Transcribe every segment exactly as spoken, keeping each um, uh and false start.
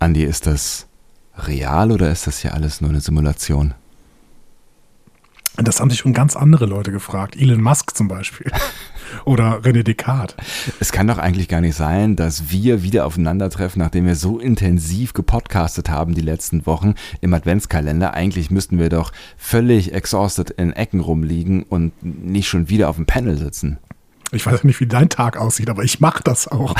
Andi, ist das real oder ist das hier alles nur eine Simulation? Das haben sich schon ganz andere Leute gefragt. Elon Musk zum Beispiel. Oder René Descartes. Es kann doch eigentlich gar nicht sein, dass wir wieder aufeinandertreffen, nachdem wir so intensiv gepodcastet haben die letzten Wochen im Adventskalender. Eigentlich müssten wir doch völlig exhausted in Ecken rumliegen und nicht schon wieder auf dem Panel sitzen. Ich weiß nicht, wie dein Tag aussieht, aber ich mache das auch.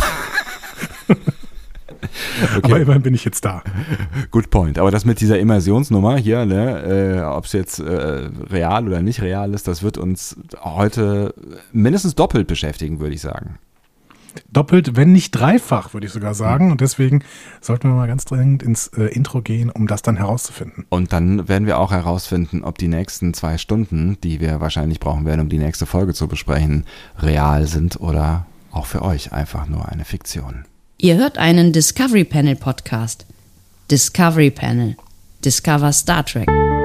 Okay. Aber immerhin bin ich jetzt da. Good point. Aber das mit dieser Immersionsnummer hier, ne, äh, ob es jetzt äh, real oder nicht real ist, das wird uns heute mindestens doppelt beschäftigen, würde ich sagen. Doppelt, wenn nicht dreifach, würde ich sogar sagen. Und deswegen sollten wir mal ganz dringend ins äh, Intro gehen, um das dann herauszufinden. Und dann werden wir auch herausfinden, ob die nächsten zwei Stunden, die wir wahrscheinlich brauchen werden, um die nächste Folge zu besprechen, real sind oder auch für euch einfach nur eine Fiktion. Ihr hört einen Discovery Panel Podcast. Discovery Panel. Discover Star Trek.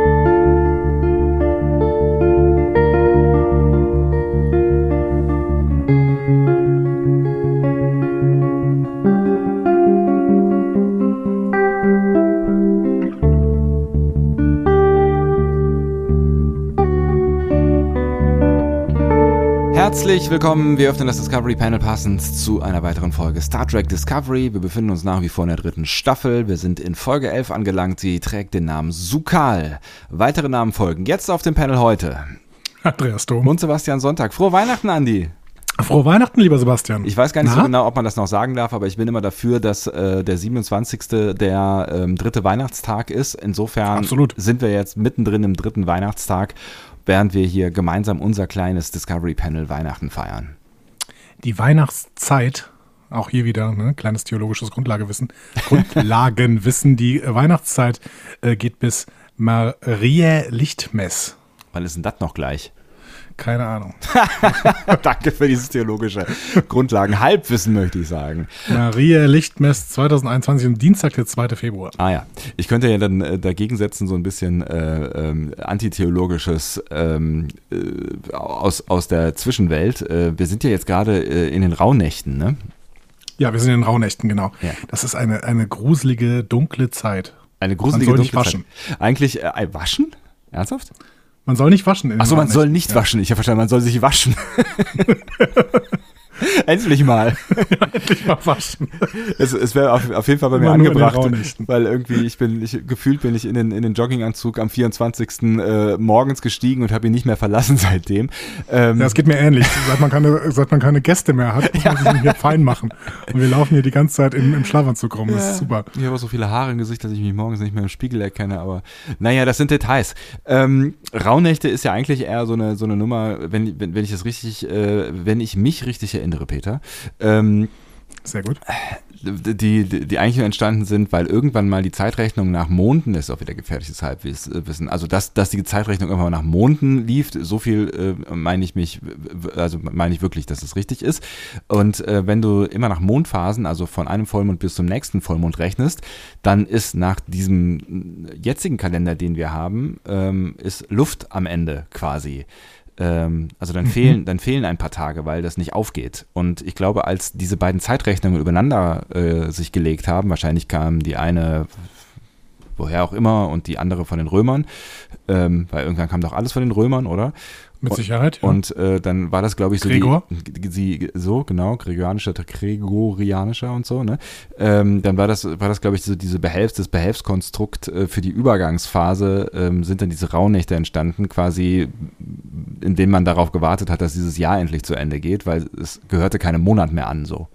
Herzlich willkommen, wir öffnen das Discovery Panel passend zu einer weiteren Folge Star Trek Discovery. Wir befinden uns nach wie vor in der dritten Staffel. Wir sind in Folge elf angelangt, sie trägt den Namen Su'Kal. Weitere Namen folgen jetzt auf dem Panel heute. Andreas Dom. Und Sebastian Sonntag. Frohe Weihnachten, Andi. Frohe Weihnachten, lieber Sebastian. Ich weiß gar nicht Na? so genau, ob man das noch sagen darf, aber ich bin immer dafür, dass äh, der siebenundzwanzigste der ähm, dritte Weihnachtstag ist. Insofern Absolut. Sind wir jetzt mittendrin im dritten Weihnachtstag, während wir hier gemeinsam unser kleines Discovery-Panel Weihnachten feiern. Die Weihnachtszeit, auch hier wieder, ne, kleines theologisches Grundlagewissen, Grundlagenwissen, die äh, Weihnachtszeit äh, geht bis Mariä Lichtmess. Wann ist denn das noch gleich? Keine Ahnung. Danke für dieses theologische Grundlagen-Halbwissen, möchte ich sagen. Mariä Lichtmess zwanzig einundzwanzig, am Dienstag, der zweite Februar. Ah ja, ich könnte ja dann äh, dagegen setzen, so ein bisschen äh, ähm, antitheologisches ähm, äh, aus, aus der Zwischenwelt. Äh, wir sind ja jetzt gerade äh, in den Rauhnächten, ne? Ja, wir sind in den Rauhnächten, genau. Ja. Das ist eine, eine gruselige, dunkle Zeit. Eine gruselige, Man soll nicht dunkle waschen. Zeit. Eigentlich, äh, waschen? Ernsthaft? Man soll nicht waschen. In den Achso, man soll Rauhnächten. nicht Ja. waschen. Ich habe verstanden, man soll sich waschen. Endlich mal. Ja, endlich mal waschen. Es, es wäre auf, auf jeden Fall bei mir Immer nur in den angebracht, Rauhnächten. weil irgendwie ich bin, ich, gefühlt bin ich in den, in den Jogginganzug am vierundzwanzigsten Äh, morgens gestiegen und habe ihn nicht mehr verlassen seitdem. Ähm, Ja, es geht mir ähnlich. Seit man keine, seit man keine Gäste mehr hat, muss man sich ihn hier fein machen. Und wir laufen hier die ganze Zeit im, im Schlafanzug rum. Das ist super. Ich habe auch so viele Haare im Gesicht, dass ich mich morgens nicht mehr im Spiegel erkenne, aber naja, das sind Details. Ähm, Rauhnächte ist ja eigentlich eher so eine, so eine Nummer, wenn, wenn, wenn ich das richtig, äh, wenn ich mich richtig erinnere, Peter, ähm, Sehr gut. Die, die, die eigentlich nur entstanden sind, weil irgendwann mal die Zeitrechnung nach Monden, das ist auch wieder gefährliches Halbwissen, also dass, dass die Zeitrechnung irgendwann mal nach Monden lief, so viel äh, meine ich mich, also meine ich wirklich, dass es richtig ist. Und äh, wenn du immer nach Mondphasen, also von einem Vollmond bis zum nächsten Vollmond rechnest, dann ist nach diesem jetzigen Kalender, den wir haben, ähm, ist Luft am Ende quasi. Also dann fehlen, dann fehlen ein paar Tage, weil das nicht aufgeht. Und ich glaube, als diese beiden Zeitrechnungen übereinander äh, sich gelegt haben, wahrscheinlich kam die eine, woher auch immer, und die andere von den Römern, ähm, weil irgendwann kam doch alles von den Römern, oder? Mit Sicherheit, ja. Und äh, dann war das, glaube ich, so Gregor? die, die, so, genau, gregorianischer, gregorianischer und so, ne? Ähm, dann war das, war das, glaube ich, so diese Behelfs, das Behelfskonstrukt äh, für die Übergangsphase, ähm, sind dann diese Rauhnächte entstanden, quasi, indem man darauf gewartet hat, dass dieses Jahr endlich zu Ende geht, weil es gehörte keinem Monat mehr an, so.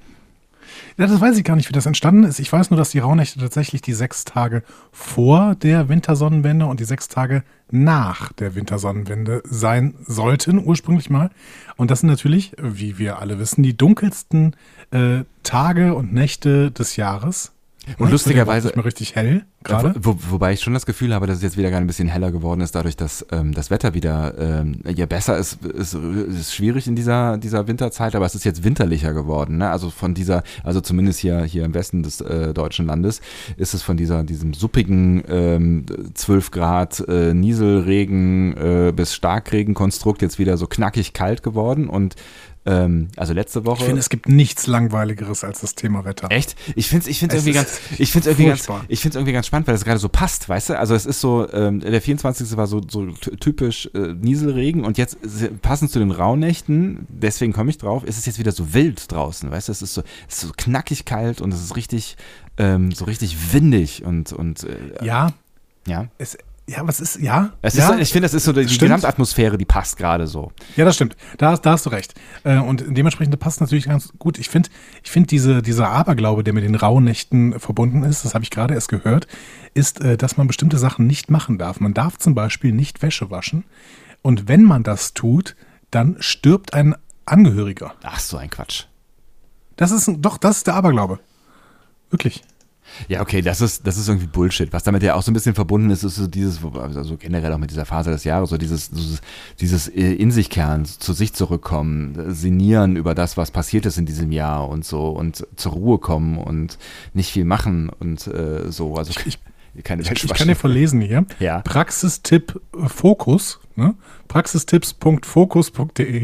Ja, das weiß ich gar nicht, wie das entstanden ist. Ich weiß nur, dass die Rauhnächte tatsächlich die sechs Tage vor der Wintersonnenwende und die sechs Tage nach der Wintersonnenwende sein sollten, ursprünglich mal. Und das sind natürlich, wie wir alle wissen, die dunkelsten äh, Tage und Nächte des Jahres. Und ja, lustigerweise ist mir richtig hell gerade. Wo, wobei ich schon das Gefühl habe, dass es jetzt wieder gerade ein bisschen heller geworden ist, dadurch, dass ähm, das Wetter wieder ähm, ja besser ist, ist, ist schwierig in dieser dieser Winterzeit, aber es ist jetzt winterlicher geworden. Ne? Also von dieser, also zumindest hier hier im Westen des äh, deutschen Landes ist es von dieser diesem suppigen ähm, zwölf Grad äh, Nieselregen äh, bis Starkregenkonstrukt jetzt wieder so knackig kalt geworden und Ähm, also letzte Woche. Ich finde, es gibt nichts Langweiligeres als das Thema Wetter. Echt? Ich finde es ich find's irgendwie ganz, ich find's irgendwie ganz, ich find's irgendwie ganz spannend, weil das gerade so passt, weißt du? Also es ist so, ähm, der vierundzwanzigste war so, so typisch äh, Nieselregen und jetzt passend zu den Rauhnächten, deswegen komme ich drauf, ist es jetzt wieder so wild draußen, weißt du? Es ist so, es ist so knackig kalt und es ist richtig, ähm, so richtig windig und, und äh, ja. Ja. Es, Ja, was ist, ja. Es ja, ist, ich finde, das ist so die stimmt. Gesamtatmosphäre, die passt gerade so. Ja, das stimmt. Da, da hast du recht. Und dementsprechend passt natürlich ganz gut. Ich finde, ich finde diese, dieser Aberglaube, der mit den Rauhnächten verbunden ist, das habe ich gerade erst gehört, ist, dass man bestimmte Sachen nicht machen darf. Man darf zum Beispiel nicht Wäsche waschen. Und wenn man das tut, dann stirbt ein Angehöriger. Ach, so ein Quatsch. Das ist, doch, das ist der Aberglaube. Wirklich. Ja, okay, das ist, das ist irgendwie Bullshit. Was damit ja auch so ein bisschen verbunden ist, ist so dieses, also generell auch mit dieser Phase des Jahres, so dieses, dieses, dieses in sich kehren, zu sich zurückkommen, sinnieren über das, was passiert ist in diesem Jahr und so und zur Ruhe kommen und nicht viel machen und äh, so. Also ich, keine ich, ich kann dir verlesen hier. Ja. Praxistipp Fokus, ne? praxistipps punkt fokus punkt de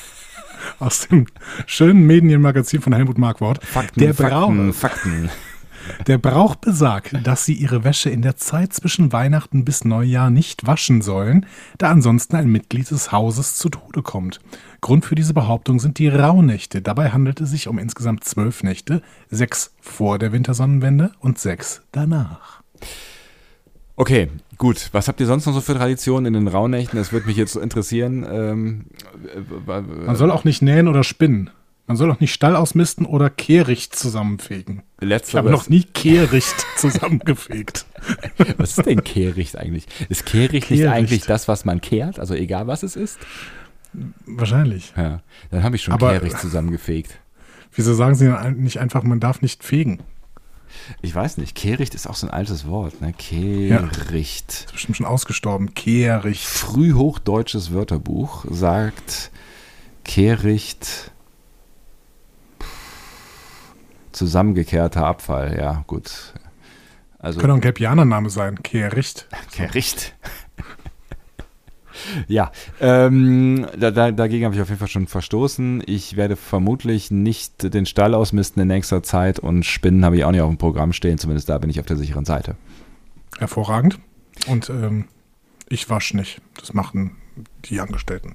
aus dem schönen Medienmagazin von Helmut Markwort. Fakten, Der Fakten, Brauch, Fakten. Der Brauch besagt, dass sie ihre Wäsche in der Zeit zwischen Weihnachten bis Neujahr nicht waschen sollen, da ansonsten ein Mitglied des Hauses zu Tode kommt. Grund für diese Behauptung sind die Rauhnächte. Dabei handelt es sich um insgesamt zwölf Nächte, sechs vor der Wintersonnenwende und sechs danach. Okay, gut. Was habt ihr sonst noch so für Traditionen in den Rauhnächten? Das würde mich jetzt interessieren. Ähm, Man soll auch nicht nähen oder spinnen. Man soll auch nicht Stall ausmisten oder Kehricht zusammenfegen. Letzteres. Ich habe noch nie Kehricht zusammengefegt. Was ist denn Kehricht eigentlich? Ist Kehricht, Kehricht nicht eigentlich das, was man kehrt? Also egal, was es ist? Wahrscheinlich. Ja, dann habe ich schon Aber Kehricht zusammengefegt. Wieso sagen sie dann nicht einfach, man darf nicht fegen? Ich weiß nicht. Kehricht ist auch so ein altes Wort, ne? Kehricht. Ja, ist bestimmt schon ausgestorben. Kehricht. Frühhochdeutsches Wörterbuch sagt Kehricht zusammengekehrter Abfall. Ja, gut. Also, könnte auch ein Gelbianer-Name sein. Kehricht. Kehricht. Ja, ähm, da, da, dagegen habe ich auf jeden Fall schon verstoßen. Ich werde vermutlich nicht den Stall ausmisten in nächster Zeit und Spinnen habe ich auch nicht auf dem Programm stehen. Zumindest da bin ich auf der sicheren Seite. Hervorragend. Und ähm, ich wasche nicht. Das machen die Angestellten.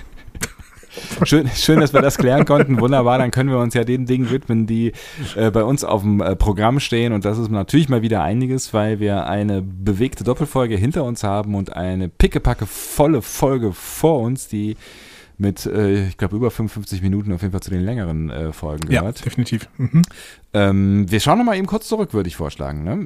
Schön, schön, dass wir das klären konnten. Wunderbar, dann können wir uns ja den Dingen widmen, die äh, bei uns auf dem äh, Programm stehen. Und das ist natürlich mal wieder einiges, weil wir eine bewegte Doppelfolge hinter uns haben und eine pickepacke volle Folge vor uns, die mit, äh, ich glaube, über fünfundfünfzig Minuten auf jeden Fall zu den längeren äh, Folgen gehört. Ja, definitiv. Mhm. Ähm, wir schauen nochmal eben kurz zurück, würde ich vorschlagen, ne?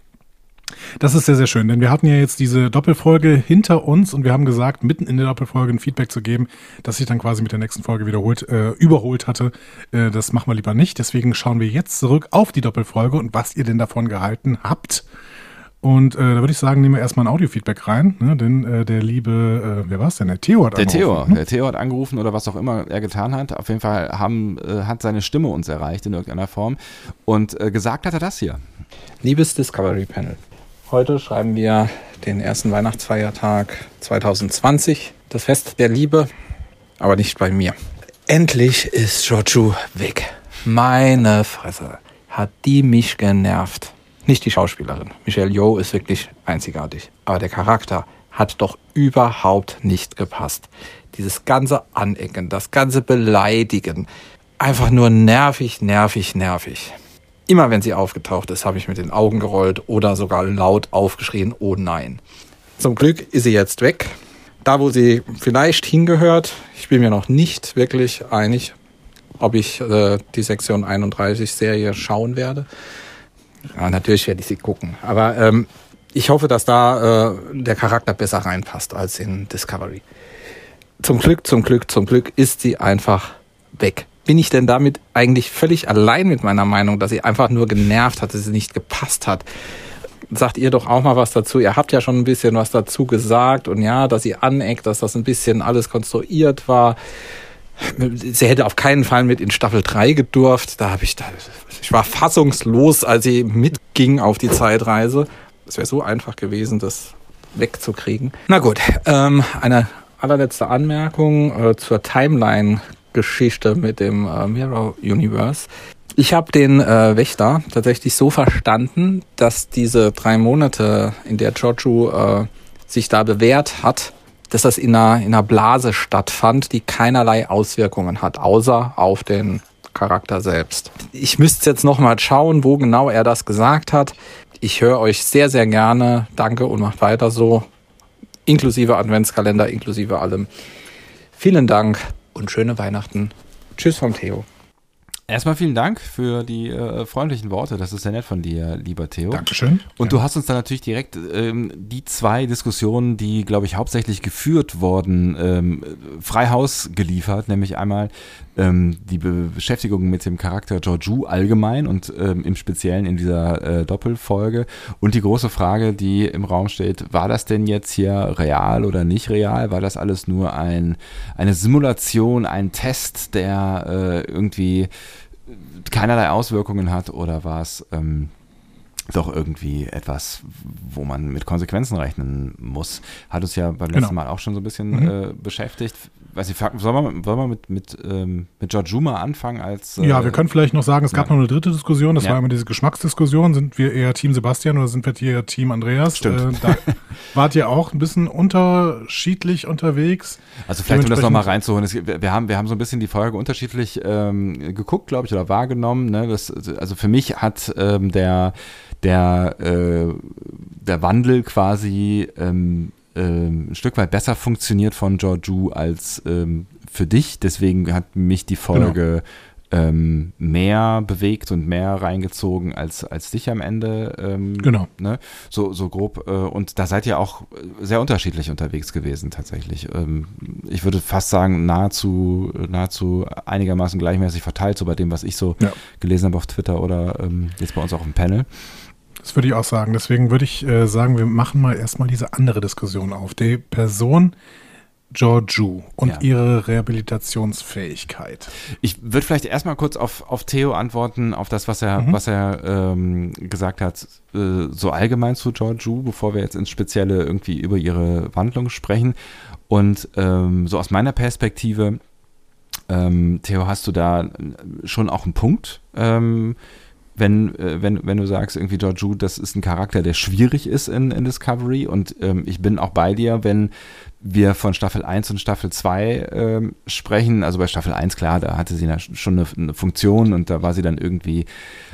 Das ist sehr, sehr schön, denn wir hatten ja jetzt diese Doppelfolge hinter uns und wir haben gesagt, mitten in der Doppelfolge ein Feedback zu geben, das sich dann quasi mit der nächsten Folge wiederholt, äh, überholt hatte. Äh, das machen wir lieber nicht. Deswegen schauen wir jetzt zurück auf die Doppelfolge und was ihr denn davon gehalten habt. Und äh, da würde ich sagen, nehmen wir erstmal ein Audio-Feedback rein, ne? denn äh, der liebe, äh, wer war es denn? Der Theo hat der angerufen. Theo, ne? Der Theo hat angerufen oder was auch immer er getan hat. Auf jeden Fall haben, äh, hat seine Stimme uns erreicht in irgendeiner Form und äh, gesagt hat er das hier. Liebes Discovery Panel, heute schreiben wir den ersten Weihnachtsfeiertag zwanzig zwanzig, das Fest der Liebe, aber nicht bei mir. Endlich ist Joju weg. Meine Fresse, hat die mich genervt. Nicht die Schauspielerin. Michelle Yeoh ist wirklich einzigartig. Aber der Charakter hat doch überhaupt nicht gepasst. Dieses ganze Anecken, das ganze Beleidigen. Einfach nur nervig, nervig, nervig. Immer wenn sie aufgetaucht ist, habe ich mit den Augen gerollt oder sogar laut aufgeschrien, oh nein. Zum Glück ist sie jetzt weg. Da, wo sie vielleicht hingehört, ich bin mir noch nicht wirklich einig, ob ich äh, die Sektion einunddreißig Serie schauen werde. Ja, natürlich werde ich sie gucken. Aber ähm, ich hoffe, dass da äh, der Charakter besser reinpasst als in Discovery. Zum Glück, zum Glück, zum Glück ist sie einfach weg. Bin ich denn damit eigentlich völlig allein mit meiner Meinung, dass sie einfach nur genervt hat, dass sie nicht gepasst hat? Sagt ihr doch auch mal was dazu. Ihr habt ja schon ein bisschen was dazu gesagt. Und ja, dass sie aneckt, dass das ein bisschen alles konstruiert war. Sie hätte auf keinen Fall mit in Staffel drei gedurft. Da habe ich, da, ich war fassungslos, als sie mitging auf die Zeitreise. Es wäre so einfach gewesen, das wegzukriegen. Na gut, ähm, eine allerletzte Anmerkung äh, zur Timeline Geschichte mit dem äh, Mirror Universe. Ich habe den äh, Wächter tatsächlich so verstanden, dass diese drei Monate, in der Jojo äh, sich da bewährt hat, dass das in einer, in einer Blase stattfand, die keinerlei Auswirkungen hat, außer auf den Charakter selbst. Ich müsste jetzt nochmal schauen, wo genau er das gesagt hat. Ich höre euch sehr, sehr gerne. Danke und macht weiter so. Inklusive Adventskalender, inklusive allem. Vielen Dank und schöne Weihnachten. Tschüss vom Theo. Erstmal vielen Dank für die äh, freundlichen Worte. Das ist sehr nett von dir, lieber Theo. Dankeschön. Und ja. du hast uns dann natürlich direkt ähm, die zwei Diskussionen, die, glaube ich, hauptsächlich geführt wurden, ähm, frei Haus geliefert. Nämlich einmal ähm, die Be- Beschäftigung mit dem Charakter Georgiou allgemein und ähm, im Speziellen in dieser äh, Doppelfolge. Und die große Frage, die im Raum steht, war das denn jetzt hier real oder nicht real? War das alles nur ein, eine Simulation, ein Test, der äh, irgendwie keinerlei Auswirkungen hat, oder war es ähm, doch irgendwie etwas, wo man mit Konsequenzen rechnen muss? Hat uns ja beim letzten Genau. Mal auch schon so ein bisschen Mhm. äh, beschäftigt. Weiß ich, sollen wir, sollen wir mit, mit, ähm, mit Georgiou mal anfangen als äh, Ja, wir können vielleicht noch sagen, es gab ja. noch eine dritte Diskussion, das Ja. war immer diese Geschmacksdiskussion. Sind wir eher Team Sebastian oder sind wir eher Team Andreas? Stimmt. Äh, da wart ihr auch ein bisschen unterschiedlich unterwegs. Also vielleicht, um das nochmal Dementsprechend- reinzuholen, es, wir, wir, haben, wir haben so ein bisschen die Folge unterschiedlich ähm, geguckt, glaube ich, oder wahrgenommen. Ne? Das, also für mich hat ähm, der, der, äh, der Wandel quasi ähm, ähm, ein Stück weit besser funktioniert von Georgiou als ähm, für dich. Deswegen hat mich die Folge ähm, mehr bewegt und mehr reingezogen als, als dich am Ende. Ähm, Genau. Ne? So, so grob. Äh, und da seid ihr auch sehr unterschiedlich unterwegs gewesen tatsächlich. Ähm, ich würde fast sagen, nahezu, nahezu einigermaßen gleichmäßig verteilt, so bei dem, was ich so Ja. gelesen habe auf Twitter oder ähm, jetzt bei uns auch im Panel. Das würde ich auch sagen. Deswegen würde ich äh, sagen, wir machen mal erstmal diese andere Diskussion auf. Die Person Georgiou und Ja. ihre Rehabilitationsfähigkeit. Ich würde vielleicht erstmal kurz auf, auf Theo antworten, auf das, was er, Mhm. was er ähm, gesagt hat, äh, so allgemein zu Georgiou, bevor wir jetzt ins Spezielle irgendwie über ihre Wandlung sprechen. Und ähm, so aus meiner Perspektive, ähm, Theo, hast du da schon auch einen Punkt, ähm, wenn, äh, wenn, wenn du sagst, irgendwie Georgiou, das ist ein Charakter, der schwierig ist in, in Discovery, und ähm, ich bin auch bei dir, wenn wir von Staffel eins und Staffel zwei ähm, sprechen. Also bei Staffel eins, klar, da hatte sie schon eine, eine Funktion und da war sie dann irgendwie,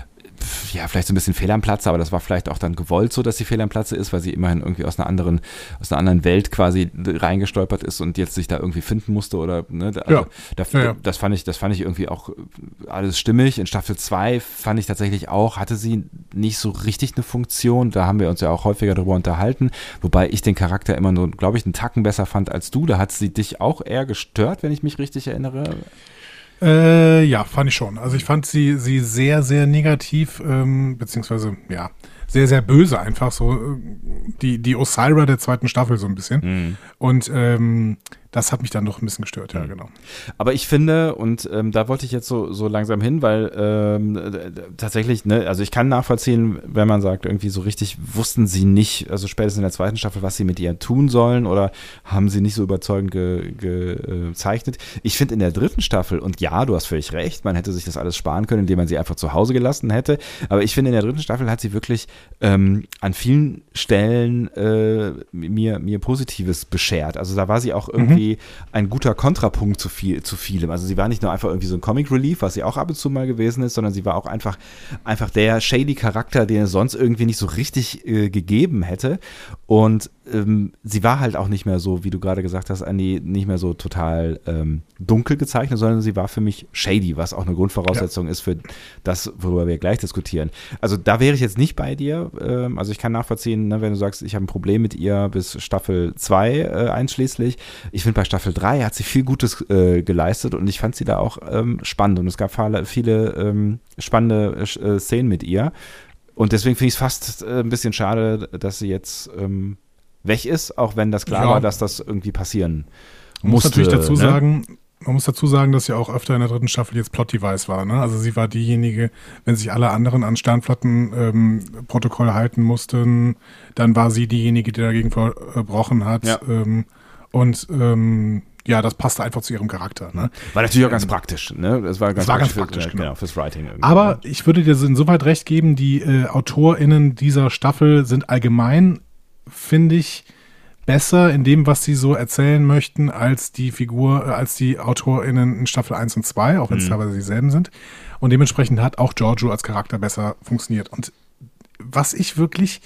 ja, vielleicht so ein bisschen fehl am Platz, aber das war vielleicht auch dann gewollt so, dass sie fehl am Platze ist, weil sie immerhin irgendwie aus einer anderen, aus einer anderen Welt quasi reingestolpert ist und jetzt sich da irgendwie finden musste oder, ne, also Ja. Da, Ja, ja. das fand ich, das fand ich irgendwie auch alles stimmig. In Staffel zwei fand ich tatsächlich auch, hatte sie nicht so richtig eine Funktion, da haben wir uns ja auch häufiger darüber unterhalten, wobei ich den Charakter immer nur, glaube ich, einen Tacken besser fand als du. Da hat sie dich auch eher gestört, wenn ich mich richtig erinnere. Äh, ja, fand ich schon. Also ich fand sie, sie sehr, sehr negativ, ähm, beziehungsweise, ja, sehr, sehr böse einfach so. äh, Die, die Osira der zweiten Staffel so ein bisschen. Mhm. Und ähm, das hat mich dann doch ein bisschen gestört, ja, Mhm. genau. Aber ich finde, und ähm, da wollte ich jetzt so, so langsam hin, weil ähm, äh, tatsächlich, ne, also ich kann nachvollziehen, wenn man sagt, irgendwie so richtig wussten sie nicht, also spätestens in der zweiten Staffel, was sie mit ihr tun sollen, oder haben sie nicht so überzeugend ge, ge, äh, gezeichnet. Ich finde in der dritten Staffel, und ja, du hast völlig recht, man hätte sich das alles sparen können, indem man sie einfach zu Hause gelassen hätte, aber ich finde in der dritten Staffel hat sie wirklich ähm, an vielen Stellen äh, mir, mir Positives beschert. Also da war sie auch irgendwie ein guter Kontrapunkt zu viel, zu vielem. Also sie war nicht nur einfach irgendwie so ein Comic Relief, was sie auch ab und zu mal gewesen ist, sondern sie war auch einfach, einfach der shady Charakter, den es sonst irgendwie nicht so richtig äh, gegeben hätte. Und ähm, sie war halt auch nicht mehr so, wie du gerade gesagt hast, Andi, nicht mehr so total ähm, dunkel gezeichnet, sondern sie war für mich shady, was auch eine Grundvoraussetzung ja. ist für das, worüber wir gleich diskutieren. Also da wäre ich jetzt nicht bei dir. Ähm, also ich kann nachvollziehen, ne, wenn du sagst, ich habe ein Problem mit ihr bis Staffel zwei äh, einschließlich. Ich finde, bei Staffel drei hat sie viel Gutes äh, geleistet und ich fand sie da auch ähm, spannend und es gab viele ähm, spannende äh, Szenen mit ihr. Und deswegen finde ich es fast äh, ein bisschen schade, dass sie jetzt ähm, weg ist, auch wenn das klar Ja. war, dass das irgendwie passieren Man muss musste. natürlich dazu ne? sagen, man muss dazu sagen, dass sie auch öfter in der dritten Staffel jetzt Plot-Device war. Ne? Also sie war diejenige, wenn sich alle anderen an Sternflotten-Protokoll ähm, halten mussten, dann war sie diejenige, die dagegen verbrochen hat. Ja. Ähm, und ähm, ja, das passte einfach zu ihrem Charakter. Ne? War natürlich auch ganz praktisch. Ne? Das war ganz das war praktisch, ganz praktisch für, genau. genau, fürs Writing. Irgendwie. Aber ich würde dir insoweit recht geben, die äh, AutorInnen dieser Staffel sind allgemein, finde ich, besser in dem, was sie so erzählen möchten, als die Figur, äh, als die AutorInnen in Staffel eins und zwei, auch wenn es mhm. teilweise dieselben sind. Und dementsprechend hat auch Giorgio als Charakter besser funktioniert. Und was ich wirklich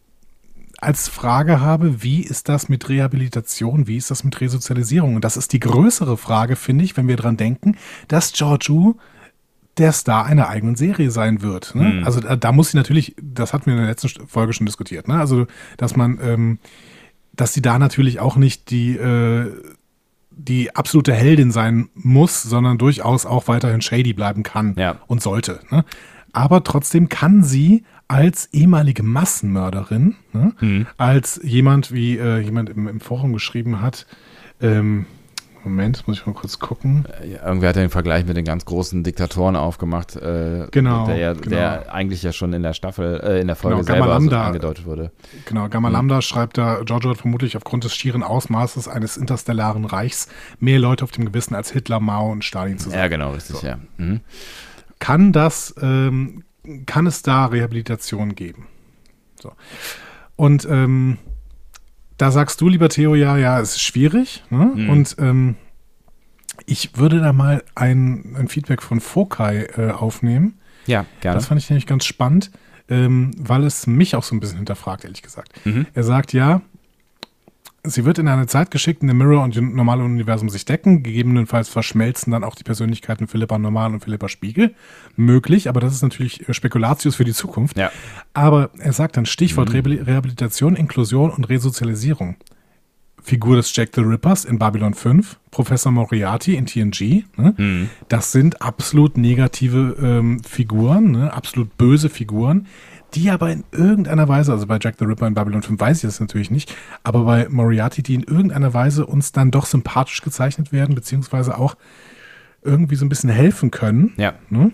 als Frage habe, wie ist das mit Rehabilitation, wie ist das mit Resozialisierung? Und das ist die größere Frage, finde ich, wenn wir dran denken, dass Giorgio der Star einer eigenen Serie sein wird. Ne? Mhm. Also da, da muss sie natürlich, das hatten wir in der letzten Folge schon diskutiert, ne? Also dass man, ähm, dass sie da natürlich auch nicht die, äh, die absolute Heldin sein muss, sondern durchaus auch weiterhin shady bleiben kann ja. und sollte. Ne? Aber trotzdem kann sie als ehemalige Massenmörderin, ne, mhm. als jemand, wie äh, jemand im, im Forum geschrieben hat, ähm, Moment, muss ich mal kurz gucken. Ja, irgendwer hat den Vergleich mit den ganz großen Diktatoren aufgemacht, äh, genau, der, ja, genau. der eigentlich ja schon in der Staffel, äh, in der Folge genau, selber Lambda, so angedeutet wurde. Genau, Gamma mhm. Lambda schreibt da, Giorgio hat vermutlich aufgrund des schieren Ausmaßes eines interstellaren Reichs mehr Leute auf dem Gewissen als Hitler, Mao und Stalin zusammen. Ja, genau, richtig, so. ja. Mhm. Kann das, ähm, kann es da Rehabilitation geben? So. Und ähm, da sagst du, lieber Theo, ja, ja, es ist schwierig. Ne? Mhm. Und ähm, ich würde da mal ein, ein Feedback von Fokai äh, aufnehmen. Ja, gerne. Das fand ich nämlich ganz spannend, ähm, weil es mich auch so ein bisschen hinterfragt, ehrlich gesagt. Mhm. Er sagt, ja, sie wird in eine Zeit geschickt, in dem Mirror und dem normalen Universum sich decken. Gegebenenfalls verschmelzen dann auch die Persönlichkeiten Philippa Normal und Philippa Spiegel. Möglich, aber das ist natürlich Spekulatius für die Zukunft. Ja. Aber er sagt dann Stichwort mhm. Rehabilitation, Inklusion und Resozialisierung. Figur des Jack the Rippers in Babylon fünf, Professor Moriarty in T N G. Ne? Mhm. Das sind absolut negative ähm, Figuren, ne? Absolut böse Figuren, die aber in irgendeiner Weise, also bei Jack the Ripper in Babylon fünf weiß ich das natürlich nicht, aber bei Moriarty, die in irgendeiner Weise uns dann doch sympathisch gezeichnet werden, beziehungsweise auch irgendwie so ein bisschen helfen können. Ja. Ne?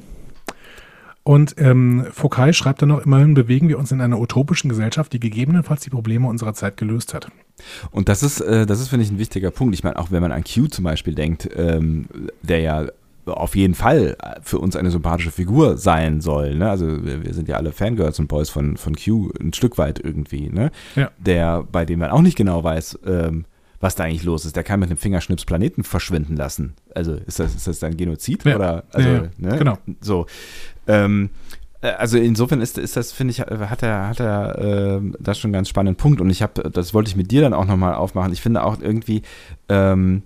Und ähm, Fokai schreibt dann noch, immerhin bewegen wir uns in einer utopischen Gesellschaft, die gegebenenfalls die Probleme unserer Zeit gelöst hat. Und das ist, äh, das ist, finde ich, ein wichtiger Punkt. Ich meine, auch wenn man an Q zum Beispiel denkt, ähm, der ja auf jeden Fall für uns eine sympathische Figur sein soll. Ne? Also wir, wir sind ja alle Fangirls und Boys von, von Q ein Stück weit irgendwie. Ne? Ja. Der, bei dem man auch nicht genau weiß, ähm, was da eigentlich los ist. Der kann mit einem Fingerschnips Planeten verschwinden lassen. Also ist das, ist das dann Genozid? Ja. Oder? Also, ja, ja. Ne? Genau. So. Ähm, also insofern ist, ist das, finde ich, hat er, hat er äh, das schon einen ganz spannenden Punkt. Und ich habe, das wollte ich mit dir dann auch nochmal aufmachen. Ich finde auch irgendwie, ähm,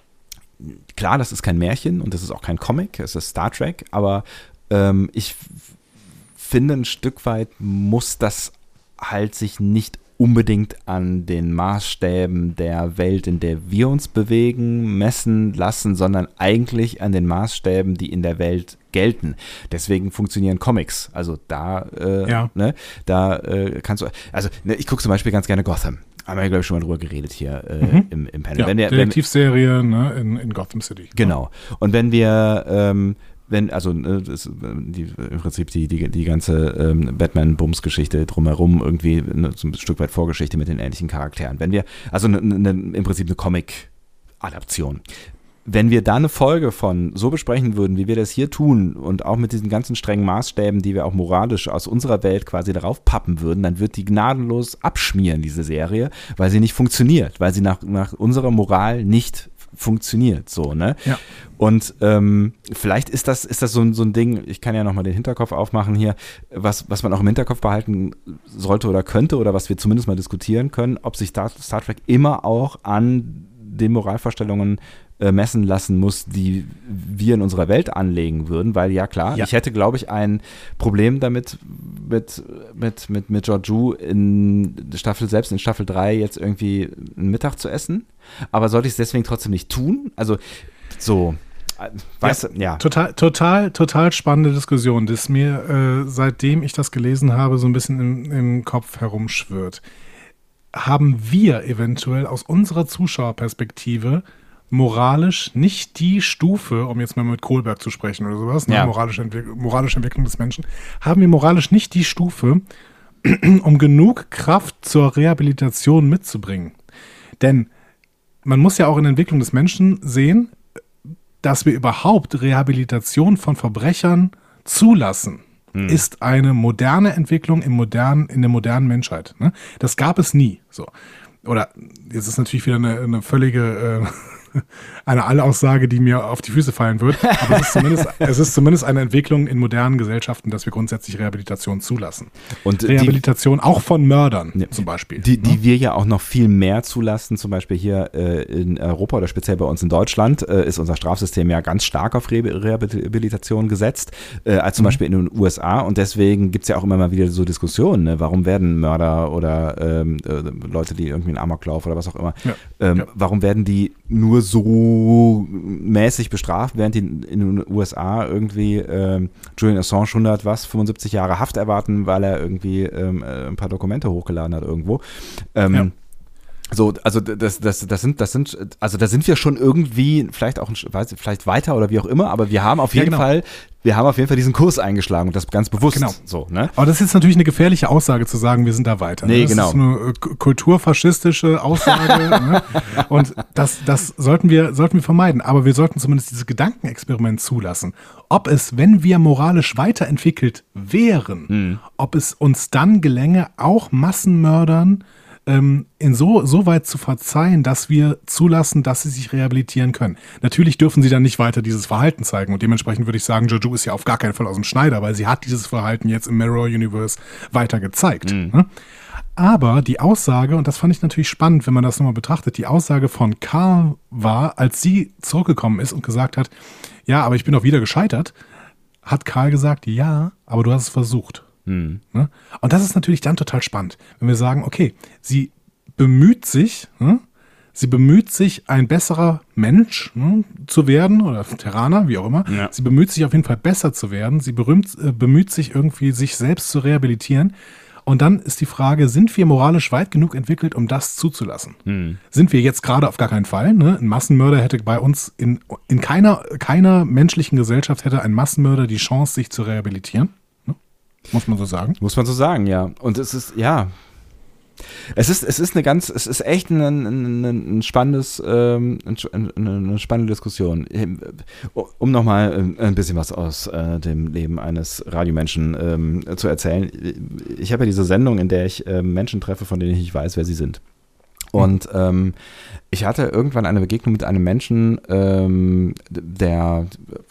klar, das ist kein Märchen und das ist auch kein Comic, es ist Star Trek, aber ähm, ich f- finde ein Stück weit muss das halt sich nicht unbedingt an den Maßstäben der Welt, in der wir uns bewegen, messen lassen, sondern eigentlich an den Maßstäben, die in der Welt gelten. Deswegen funktionieren Comics. Also da, äh, ja. ne, da äh, kannst du, also ne, ich gucke zum Beispiel ganz gerne Gotham. Haben wir, glaube ich, schon mal drüber geredet hier äh, mhm. im, im Panel. Ja, wenn wir, Detektivserie ne, in, in Gotham City. Genau. Und wenn wir, ähm, wenn, also äh, das, die, im Prinzip die, die, die ganze ähm, Batman-Bums-Geschichte drumherum irgendwie ne, so ein Stück weit Vorgeschichte mit den ähnlichen Charakteren. Wenn wir, also ne, ne, im Prinzip eine Comic-Adaption. Wenn wir da eine Folge von so besprechen würden, wie wir das hier tun und auch mit diesen ganzen strengen Maßstäben, die wir auch moralisch aus unserer Welt quasi darauf pappen würden, dann wird die gnadenlos abschmieren, diese Serie, weil sie nicht funktioniert, weil sie nach, nach unserer Moral nicht funktioniert, so, ne? Ja. Und ähm, vielleicht ist das, ist das so, ein, so ein Ding, ich kann ja nochmal den Hinterkopf aufmachen hier, was, was man auch im Hinterkopf behalten sollte oder könnte oder was wir zumindest mal diskutieren können, ob sich Star, Star Trek immer auch an den Moralvorstellungen äh, messen lassen muss, die wir in unserer Welt anlegen würden, weil ja klar, ja. ich hätte, glaube ich, ein Problem damit mit, mit, mit, mit Georgiou in Staffel, selbst in Staffel drei jetzt irgendwie einen Mittag zu essen, aber sollte ich es deswegen trotzdem nicht tun? Also so, weißt ja, du, ja. Total, total, total spannende Diskussion, das mir, äh, seitdem ich das gelesen habe, so ein bisschen im, im Kopf herumschwirrt. Haben wir eventuell aus unserer Zuschauerperspektive moralisch nicht die Stufe, um jetzt mal mit Kohlberg zu sprechen oder sowas, ja. ne, moralische, Entwick- moralische Entwicklung des Menschen, haben wir moralisch nicht die Stufe, um genug Kraft zur Rehabilitation mitzubringen. Denn man muss ja auch in der Entwicklung des Menschen sehen, dass wir überhaupt Rehabilitation von Verbrechern zulassen, hm. ist eine moderne Entwicklung im modernen, in der modernen Menschheit. Ne? Das gab es nie. So. Oder jetzt ist natürlich wieder eine, eine völlige äh, eine Allaussage, die mir auf die Füße fallen wird. Aber es ist, zumindest, es ist zumindest eine Entwicklung in modernen Gesellschaften, dass wir grundsätzlich Rehabilitation zulassen. Und Rehabilitation die, auch von Mördern ja, zum Beispiel. Die, die ne? wir ja auch noch viel mehr zulassen, zum Beispiel hier äh, in Europa oder speziell bei uns in Deutschland, äh, ist unser Strafsystem ja ganz stark auf Re- Rehabilitation gesetzt, äh, als zum mhm. Beispiel in den U S A. Und deswegen gibt es ja auch immer mal wieder so Diskussionen, ne? Warum werden Mörder oder ähm, äh, Leute, die irgendwie einen Amoklauf oder was auch immer, ja. Ähm, ja. warum werden die nur so mäßig bestraft, während die in den U S A irgendwie ähm, Julian Assange hundert, was, fünfundsiebzig Jahre Haft erwarten, weil er irgendwie ähm, ein paar Dokumente hochgeladen hat irgendwo. Ähm, ja. So, also das, das, das sind, das sind, also da sind wir schon irgendwie vielleicht auch, weiß, vielleicht weiter oder wie auch immer, aber wir haben auf jeden ja, genau. Fall, wir haben auf jeden Fall diesen Kurs eingeschlagen und das ganz bewusst. Genau. So, ne? Aber das ist jetzt natürlich eine gefährliche Aussage zu sagen, wir sind da weiter. Nee, das genau. ist eine kulturfaschistische Aussage ne? Und das, das sollten wir, sollten wir vermeiden. Aber wir sollten zumindest dieses Gedankenexperiment zulassen. Ob es, wenn wir moralisch weiterentwickelt wären, hm. ob es uns dann gelänge, auch Massenmördern in so, so weit zu verzeihen, dass wir zulassen, dass sie sich rehabilitieren können. Natürlich dürfen sie dann nicht weiter dieses Verhalten zeigen und dementsprechend würde ich sagen, Jojo ist ja auf gar keinen Fall aus dem Schneider, weil sie hat dieses Verhalten jetzt im Mirror Universe weiter gezeigt. Mhm. Aber die Aussage, und das fand ich natürlich spannend, wenn man das nochmal betrachtet, die Aussage von Carl war, als sie zurückgekommen ist und gesagt hat, ja, aber ich bin doch wieder gescheitert, hat Carl gesagt, ja, aber du hast es versucht. Hm. Und das ist natürlich dann total spannend, wenn wir sagen, okay, sie bemüht sich, hm, sie bemüht sich, ein besserer Mensch hm, zu werden oder Terraner, wie auch immer. Ja. Sie bemüht sich auf jeden Fall besser zu werden. Sie berühmt, äh, bemüht sich irgendwie, sich selbst zu rehabilitieren. Und dann ist die Frage, sind wir moralisch weit genug entwickelt, um das zuzulassen? Hm. Sind wir jetzt gerade auf gar keinen Fall? Ne? Ein Massenmörder hätte bei uns in, in keiner, keiner menschlichen Gesellschaft hätte ein Massenmörder die Chance, sich zu rehabilitieren. Muss man so sagen? Muss man so sagen, ja. Und es ist, ja, es ist, es ist eine ganz, es ist echt ein, ein, ein spannendes, ähm, eine spannende Diskussion. Um nochmal ein bisschen was aus äh, dem Leben eines Radiomenschen ähm, zu erzählen. Ich habe ja diese Sendung, in der ich äh, Menschen treffe, von denen ich nicht weiß, wer sie sind. Und ähm, ich hatte irgendwann eine Begegnung mit einem Menschen, ähm, der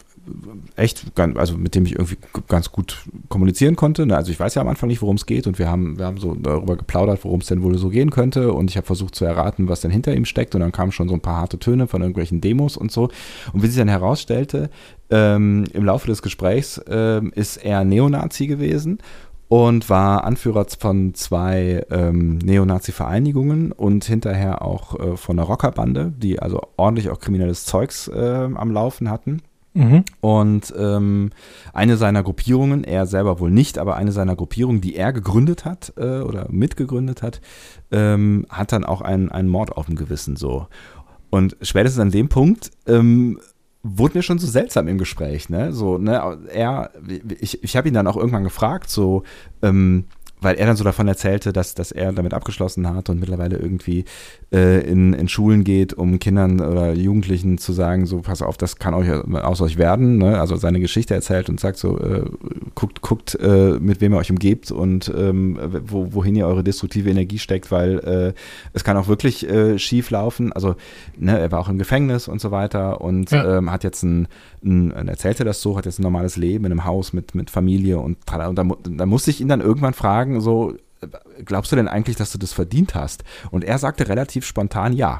echt, also mit dem ich irgendwie ganz gut kommunizieren konnte. Also ich weiß ja am Anfang nicht, worum es geht und wir haben, wir haben so darüber geplaudert, worum es denn wohl so gehen könnte und ich habe versucht zu erraten, was denn hinter ihm steckt und dann kamen schon so ein paar harte Töne von irgendwelchen Demos und so. Und wie sich dann herausstellte, ähm, im Laufe des Gesprächs ähm, ist er Neonazi gewesen und war Anführer von zwei ähm, Neonazi-Vereinigungen und hinterher auch äh, von einer Rockerbande, die also ordentlich auch kriminelles Zeugs äh, am Laufen hatten. Mhm. Und ähm, eine seiner Gruppierungen, er selber wohl nicht, aber eine seiner Gruppierungen, die er gegründet hat äh, oder mitgegründet hat, ähm, hat dann auch einen, einen Mord auf dem Gewissen so. Und spätestens an dem Punkt ähm, wurde mir schon so seltsam im Gespräch, ne? So, ne, er, ich, ich habe ihn dann auch irgendwann gefragt, so, ähm, weil er dann so davon erzählte, dass, dass er damit abgeschlossen hat und mittlerweile irgendwie äh, in, in Schulen geht, um Kindern oder Jugendlichen zu sagen, so pass auf, das kann euch aus euch werden, ne? Also seine Geschichte erzählt und sagt so, äh, guckt, guckt äh, mit wem ihr euch umgebt und ähm, wo, wohin ihr eure destruktive Energie steckt, weil äh, es kann auch wirklich äh, schief laufen. Also ne, er war auch im Gefängnis und so weiter und ja. ähm, hat jetzt ein, ein, erzählte das so, hat jetzt ein normales Leben in einem Haus mit, mit Familie und, und da, da musste ich ihn dann irgendwann fragen, so, glaubst du denn eigentlich, dass du das verdient hast? Und er sagte relativ spontan ja.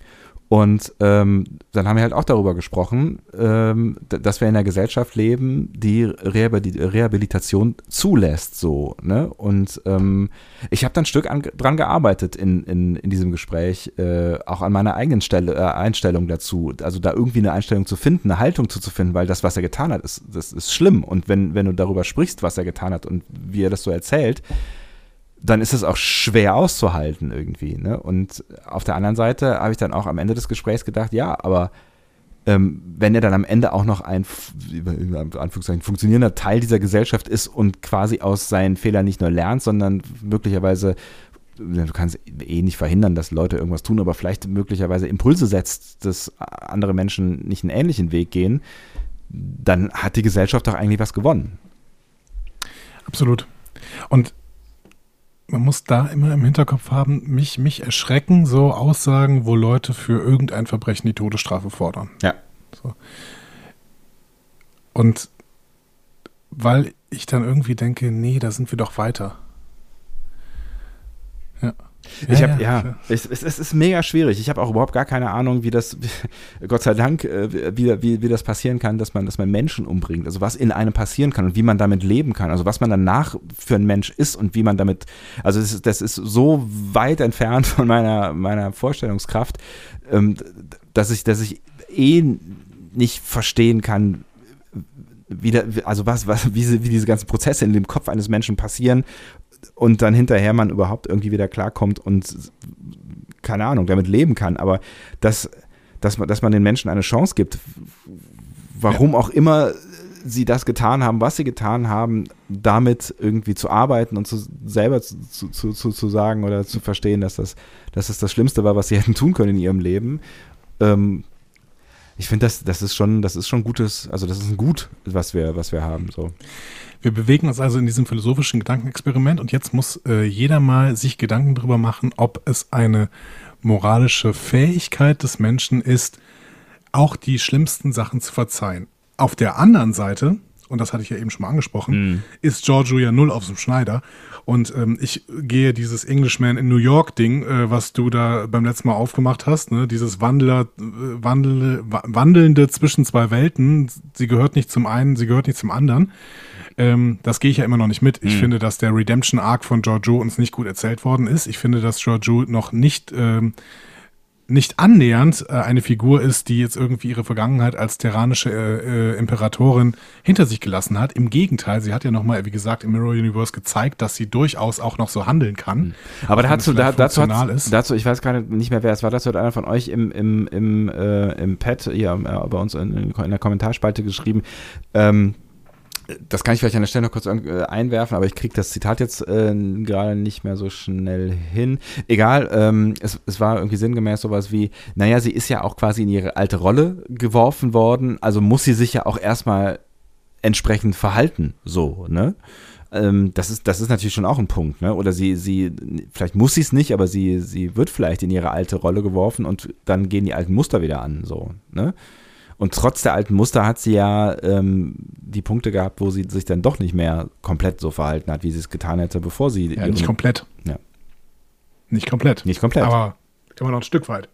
Und ähm, dann haben wir halt auch darüber gesprochen, ähm, dass wir in einer Gesellschaft leben, die Rehabilitation zulässt, so, ne? Und ähm, ich habe dann ein Stück an, dran gearbeitet in, in, in diesem Gespräch, äh, auch an meiner eigenen Stelle, äh, Einstellung dazu, also da irgendwie eine Einstellung zu finden, eine Haltung zuzufinden, weil das, was er getan hat, ist, das ist schlimm. Und wenn, wenn du darüber sprichst, was er getan hat und wie er das so erzählt, dann ist es auch schwer auszuhalten irgendwie, ne? Und auf der anderen Seite habe ich dann auch am Ende des Gesprächs gedacht, ja, aber ähm, wenn er dann am Ende auch noch ein in Anführungszeichen funktionierender Teil dieser Gesellschaft ist und quasi aus seinen Fehlern nicht nur lernt, sondern möglicherweise du kannst eh nicht verhindern, dass Leute irgendwas tun, aber vielleicht möglicherweise Impulse setzt, dass andere Menschen nicht einen ähnlichen Weg gehen, dann hat die Gesellschaft doch eigentlich was gewonnen. Absolut. Und man muss da immer im Hinterkopf haben, mich, mich erschrecken so Aussagen, wo Leute für irgendein Verbrechen die Todesstrafe fordern. Ja. So. Und weil ich dann irgendwie denke, nee, da sind wir doch weiter. Ja. Ich ja, habe ja, ja, es, es, es ist mega schwierig. Ich habe auch überhaupt gar keine Ahnung, wie das, Gott sei Dank, wie, wie, wie das passieren kann, dass man, dass man Menschen umbringt. Also was in einem passieren kann und wie man damit leben kann. Also was man danach für ein Mensch ist und wie man damit, also das ist, das ist so weit entfernt von meiner, meiner Vorstellungskraft, dass ich, dass ich eh nicht verstehen kann, wie da, also was, was, wie, wie diese ganzen Prozesse in dem Kopf eines Menschen passieren und dann hinterher man überhaupt irgendwie wieder klarkommt und, keine Ahnung, damit leben kann. Aber dass, dass, man, dass man den Menschen eine Chance gibt, warum ja. auch immer sie das getan haben, was sie getan haben, damit irgendwie zu arbeiten und zu, selber zu, zu, zu, zu sagen oder zu verstehen, dass das, dass das das Schlimmste war, was sie hätten tun können in ihrem Leben. Ähm, ich finde, das, das ist schon, das ist schon gutes, also das ist ein Gut, was wir, was wir haben, so. Wir bewegen uns also in diesem philosophischen Gedankenexperiment und jetzt muss äh, jeder mal sich Gedanken darüber machen, ob es eine moralische Fähigkeit des Menschen ist, auch die schlimmsten Sachen zu verzeihen. Auf der anderen Seite, und das hatte ich ja eben schon mal angesprochen, mm. ist Giorgio ja null auf dem Schneider. Und ähm, ich gehe dieses Englishman in New York Ding, äh, was du da beim letzten Mal aufgemacht hast, ne? Dieses Wandler, äh, Wandel, wandelnde zwischen zwei Welten, sie gehört nicht zum einen, sie gehört nicht zum anderen. Ähm, das gehe ich ja immer noch nicht mit. Ich mm. finde, dass der Redemption Arc von Giorgio uns nicht gut erzählt worden ist. Ich finde, dass Giorgio noch nicht ähm, nicht annähernd äh, eine Figur ist, die jetzt irgendwie ihre Vergangenheit als tyrannische äh, äh, Imperatorin hinter sich gelassen hat. Im Gegenteil, sie hat ja nochmal, wie gesagt, im Mirror Universe gezeigt, dass sie durchaus auch noch so handeln kann. Aber dazu, da, dazu, dazu, ich weiß gerade nicht mehr, wer es war, dazu hat einer von euch im, im, im, äh, im Pad hier äh, bei uns in, in der Kommentarspalte geschrieben, ähm, das kann ich vielleicht an der Stelle noch kurz einwerfen, aber ich kriege das Zitat jetzt äh, gerade nicht mehr so schnell hin. Egal, ähm, es, es war irgendwie sinngemäß sowas wie, naja, sie ist ja auch quasi in ihre alte Rolle geworfen worden, also muss sie sich ja auch erstmal entsprechend verhalten, so, ne? Ähm, das ist, das ist natürlich schon auch ein Punkt, ne? Oder sie, sie, vielleicht muss sie es nicht, aber sie, sie wird vielleicht in ihre alte Rolle geworfen und dann gehen die alten Muster wieder an, so, ne? Und trotz der alten Muster hat sie ja ähm, die Punkte gehabt, wo sie sich dann doch nicht mehr komplett so verhalten hat, wie sie es getan hätte, bevor sie... Ja, nicht komplett. Ja. Nicht komplett. Nicht komplett. Aber immer noch ein Stück weit.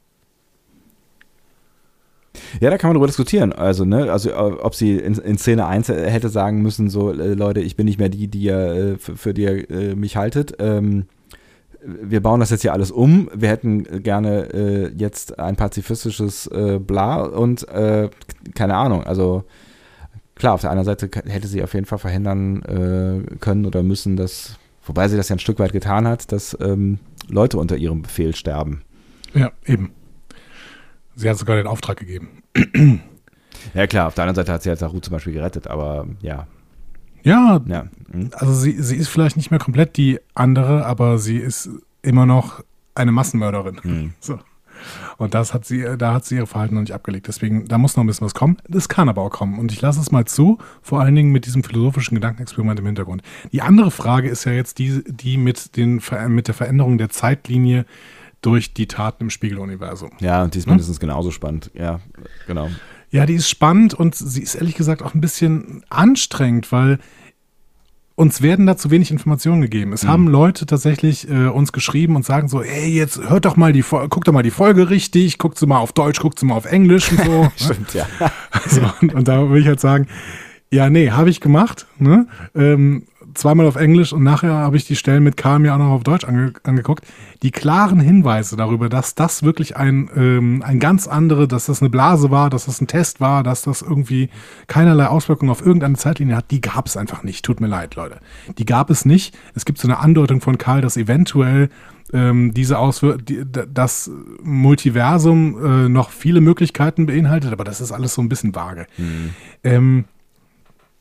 Ja, da kann man drüber diskutieren. Also, ne, also ob sie in, in Szene eins hätte sagen müssen, so, äh, Leute, ich bin nicht mehr die, die ihr, äh, für, für die ihr äh, mich haltet. Ähm, wir bauen das jetzt hier alles um, wir hätten gerne äh, jetzt ein pazifistisches äh, Bla und äh, keine Ahnung, also klar, auf der anderen Seite hätte sie auf jeden Fall verhindern äh, können oder müssen, dass, wobei sie das ja ein Stück weit getan hat, dass ähm, Leute unter ihrem Befehl sterben. Ja, eben. Sie hat sogar den Auftrag gegeben. Ja klar, auf der anderen Seite hat sie jetzt Saru zum Beispiel gerettet, aber ja. Ja, ja. Hm. Also sie, sie ist vielleicht nicht mehr komplett die andere, aber sie ist immer noch eine Massenmörderin. Hm. So. Und das hat sie, da hat sie ihr Verhalten noch nicht abgelegt. Deswegen, da muss noch ein bisschen was kommen. Das kann aber auch kommen. Und ich lasse es mal zu, vor allen Dingen mit diesem philosophischen Gedankenexperiment im Hintergrund. Die andere Frage ist ja jetzt die, die mit, den, mit der Veränderung der Zeitlinie durch die Taten im Spiegeluniversum. Ja, und die ist mindestens hm? genauso spannend. Ja, genau. Ja, die ist spannend und sie ist ehrlich gesagt auch ein bisschen anstrengend, weil uns werden da zu wenig Informationen gegeben. Es mhm. haben Leute tatsächlich äh, uns geschrieben und sagen so, ey, jetzt hört doch mal die Folge, guck doch mal die Folge richtig, guckt sie mal auf Deutsch, guckt sie mal auf Englisch und so. Stimmt, ja. So, und, und da will ich halt sagen, ja, nee, habe ich gemacht, ne? Ähm, zweimal auf Englisch und nachher habe ich die Stellen mit Karl mir auch noch auf Deutsch ange- angeguckt. Die klaren Hinweise darüber, dass das wirklich ein, ähm, ein ganz andere, dass das eine Blase war, dass das ein Test war, dass das irgendwie keinerlei Auswirkungen auf irgendeine Zeitlinie hat, die gab es einfach nicht. Tut mir leid, Leute. Die gab es nicht. Es gibt so eine Andeutung von Karl, dass eventuell ähm, diese Auswir- die, das Multiversum äh, noch viele Möglichkeiten beinhaltet, aber das ist alles so ein bisschen vage. Mhm. Ähm,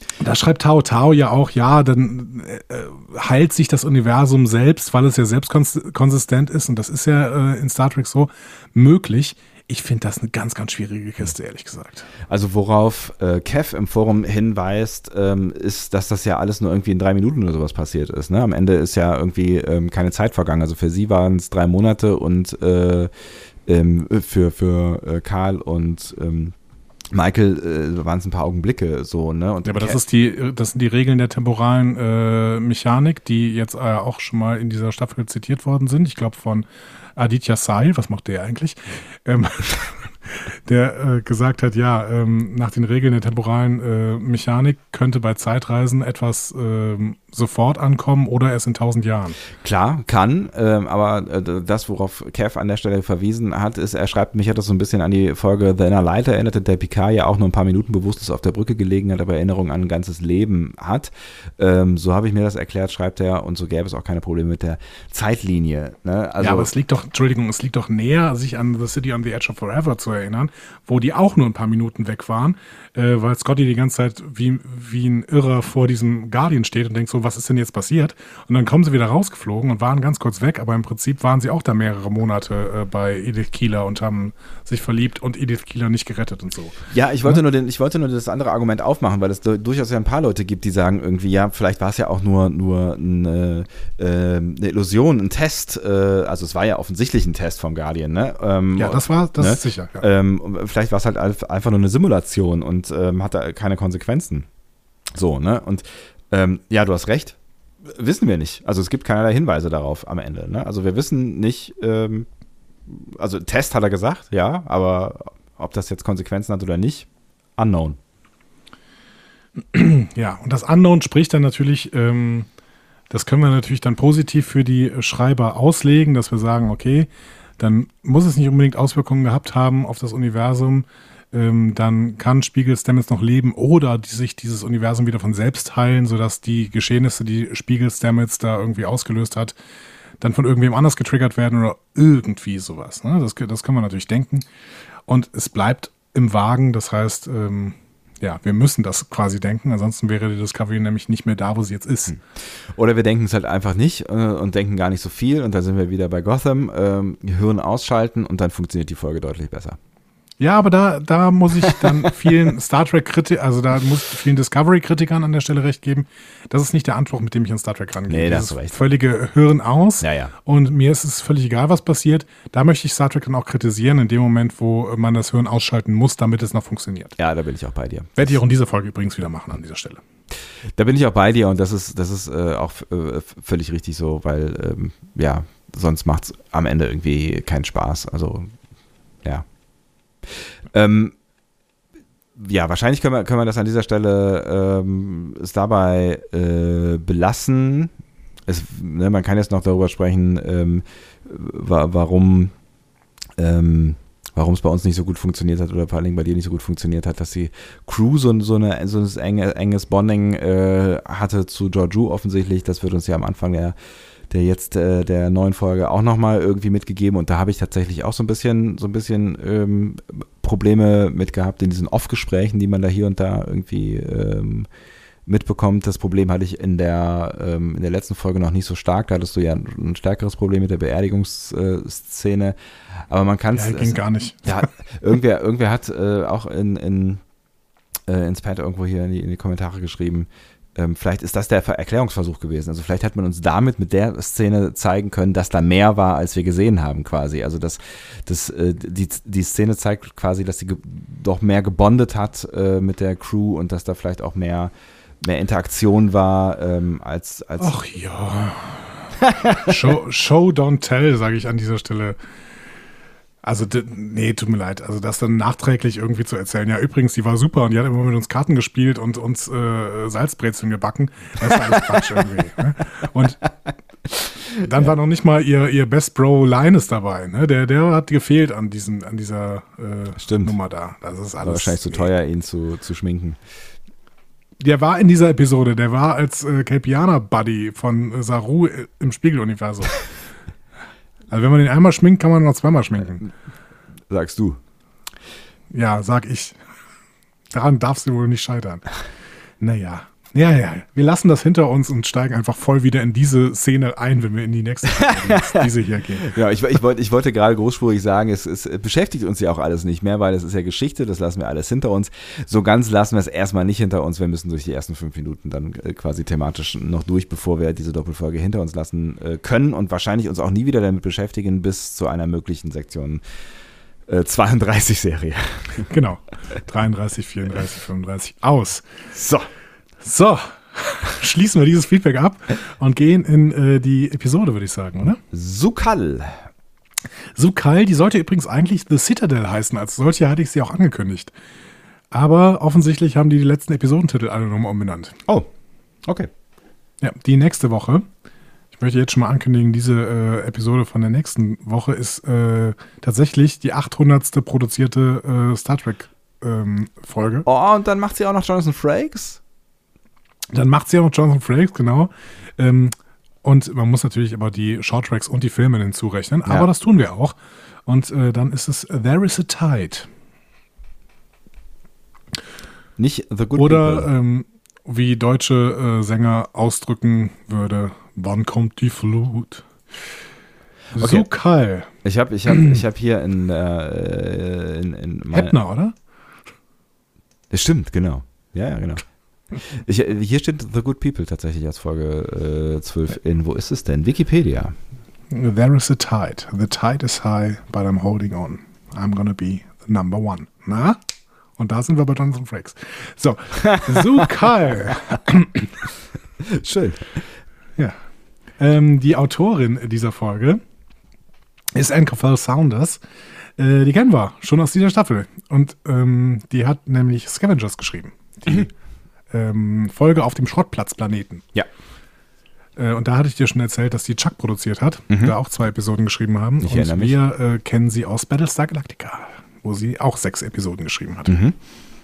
Da schreibt Tao Tao ja auch, ja, dann äh, heilt sich das Universum selbst, weil es ja selbst kons- konsistent ist und das ist ja äh, in Star Trek so möglich. Ich finde das eine ganz, ganz schwierige Kiste, ehrlich gesagt. Also worauf äh, Kev im Forum hinweist, ähm, ist, dass das ja alles nur irgendwie in drei Minuten oder sowas passiert ist. Ne? Am Ende ist ja irgendwie ähm, keine Zeit vergangen. Also für sie waren es drei Monate und äh, ähm, für, für äh, Karl und ähm, Michael äh, waren es ein paar Augenblicke so, ne? Und ja, aber das ist die, das sind die Regeln der temporalen äh, Mechanik, die jetzt äh, auch schon mal in dieser Staffel zitiert worden sind. Ich glaube von Aditya Sai, was macht der eigentlich? Ähm, der äh, gesagt hat, ja, ähm, nach den Regeln der temporalen äh, Mechanik könnte bei Zeitreisen etwas ähm, sofort ankommen oder erst in tausend Jahren. Klar, kann, ähm, aber äh, das, worauf Kev an der Stelle verwiesen hat, ist, er schreibt, mich hat das so ein bisschen an die Folge The Inner Light erinnert, der Picard ja auch nur ein paar Minuten bewusstlos auf der Brücke gelegen hat, aber Erinnerung an ein ganzes Leben hat. Ähm, so habe ich mir das erklärt, schreibt er, und so gäbe es auch keine Probleme mit der Zeitlinie. Ne? Also, ja, aber es liegt doch, Entschuldigung, es liegt doch näher, sich an The City on the Edge of Forever zu erinnern, wo die auch nur ein paar Minuten weg waren, äh, weil Scotty die ganze Zeit wie, wie ein Irrer vor diesem Guardian steht und denkt so, was ist denn jetzt passiert? Und dann kommen sie wieder rausgeflogen und waren ganz kurz weg, aber im Prinzip waren sie auch da mehrere Monate äh, bei Edith Keeler und haben sich verliebt und Edith Keeler nicht gerettet und so. Ja, ich wollte, ja? Nur, den, ich wollte nur das andere Argument aufmachen, weil es du, durchaus ja ein paar Leute gibt, die sagen irgendwie, ja, vielleicht war es ja auch nur, nur eine, äh, eine Illusion, ein Test, äh, also es war ja offensichtlich ein Test vom Guardian, ne? Ähm, ja, das war, das ne? ist sicher. Ja. Ähm, vielleicht war es halt einfach nur eine Simulation und ähm, hatte keine Konsequenzen. So, ne? Und ähm, ja, du hast recht. Wissen wir nicht. Also es gibt keinerlei Hinweise darauf am Ende. Ne? Also wir wissen nicht, ähm, also Test hat er gesagt, ja, aber ob das jetzt Konsequenzen hat oder nicht, unknown. Ja, und das Unknown spricht dann natürlich, ähm, das können wir natürlich dann positiv für die Schreiber auslegen, dass wir sagen, okay, dann muss es nicht unbedingt Auswirkungen gehabt haben auf das Universum, ähm, dann kann Spiegel Stamets noch leben oder die, sich dieses Universum wieder von selbst heilen, sodass die Geschehnisse, die Spiegel Stamets da irgendwie ausgelöst hat, dann von irgendwem anders getriggert werden oder irgendwie sowas. Ne? Das, das kann man natürlich denken. Und es bleibt im Wagen, das heißt, ähm, ja, wir müssen das quasi denken, ansonsten wäre die Discovery nämlich nicht mehr da, wo sie jetzt ist. Oder wir denken es halt einfach nicht äh, und denken gar nicht so viel und da sind wir wieder bei Gotham, ähm, Hirn ausschalten und dann funktioniert die Folge deutlich besser. Ja, aber da, da muss ich dann vielen Star Trek-Kritikern, also da muss ich vielen Discovery-Kritikern an der Stelle recht geben. Das ist nicht der Anspruch, mit dem ich an Star Trek rangehe. Nee, das ist ist recht. Völlige Hirn aus. Ja, ja. Und mir ist es völlig egal, was passiert. Da möchte ich Star Trek dann auch kritisieren, in dem Moment, wo man das Hirn ausschalten muss, damit es noch funktioniert. Ja, da bin ich auch bei dir. Werde ich auch in dieser Folge übrigens wieder machen an dieser Stelle. Da bin ich auch bei dir und das ist, das ist äh, auch äh, völlig richtig so, weil ähm, ja, sonst macht es am Ende irgendwie keinen Spaß. Also, ja. Ähm, ja, wahrscheinlich können wir, können wir das an dieser Stelle ähm, es dabei äh, belassen. Es, ne, man kann jetzt noch darüber sprechen, ähm, wa- warum ähm, warum es bei uns nicht so gut funktioniert hat oder vor allen Dingen bei dir nicht so gut funktioniert hat, dass die Crew so, so, eine, so ein enge, enges Bonding äh, hatte zu Georgiou offensichtlich. Das wird uns ja am Anfang der der jetzt äh, der neuen Folge auch nochmal irgendwie mitgegeben und da habe ich tatsächlich auch so ein bisschen so ein bisschen ähm, Probleme mit gehabt in diesen Off-Gesprächen, die man da hier und da irgendwie ähm, mitbekommt. Das Problem hatte ich in der ähm, in der letzten Folge noch nicht so stark, da hattest du ja ein, ein stärkeres Problem mit der Beerdigungsszene, aber man kann es... Ja, ging gar nicht. Ja, irgendwer, irgendwer hat äh, auch in, in äh, ins Pad irgendwo hier in die, in die Kommentare geschrieben, Ähm, vielleicht ist das der Ver- Erklärungsversuch gewesen. Also vielleicht hat man uns damit mit der Szene zeigen können, dass da mehr war, als wir gesehen haben quasi. Also dass, dass äh, die, die Szene zeigt quasi, dass sie ge- doch mehr gebondet hat äh, mit der Crew und dass da vielleicht auch mehr, mehr Interaktion war ähm, als, als... Ach ja. Show, Show don't tell, sage ich an dieser Stelle. Also, d- nee, tut mir leid. Also, das dann nachträglich irgendwie zu erzählen. Ja, übrigens, die war super und die hat immer mit uns Karten gespielt und uns äh, Salzbrezeln gebacken. Das ist alles Quatsch irgendwie. Ne? Und dann ja. war noch nicht mal ihr, ihr Best Bro Linus dabei. Ne? Der, der hat gefehlt an, diesen, an dieser äh, Nummer da. Das ist alles. War wahrscheinlich zu teuer, ihn zu, zu schminken. Der war in dieser Episode. Der war als äh, Kelpianer-Buddy von äh, Saru im Spiegeluniversum. Also wenn man den einmal schminkt, kann man noch zweimal schminken. Sagst du. Ja, sag ich. Daran darfst du wohl nicht scheitern. Naja. Ja, ja, wir lassen das hinter uns und steigen einfach voll wieder in diese Szene ein, wenn wir in die nächste diese hier gehen. Ja, ich, ich, wollte, ich wollte gerade großspurig sagen, es, es beschäftigt uns ja auch alles nicht mehr, weil es ist ja Geschichte, das lassen wir alles hinter uns. So ganz lassen wir es erstmal nicht hinter uns, wir müssen durch die ersten fünf Minuten dann quasi thematisch noch durch, bevor wir diese Doppelfolge hinter uns lassen können und wahrscheinlich uns auch nie wieder damit beschäftigen, bis zu einer möglichen Sektion zweiunddreißig Serie. Genau, dreiunddreißig, vierunddreißig, fünfunddreißig, aus. So. So, schließen wir dieses Feedback ab und gehen in äh, die Episode, würde ich sagen, oder? Sukhal. Sukhal, die sollte übrigens eigentlich The Citadel heißen. Als solche hatte ich sie auch angekündigt. Aber offensichtlich haben die die letzten Episodentitel alle nochmal umbenannt. Oh, okay. Ja, die nächste Woche, ich möchte jetzt schon mal ankündigen, diese äh, Episode von der nächsten Woche ist äh, tatsächlich die achthundertste produzierte äh, Star Trek ähm, Folge. Oh, und dann macht sie auch noch Jonathan Frakes? Dann macht sie auch noch Jonathan Frakes, genau. Ähm, und man muss natürlich aber die Shorttracks und die Filme hinzurechnen. Aber Ja. das tun wir auch. Und äh, dann ist es There is a Tide. Nicht The Good Oder People. ähm, wie deutsche äh, Sänger ausdrücken würde, wann kommt die Flut? Okay. Sukhal. Ich habe ich hab, ich hab hier in, äh, in, in meine, Heppner, oder? Das stimmt, genau. Ja, ja, genau. Ich, hier steht The Good People tatsächlich als Folge äh, zwölf in, wo ist es denn? Wikipedia. There is a tide. The tide is high, but I'm holding on. I'm gonna be the number one. Na? Und da sind wir bei Jonathan Frakes. So, Sukhal. Schön. Ja. Ähm, die Autorin dieser Folge ist Anne Cofell Saunders. Äh, die kennen wir schon aus dieser Staffel. Und ähm, die hat nämlich Scavengers geschrieben. Die Mhm. ähm, Folge auf dem Schrottplatzplaneten. Ja. Äh, und da hatte ich dir schon erzählt, dass die Chuck produziert hat, Mhm. da auch zwei Episoden geschrieben haben. Ich und erinnere mich. wir äh, kennen sie aus Battlestar Galactica, wo sie auch sechs Episoden geschrieben hat. Mhm.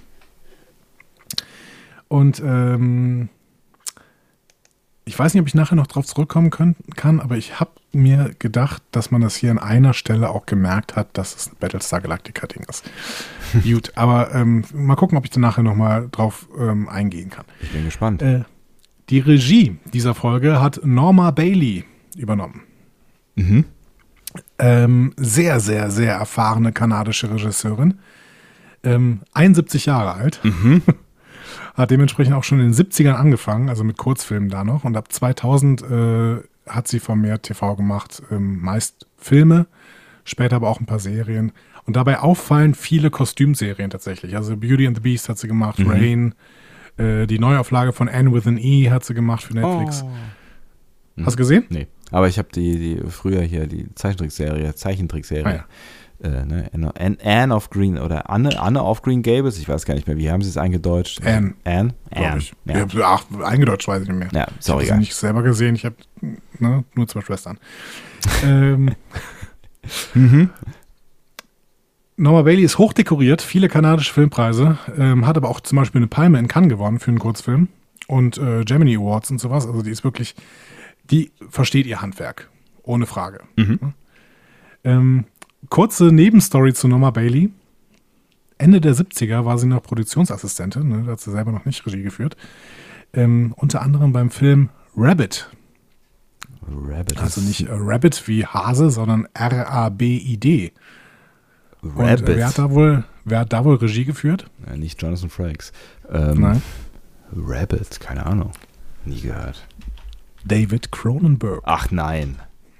Und ähm, ich weiß nicht, ob ich nachher noch drauf zurückkommen können, kann, aber ich habe mir gedacht, dass man das hier an einer Stelle auch gemerkt hat, dass es ein Battlestar Galactica-Ding ist. Gut, aber ähm, mal gucken, ob ich da nachher nochmal drauf ähm, eingehen kann. Ich bin gespannt. Äh, die Regie dieser Folge hat Norma Bailey übernommen. Mhm. Ähm, sehr, sehr, sehr erfahrene kanadische Regisseurin. Ähm, einundsiebzig Jahre alt. Mhm. Hat dementsprechend auch schon in den siebzigern angefangen, also mit Kurzfilmen da noch. Und ab zweitausend äh, hat sie vermehrt T V gemacht, ähm, meist Filme, später aber auch ein paar Serien. Und dabei auffallen viele Kostümserien tatsächlich. Also Beauty and the Beast hat sie gemacht, Mhm. Rain, äh, die Neuauflage von Anne with an E hat sie gemacht für Netflix. Oh. Hast du gesehen? Nee. Aber ich habe die, die früher hier die Zeichentrickserie, Zeichentrickserie. Ah, ja. Äh, ne, Anne, Anne of Green oder Anne, Anne of Green Gables, ich weiß gar nicht mehr, wie haben sie es eingedeutscht? Anne. Anne? Glaube Anne. ich. Ja, Ja, ach, eingedeutscht weiß ich nicht mehr. ja Ich sorry. habe sie nicht selber gesehen, ich habe ne, nur zwei Schwestern. ähm, Mhm. Norma Bailey ist hochdekoriert, viele kanadische Filmpreise, ähm, hat aber auch zum Beispiel eine Palme in Cannes gewonnen für einen Kurzfilm und äh, Gemini Awards und sowas. Also die ist wirklich, die versteht ihr Handwerk, ohne Frage. Mhm. Ähm, kurze Nebenstory zu Norma Bailey. Ende der siebziger war sie noch Produktionsassistentin, ne, da hat sie selber noch nicht Regie geführt. Ähm, unter anderem beim Film Rabbit. Rabbit. Also nicht äh, Rabbit wie Hase, sondern R A B I D. Und Rabbit. äh, wer hat da wohl, wer hat da wohl Regie geführt? Ja, nicht Jonathan Frakes. Ähm, Nein. Rabbit, keine Ahnung. Nie gehört. David Cronenberg. Ach nein.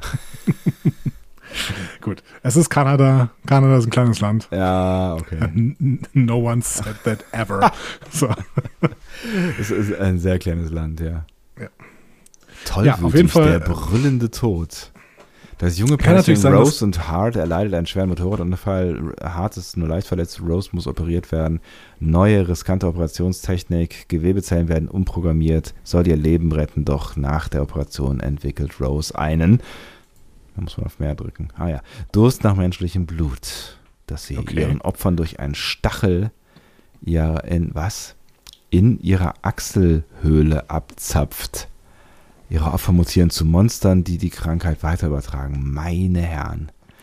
Gut, es ist Kanada. Kanada ist ein kleines Land. Ja, okay. N- n- No one said that ever. So. Es ist ein sehr kleines Land, ja. Ja. Toll, Ja, auf jeden Fall. Der brüllende Tod. Das junge Kann natürlich Pärchen sein, Rose und Hart erleidet einen schweren Motorradunfall. Hart ist nur leicht verletzt, Rose muss operiert werden. Neue, riskante Operationstechnik, Gewebezellen werden umprogrammiert, soll ihr Leben retten, doch nach der Operation entwickelt Rose einen, da muss man auf mehr drücken, ah ja, Durst nach menschlichem Blut, das sie Okay. ihren Opfern durch einen Stachel ja in was? In ihrer Achselhöhle abzapft. Ihre Opfer mutieren zu Monstern, die die Krankheit weiter übertragen. Meine Herren.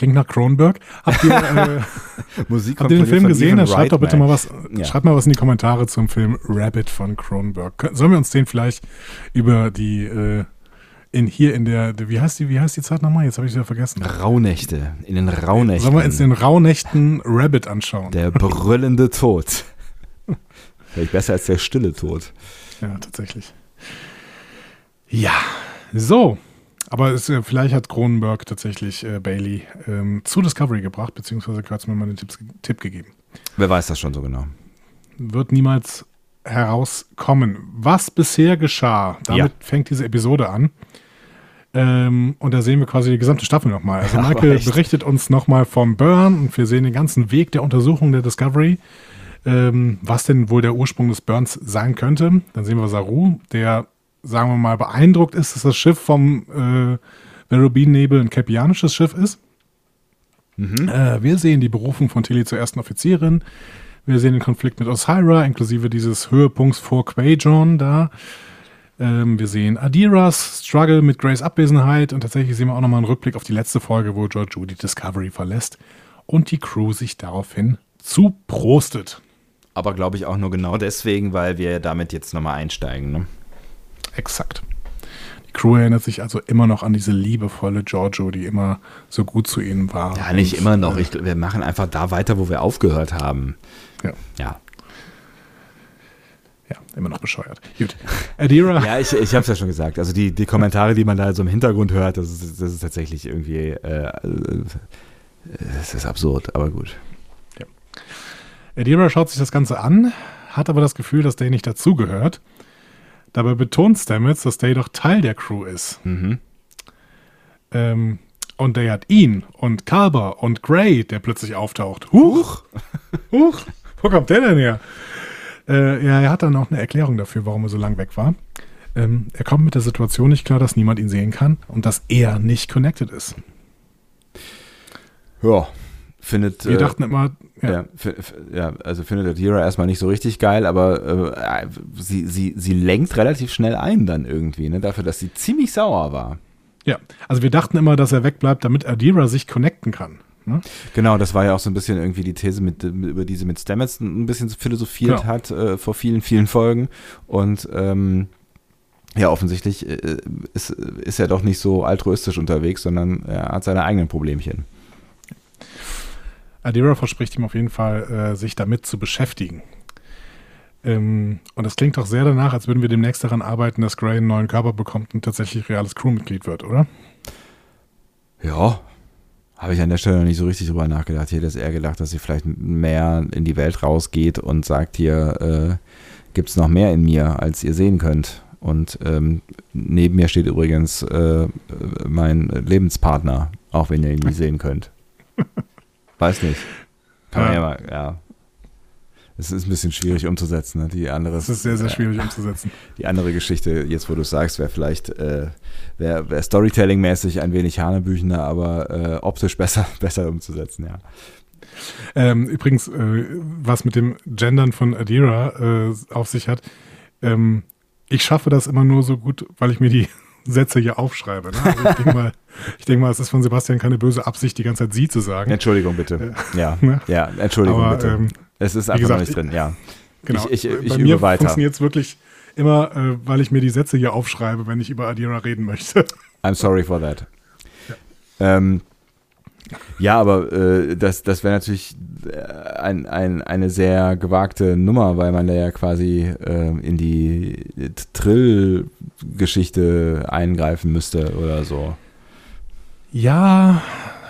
Klingt nach Cronenberg. Habt ihr, äh, Musik habt ihr den Film gesehen? Dann schreibt doch bitte mal was, Ja. schreibt mal was in die Kommentare zum Film Rabbit von Cronenberg. Kön- Sollen wir uns den vielleicht über die, äh, in hier in der, wie heißt die, wie heißt die Zeit nochmal? Jetzt habe ich sie ja vergessen. Rauhnächte. In den Rauhnächten. Sollen wir uns den Rauhnächten Rabbit anschauen? Der brüllende Tod. Vielleicht besser als der stille Tod. Ja, tatsächlich. Ja, so. Aber es, äh, vielleicht hat Cronenberg tatsächlich äh, Bailey ähm, zu Discovery gebracht, beziehungsweise Kurtzman mal einen Tipps, Tipp gegeben. Wer weiß das schon so genau. Wird niemals herauskommen. Was bisher geschah, damit Ja. fängt diese Episode an. Ähm, und da sehen wir quasi die gesamte Staffel nochmal. Also Aber Michael echt? berichtet uns nochmal vom Burn und wir sehen den ganzen Weg der Untersuchung der Discovery. Ähm, was denn wohl der Ursprung des Burns sein könnte. Dann sehen wir Saru, der, sagen wir mal, beeindruckt ist, dass das Schiff vom äh, Verubin-Nebel ein kepianisches Schiff ist. Mhm. Äh, wir sehen die Berufung von Tilly zur ersten Offizierin. Wir sehen den Konflikt mit Osira, inklusive dieses Höhepunkts vor Quajon da. Ähm, wir sehen Adiras Struggle mit Grays Abwesenheit und tatsächlich sehen wir auch nochmal einen Rückblick auf die letzte Folge, wo Georgiou die Discovery verlässt und die Crew sich daraufhin zuprostet. Aber glaube ich auch nur genau deswegen, weil wir damit jetzt nochmal einsteigen. Ne? Exakt. Die Crew erinnert sich also immer noch an diese liebevolle Georgiou, die immer so gut zu ihnen war. Ja, nicht Und, immer noch. äh, Ich, wir machen einfach da weiter, wo wir aufgehört haben. Ja. Ja, Ja, immer noch bescheuert. Gut. Adira. ja ich, ich habe es ja schon gesagt. Also die, die Kommentare, die man da so im Hintergrund hört, das ist, das ist tatsächlich irgendwie, äh, äh, das ist absurd, aber gut. Adira schaut sich das Ganze an, hat aber das Gefühl, dass Day nicht dazugehört. Dabei betont Stamets, dass Day doch Teil der Crew ist. Mhm. Ähm, und Day hat ihn und Kalber und Gray, der plötzlich auftaucht. Huch! Huch! Wo kommt der denn her? Äh, ja, er hat dann auch eine Erklärung dafür, warum er so lang weg war. Ähm, er kommt mit der Situation nicht klar, dass niemand ihn sehen kann und dass er nicht connected ist. Ja, findet. Wir äh, dachten immer, ja, Ja, f- f- ja, also findet Adira erstmal nicht so richtig geil, aber äh, sie, sie, sie lenkt relativ schnell ein dann irgendwie, ne, dafür, dass sie ziemlich sauer war. ja, also wir dachten immer, dass er wegbleibt, damit Adira sich connecten kann. Ne? Genau, das war ja auch so ein bisschen irgendwie die These, mit, über die sie mit Stamets ein bisschen philosophiert Genau. hat äh, vor vielen, vielen Folgen. Und ähm, ja, offensichtlich äh, ist, ist er doch nicht so altruistisch unterwegs, sondern er hat seine eigenen Problemchen. Adira verspricht ihm auf jeden Fall, äh, sich damit zu beschäftigen. Ähm, und das klingt doch sehr danach, als würden wir demnächst daran arbeiten, dass Gray einen neuen Körper bekommt und tatsächlich reales Crewmitglied wird, oder? Ja, habe ich an der Stelle noch nicht so richtig drüber nachgedacht. Hier hätte es eher gedacht, dass sie vielleicht mehr in die Welt rausgeht und sagt, hier äh, gibt es noch mehr in mir, als ihr sehen könnt. Und ähm, neben mir steht übrigens äh, mein Lebenspartner, auch wenn ihr ihn nicht sehen könnt. Weiß nicht. Kann man Ja. ja mal, ja. Es ist ein bisschen schwierig umzusetzen. Ne? Die andere, Das ist sehr, sehr schwierig umzusetzen. Die andere Geschichte, jetzt wo du es sagst, wäre vielleicht äh, wäre wär Storytelling-mäßig ein wenig hanebüchener, aber äh, optisch besser, besser umzusetzen, ja. Ähm, übrigens, äh, was mit dem Gendern von Adira äh, auf sich hat, ähm, ich schaffe das immer nur so gut, weil ich mir die Sätze hier aufschreibe. Ne? Also ich denke mal, ich denk mal, es ist von Sebastian keine böse Absicht, die ganze Zeit sie zu sagen. Entschuldigung bitte. Ja, Ne? ja, Entschuldigung Aber, bitte. ähm, es ist einfach gesagt, noch nicht drin, ja. Genau. Ich, ich, ich Bei übe mir weiter. funktioniert es wirklich immer, äh, weil ich mir die Sätze hier aufschreibe, wenn ich über Adira reden möchte. I'm sorry for that. Ja, ähm, ja aber äh, das, das wäre natürlich äh, ein, ein, eine sehr gewagte Nummer, weil man da ja quasi äh, in die Trill-Geschichte eingreifen müsste oder so. Ja.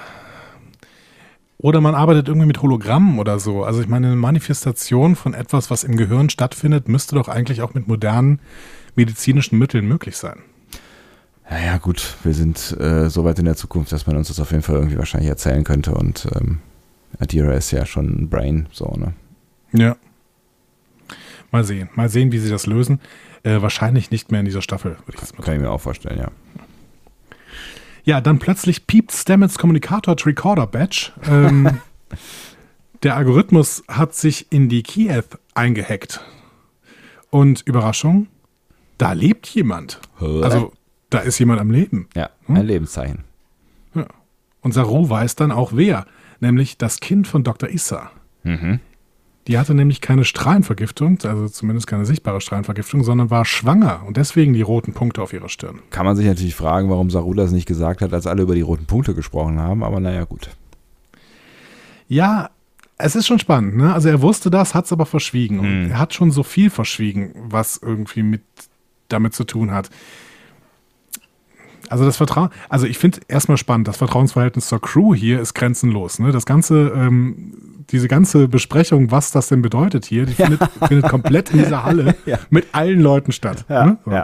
Oder man arbeitet irgendwie mit Hologrammen oder so. Also ich meine, eine Manifestation von etwas, was im Gehirn stattfindet, müsste doch eigentlich auch mit modernen medizinischen Mitteln möglich sein. Ja, ja, gut, wir sind äh, so weit in der Zukunft, dass man uns das auf jeden Fall irgendwie wahrscheinlich erzählen könnte und ähm, Adira ist ja schon ein Brain, so, ne? Ja. Mal sehen. Mal sehen, wie sie das lösen. Äh, wahrscheinlich nicht mehr in dieser Staffel, würde ich jetzt mal Kann ich mir auch vorstellen, ja. Ja, dann plötzlich piept Stamets Kommunikator-Recorder-Badge. Ähm, der Algorithmus hat sich in die Kiev eingehackt. Und Überraschung, da lebt jemand. Also, da ist jemand am Leben. Ja, ein Lebenszeichen. Und Saru weiß dann auch wer, nämlich das Kind von Doktor Issa. Mhm. Die hatte nämlich keine Strahlenvergiftung, also zumindest keine sichtbare Strahlenvergiftung, sondern war schwanger und deswegen die roten Punkte auf ihrer Stirn. Kann man sich natürlich fragen, warum Saru das nicht gesagt hat, als alle über die roten Punkte gesprochen haben, aber naja, gut. Ja, es ist schon spannend, ne? Also er wusste das, hat es aber verschwiegen. Und Hm. er hat schon so viel verschwiegen, was irgendwie mit damit zu tun hat. Also das Vertrauen, also ich finde erstmal spannend, das Vertrauensverhältnis zur Crew hier ist grenzenlos. Ne? Das ganze, ähm, diese ganze Besprechung, was das denn bedeutet hier, die findet, findet komplett in dieser Halle Ja. mit allen Leuten statt. Ja, Ne? So. ja.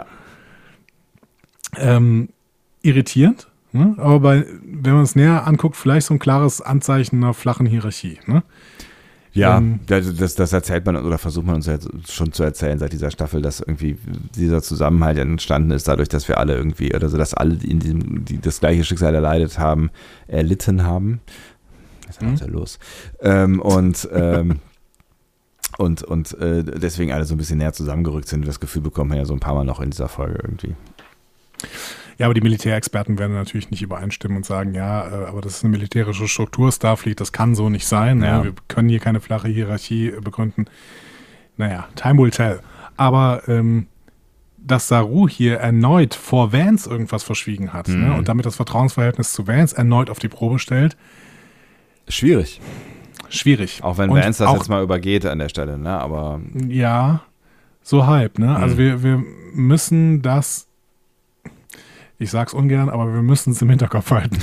Ähm, irritierend, ne? Aber bei, wenn man es näher anguckt, vielleicht so ein klares Anzeichen einer flachen Hierarchie. Ne? Ja, Ähm, das, das, das erzählt man oder versucht man uns ja schon zu erzählen seit dieser Staffel, dass irgendwie dieser Zusammenhalt entstanden ist, dadurch, dass wir alle irgendwie, oder so, dass alle in diesem, die das gleiche Schicksal erleidet haben, erlitten haben. Was ist denn Mhm. da los? Ähm, und ähm, und, und äh, deswegen alle so ein bisschen näher zusammengerückt sind. Das Gefühl bekommt man ja so ein paar Mal noch in dieser Folge irgendwie. Ja, aber die Militärexperten werden natürlich nicht übereinstimmen und sagen, ja, äh, aber das ist eine militärische Struktur, Starfleet, das kann so nicht sein. Ja. Ne? Wir können hier keine flache Hierarchie äh, begründen. Naja, time will tell. Aber ähm, dass Saru hier erneut vor Vance irgendwas verschwiegen hat, Mhm. ne? Und damit das Vertrauensverhältnis zu Vance erneut auf die Probe stellt, Schwierig. schwierig. Auch wenn Und Vance das auch, jetzt mal übergeht an der Stelle, ne? Aber Ja, so halb, ne? Also Mhm. wir, wir müssen das, ich sag's ungern, aber wir müssen es im Hinterkopf halten.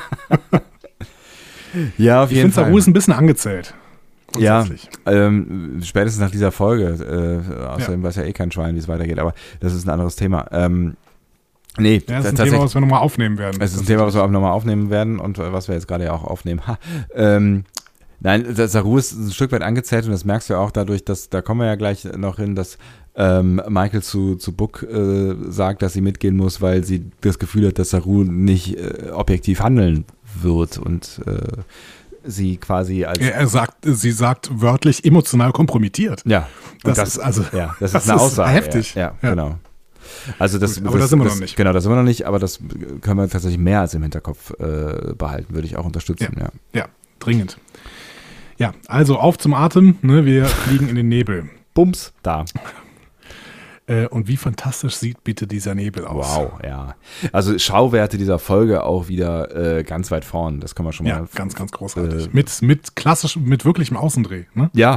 ja, auf Ich finde, Saru ist ein bisschen angezählt. Ja, Grundsätzlich. ähm, spätestens nach dieser Folge, äh, außerdem weiß ja eh kein Schwein, wie es weitergeht, aber das ist ein anderes Thema. Ähm, nee, Ja, das ist ein tatsächlich, Thema, was wir nochmal aufnehmen werden. es ist ein Thema, was wir auch nochmal aufnehmen werden und äh, was wir jetzt gerade ja auch aufnehmen. Ha, ähm, nein, das Saru ist ein Stück weit angezählt und das merkst du ja auch dadurch, dass, da kommen wir ja gleich noch hin, dass ähm, Michael zu, zu Book äh, sagt, dass sie mitgehen muss, weil sie das Gefühl hat, dass Saru nicht äh, objektiv handeln wird und äh, sie quasi als... Er, er sagt, sie sagt wörtlich emotional kompromittiert. Ja, und Das ist also- ja, das, das ist eine ist Aussage. heftig. Ja, ja, Ja. genau. Also das, Gut, aber das, da sind wir das, noch nicht. Genau, da sind wir noch nicht, aber das können wir tatsächlich mehr als im Hinterkopf äh, behalten, würde ich auch unterstützen. Ja. Ja, dringend. Ja, also auf zum Atem. Ne? Wir fliegen in den Nebel. Bums, da. Äh, und wie fantastisch sieht bitte dieser Nebel aus. Wow, ja. Also Schauwerte dieser Folge auch wieder äh, ganz weit vorn. Das kann man schon Ja, mal. ganz, ganz großartig. Äh, mit, mit klassisch, mit wirklichem Außendreh. Ne? Ja,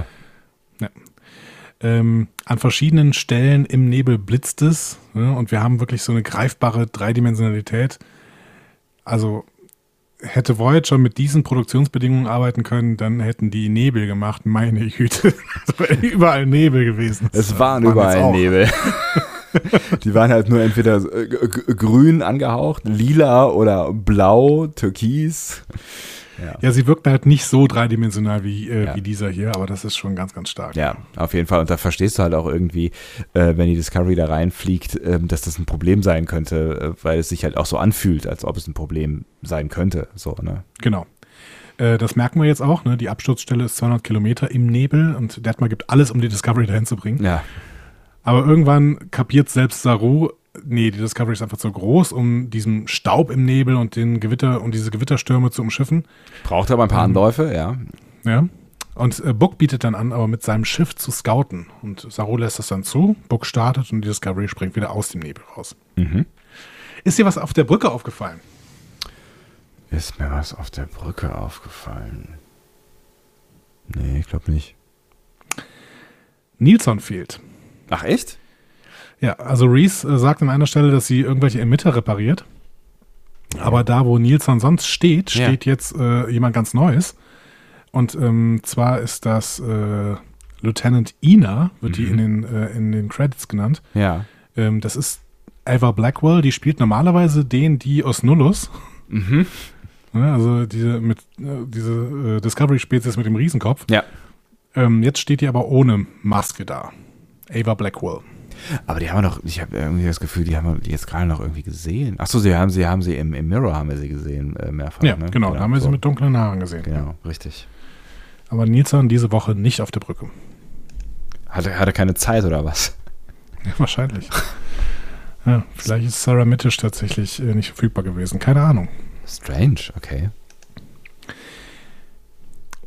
Ähm, an verschiedenen Stellen im Nebel blitzt es, ne? Und wir haben wirklich so eine greifbare Dreidimensionalität. Also hätte Voyager mit diesen Produktionsbedingungen arbeiten können, dann hätten die Nebel gemacht. Meine Güte, es wäre überall Nebel gewesen. es waren jetzt überall auch. Nebel. Die waren halt nur entweder äh, g- g- grün angehaucht, lila oder blau, türkis. Ja. Ja, sie wirkt halt nicht so dreidimensional wie, äh, Ja. wie dieser hier, aber das ist schon ganz, ganz stark. Ja, auf jeden Fall. Und da verstehst du halt auch irgendwie, äh, wenn die Discovery da reinfliegt, ähm, dass das ein Problem sein könnte, äh, weil es sich halt auch so anfühlt, als ob es ein Problem sein könnte. So, ne? Genau. Äh, das merken wir jetzt auch. Ne? Die Absturzstelle ist zweihundert Kilometer im Nebel und Detmer gibt alles, um die Discovery dahin zu bringen. Ja. Aber irgendwann kapiert selbst Saru, nee, die Discovery ist einfach zu groß, um diesen Staub im Nebel und den Gewitter und diese Gewitterstürme zu umschiffen. Braucht aber ein paar Anläufe, ja. Ja. Und äh, Book bietet dann an, aber mit seinem Schiff zu scouten. Und Saru lässt das dann zu. Book startet und die Discovery springt wieder aus dem Nebel raus. Mhm. Ist dir was auf der Brücke aufgefallen? Ist mir was auf der Brücke aufgefallen? Nee, ich glaube nicht. Nilsson fehlt. Ach, echt? Ja, also Reese äh, sagt an einer Stelle, dass sie irgendwelche Emitter repariert. Aber da, wo Nilsson sonst steht, Ja. steht jetzt äh, jemand ganz Neues. Und ähm, zwar ist das äh, Lieutenant Ina, wird die in den, äh, in den Credits genannt. Ja. Ähm, das ist Ava Blackwell, die spielt normalerweise den, die aus Nullus. Mhm. Ja, also diese, mit, äh, diese äh, Discovery-Spezies mit dem Riesenkopf. Ja. Ähm, jetzt steht die aber ohne Maske da. Ava Blackwell. Aber die haben wir doch, ich habe irgendwie das Gefühl, die haben wir jetzt gerade noch irgendwie gesehen. Achso, sie haben sie, haben sie im, im Mirror haben wir sie gesehen, äh, mehrfach. Ja, ne? genau, da haben wir so. sie mit dunklen Haaren gesehen. Genau, richtig. Aber Nilsson diese Woche nicht auf der Brücke. Hatte, hatte keine Zeit oder was? Ja, wahrscheinlich. Ja, vielleicht ist Sarah Mittisch tatsächlich äh, nicht verfügbar gewesen. Keine Ahnung. Strange, okay.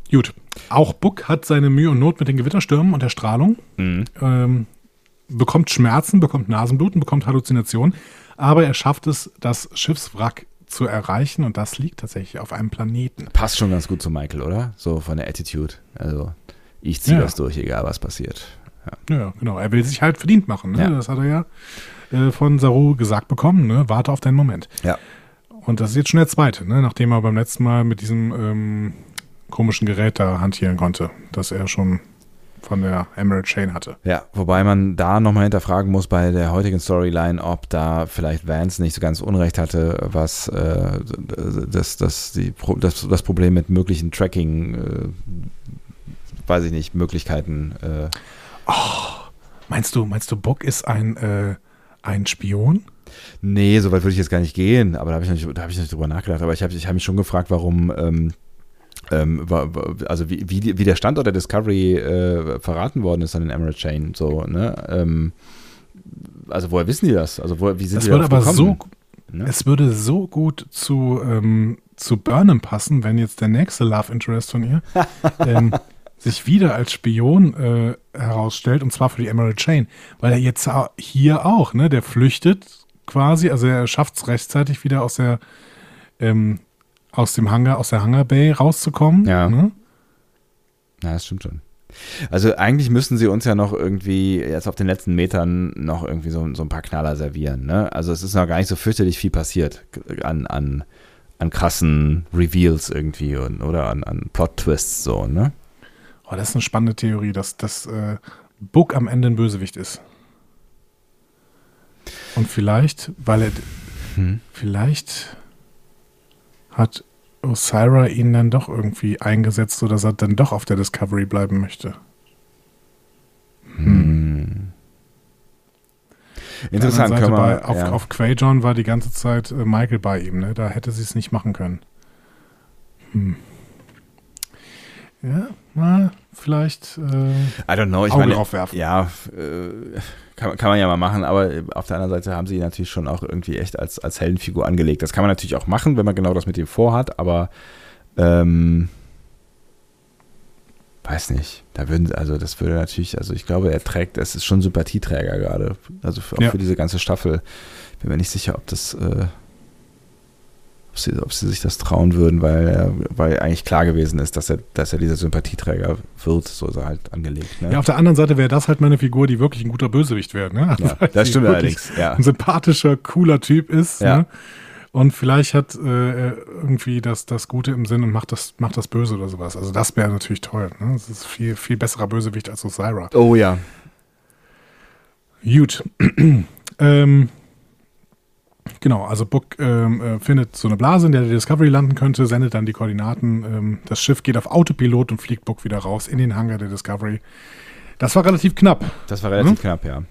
Gut. Auch Book hat seine Mühe und Not mit den Gewitterstürmen und der Strahlung. Mhm. Ähm, bekommt Schmerzen, bekommt Nasenbluten, bekommt Halluzinationen. Aber er schafft es, das Schiffswrack zu erreichen. Und das liegt tatsächlich auf einem Planeten. Passt schon ganz gut zu Michael, oder? So von der Attitude. Also ich ziehe Ja. das durch, egal was passiert. Ja. Ja, genau. Er will sich halt verdient machen. Ne? Ja. Das hat er ja äh, von Saru gesagt bekommen. Ne? Warte auf deinen Moment. Ja. Und das ist jetzt schon der zweite, ne? Nachdem er beim letzten Mal mit diesem ähm, komischen Gerät da hantieren konnte, das er schon von der Emerald Chain hatte. Ja, wobei man da nochmal hinterfragen muss bei der heutigen Storyline, ob da vielleicht Vance nicht so ganz Unrecht hatte, was äh, das, das, die, das, das Problem mit möglichen Tracking, äh, weiß ich nicht, Möglichkeiten. Äh. Oh, meinst du, meinst du, Book ist ein, äh, ein Spion? Nee, so weit würde ich jetzt gar nicht gehen, aber da habe ich, noch nicht- da hab ich noch nicht drüber nachgedacht. Aber ich habe ich hab mich schon gefragt, warum, ähm, ähm, wa- wa- also wie, wie, die- wie der Standort der Discovery äh, verraten worden ist an den Emerald Chain. So, ne? ähm, also woher wissen die das? Also woher, wie sind Das die würde darauf aber so, gekommen? Ne? es würde so gut zu, ähm, zu Burnham passen, wenn jetzt der nächste Love Interest von ihr ähm, sich wieder als Spion äh, herausstellt, und zwar für die Emerald Chain. Weil er jetzt au- hier auch, ne, der flüchtet quasi, also er schafft es rechtzeitig wieder aus der ähm, aus dem Hangar, aus der Hangar Bay rauszukommen. Ja. Ne? Ja, das stimmt schon. Also eigentlich müssten sie uns ja noch irgendwie jetzt auf den letzten Metern noch irgendwie so, so ein paar Knaller servieren. Ne? Also es ist noch gar nicht so fürchterlich viel passiert an, an, an krassen Reveals irgendwie und, oder an, an Plot-Twists so, ne? Oh, das ist eine spannende Theorie, dass das äh, Book am Ende ein Bösewicht ist. Und vielleicht, weil er Hm. vielleicht hat Osira ihn dann doch irgendwie eingesetzt, sodass er dann doch auf der Discovery bleiben möchte. Hm. Interessant, Auf der können anderen wir, Seite bei, auf, ja. auf Quajon war die ganze Zeit äh, Michael bei ihm, ne? Da hätte sie es nicht machen können. Hm. Ja, mal vielleicht äh, I don't know, ich Auge meine, drauf werfen. ja, äh, kann, kann man ja mal machen, aber auf der anderen Seite haben sie ihn natürlich schon auch irgendwie echt als, als Heldenfigur angelegt. Das kann man natürlich auch machen, wenn man genau das mit ihm vorhat, aber ähm, weiß nicht, da würden, also das würde natürlich, also ich glaube, er trägt, es ist schon Sympathieträger gerade, also für, auch Ja. für diese ganze Staffel. Bin mir nicht sicher, ob das, äh, ob sie, ob sie sich das trauen würden, weil er, weil eigentlich klar gewesen ist, dass er, dass er dieser Sympathieträger wird, so ist er halt angelegt. Ne? Ja, auf der anderen Seite wäre das halt mal eine Figur, die wirklich ein guter Bösewicht wäre. Ne? Also, Ja, weil das sie stimmt wirklich allerdings, ja. ein sympathischer, cooler Typ ist. Ja. Ne? Und vielleicht hat äh, er irgendwie das, das Gute im Sinn und macht das, macht das Böse oder sowas. Also das wäre natürlich toll. Ne? Das ist viel, viel besserer Bösewicht als Osira. Oh ja. Gut. ähm, genau, also Book ähm, äh, findet so eine Blase, in der die Discovery landen könnte, sendet dann die Koordinaten. Ähm, das Schiff geht auf Autopilot und fliegt Book wieder raus in den Hangar der Discovery. Das war relativ knapp. Das war relativ Mhm. knapp, ja.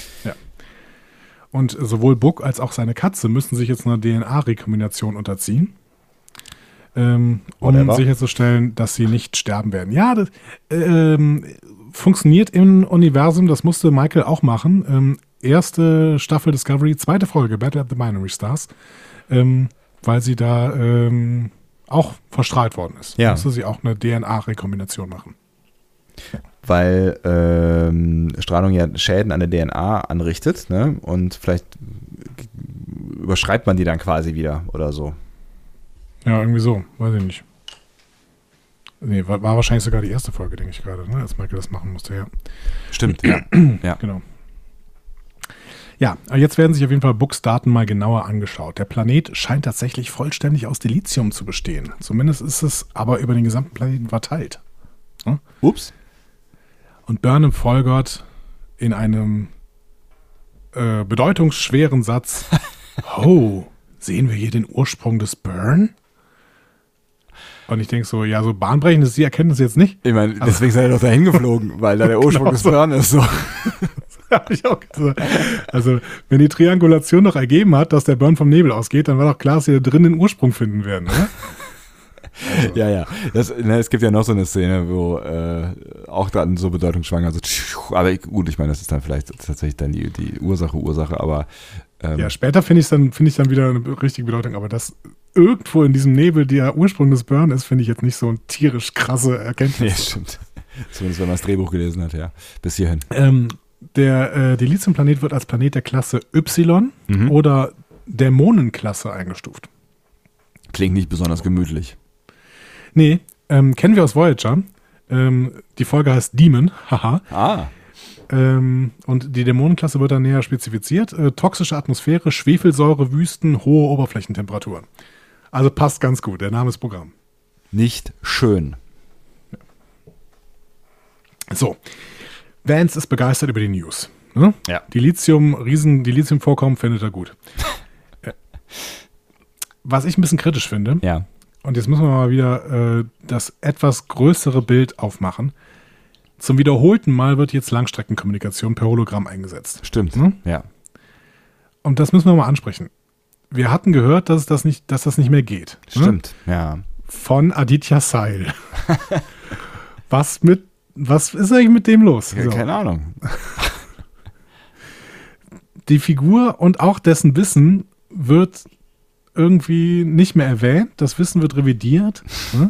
Und sowohl Book als auch seine Katze müssen sich jetzt einer D N A-Rekombination unterziehen, ähm, um Whatever. sicherzustellen, dass sie nicht sterben werden. Ja, das ähm, funktioniert im Universum, das musste Michael auch machen. Ähm, erste Staffel Discovery, zweite Folge, Battle at the Binary Stars, ähm, weil sie da ähm, auch verstrahlt worden ist. Ja. Musste sie auch eine D N A-Rekombination machen. Weil ähm, Strahlung ja Schäden an der D N A anrichtet, ne? Und vielleicht überschreibt man die dann quasi wieder oder so. Ja, irgendwie so, weiß ich nicht. Nee, war, war wahrscheinlich sogar die erste Folge, denke ich gerade, ne? Als Michael das machen musste, ja. Stimmt, ja. ja. Genau. Ja, aber jetzt werden sich auf jeden Fall Books Daten mal genauer angeschaut. Der Planet scheint tatsächlich vollständig aus Dilithium zu bestehen. Zumindest ist es aber über den gesamten Planeten verteilt. Ups. Und Burnham folgert in einem äh, bedeutungsschweren Satz: Oh, sehen wir hier den Ursprung des Burn? Und ich denke so, ja, so bahnbrechend ist die Erkenntnis jetzt nicht. Ich meine, deswegen seid ihr doch dahin geflogen, weil da der Ursprung Genau des so. Burn ist. So. Hab ich auch gesagt. Also, wenn die Triangulation noch ergeben hat, dass der Burn vom Nebel ausgeht, dann war doch klar, dass sie da drin den Ursprung finden werden, oder? Also. Ja, ja. Das, ne, es gibt ja noch so eine Szene, wo äh, auch dann so bedeutungsschwanger, so, aber ich, gut, ich meine, das ist dann vielleicht tatsächlich dann die, die Ursache, Ursache, aber ähm, Ja, später finde ich dann, finde ich dann wieder eine richtige Bedeutung, aber das irgendwo in diesem Nebel der Ursprung des Burn ist, finde ich jetzt nicht so eine tierisch krasse Erkenntnis. Nee, stimmt. Zumindest wenn man das Drehbuch gelesen hat, ja. Bis hierhin. Ähm, der äh, Dilithium-Planet wird als Planet der Klasse Y Mhm. oder Dämonenklasse eingestuft. Klingt nicht besonders gemütlich. Nee, ähm, kennen wir aus Voyager. Ähm, die Folge heißt Demon, haha. Ah. Ähm, und die Dämonenklasse wird dann näher spezifiziert. Äh, toxische Atmosphäre, Schwefelsäure, Wüsten, hohe Oberflächentemperaturen. Also passt ganz gut, der Name ist Programm. Nicht schön. So, Vance ist begeistert über die News. Ne? Ja. Die Lithium, Riesen, die Lithium-Vorkommen findet er gut. Äh, Was ich ein bisschen kritisch finde, Ja. und jetzt müssen wir mal wieder äh, das etwas größere Bild aufmachen. Zum wiederholten Mal wird jetzt Langstreckenkommunikation per Hologramm eingesetzt. Stimmt. Hm? Ja. Und das müssen wir mal ansprechen. Wir hatten gehört, dass das nicht, dass das nicht mehr geht. Ne? Stimmt. Ja. Von Aditya Sail. was mit, was ist eigentlich mit dem los? Ja, So. keine Ahnung. Die Figur und auch dessen Wissen wird irgendwie nicht mehr erwähnt. Das Wissen wird revidiert. Ne?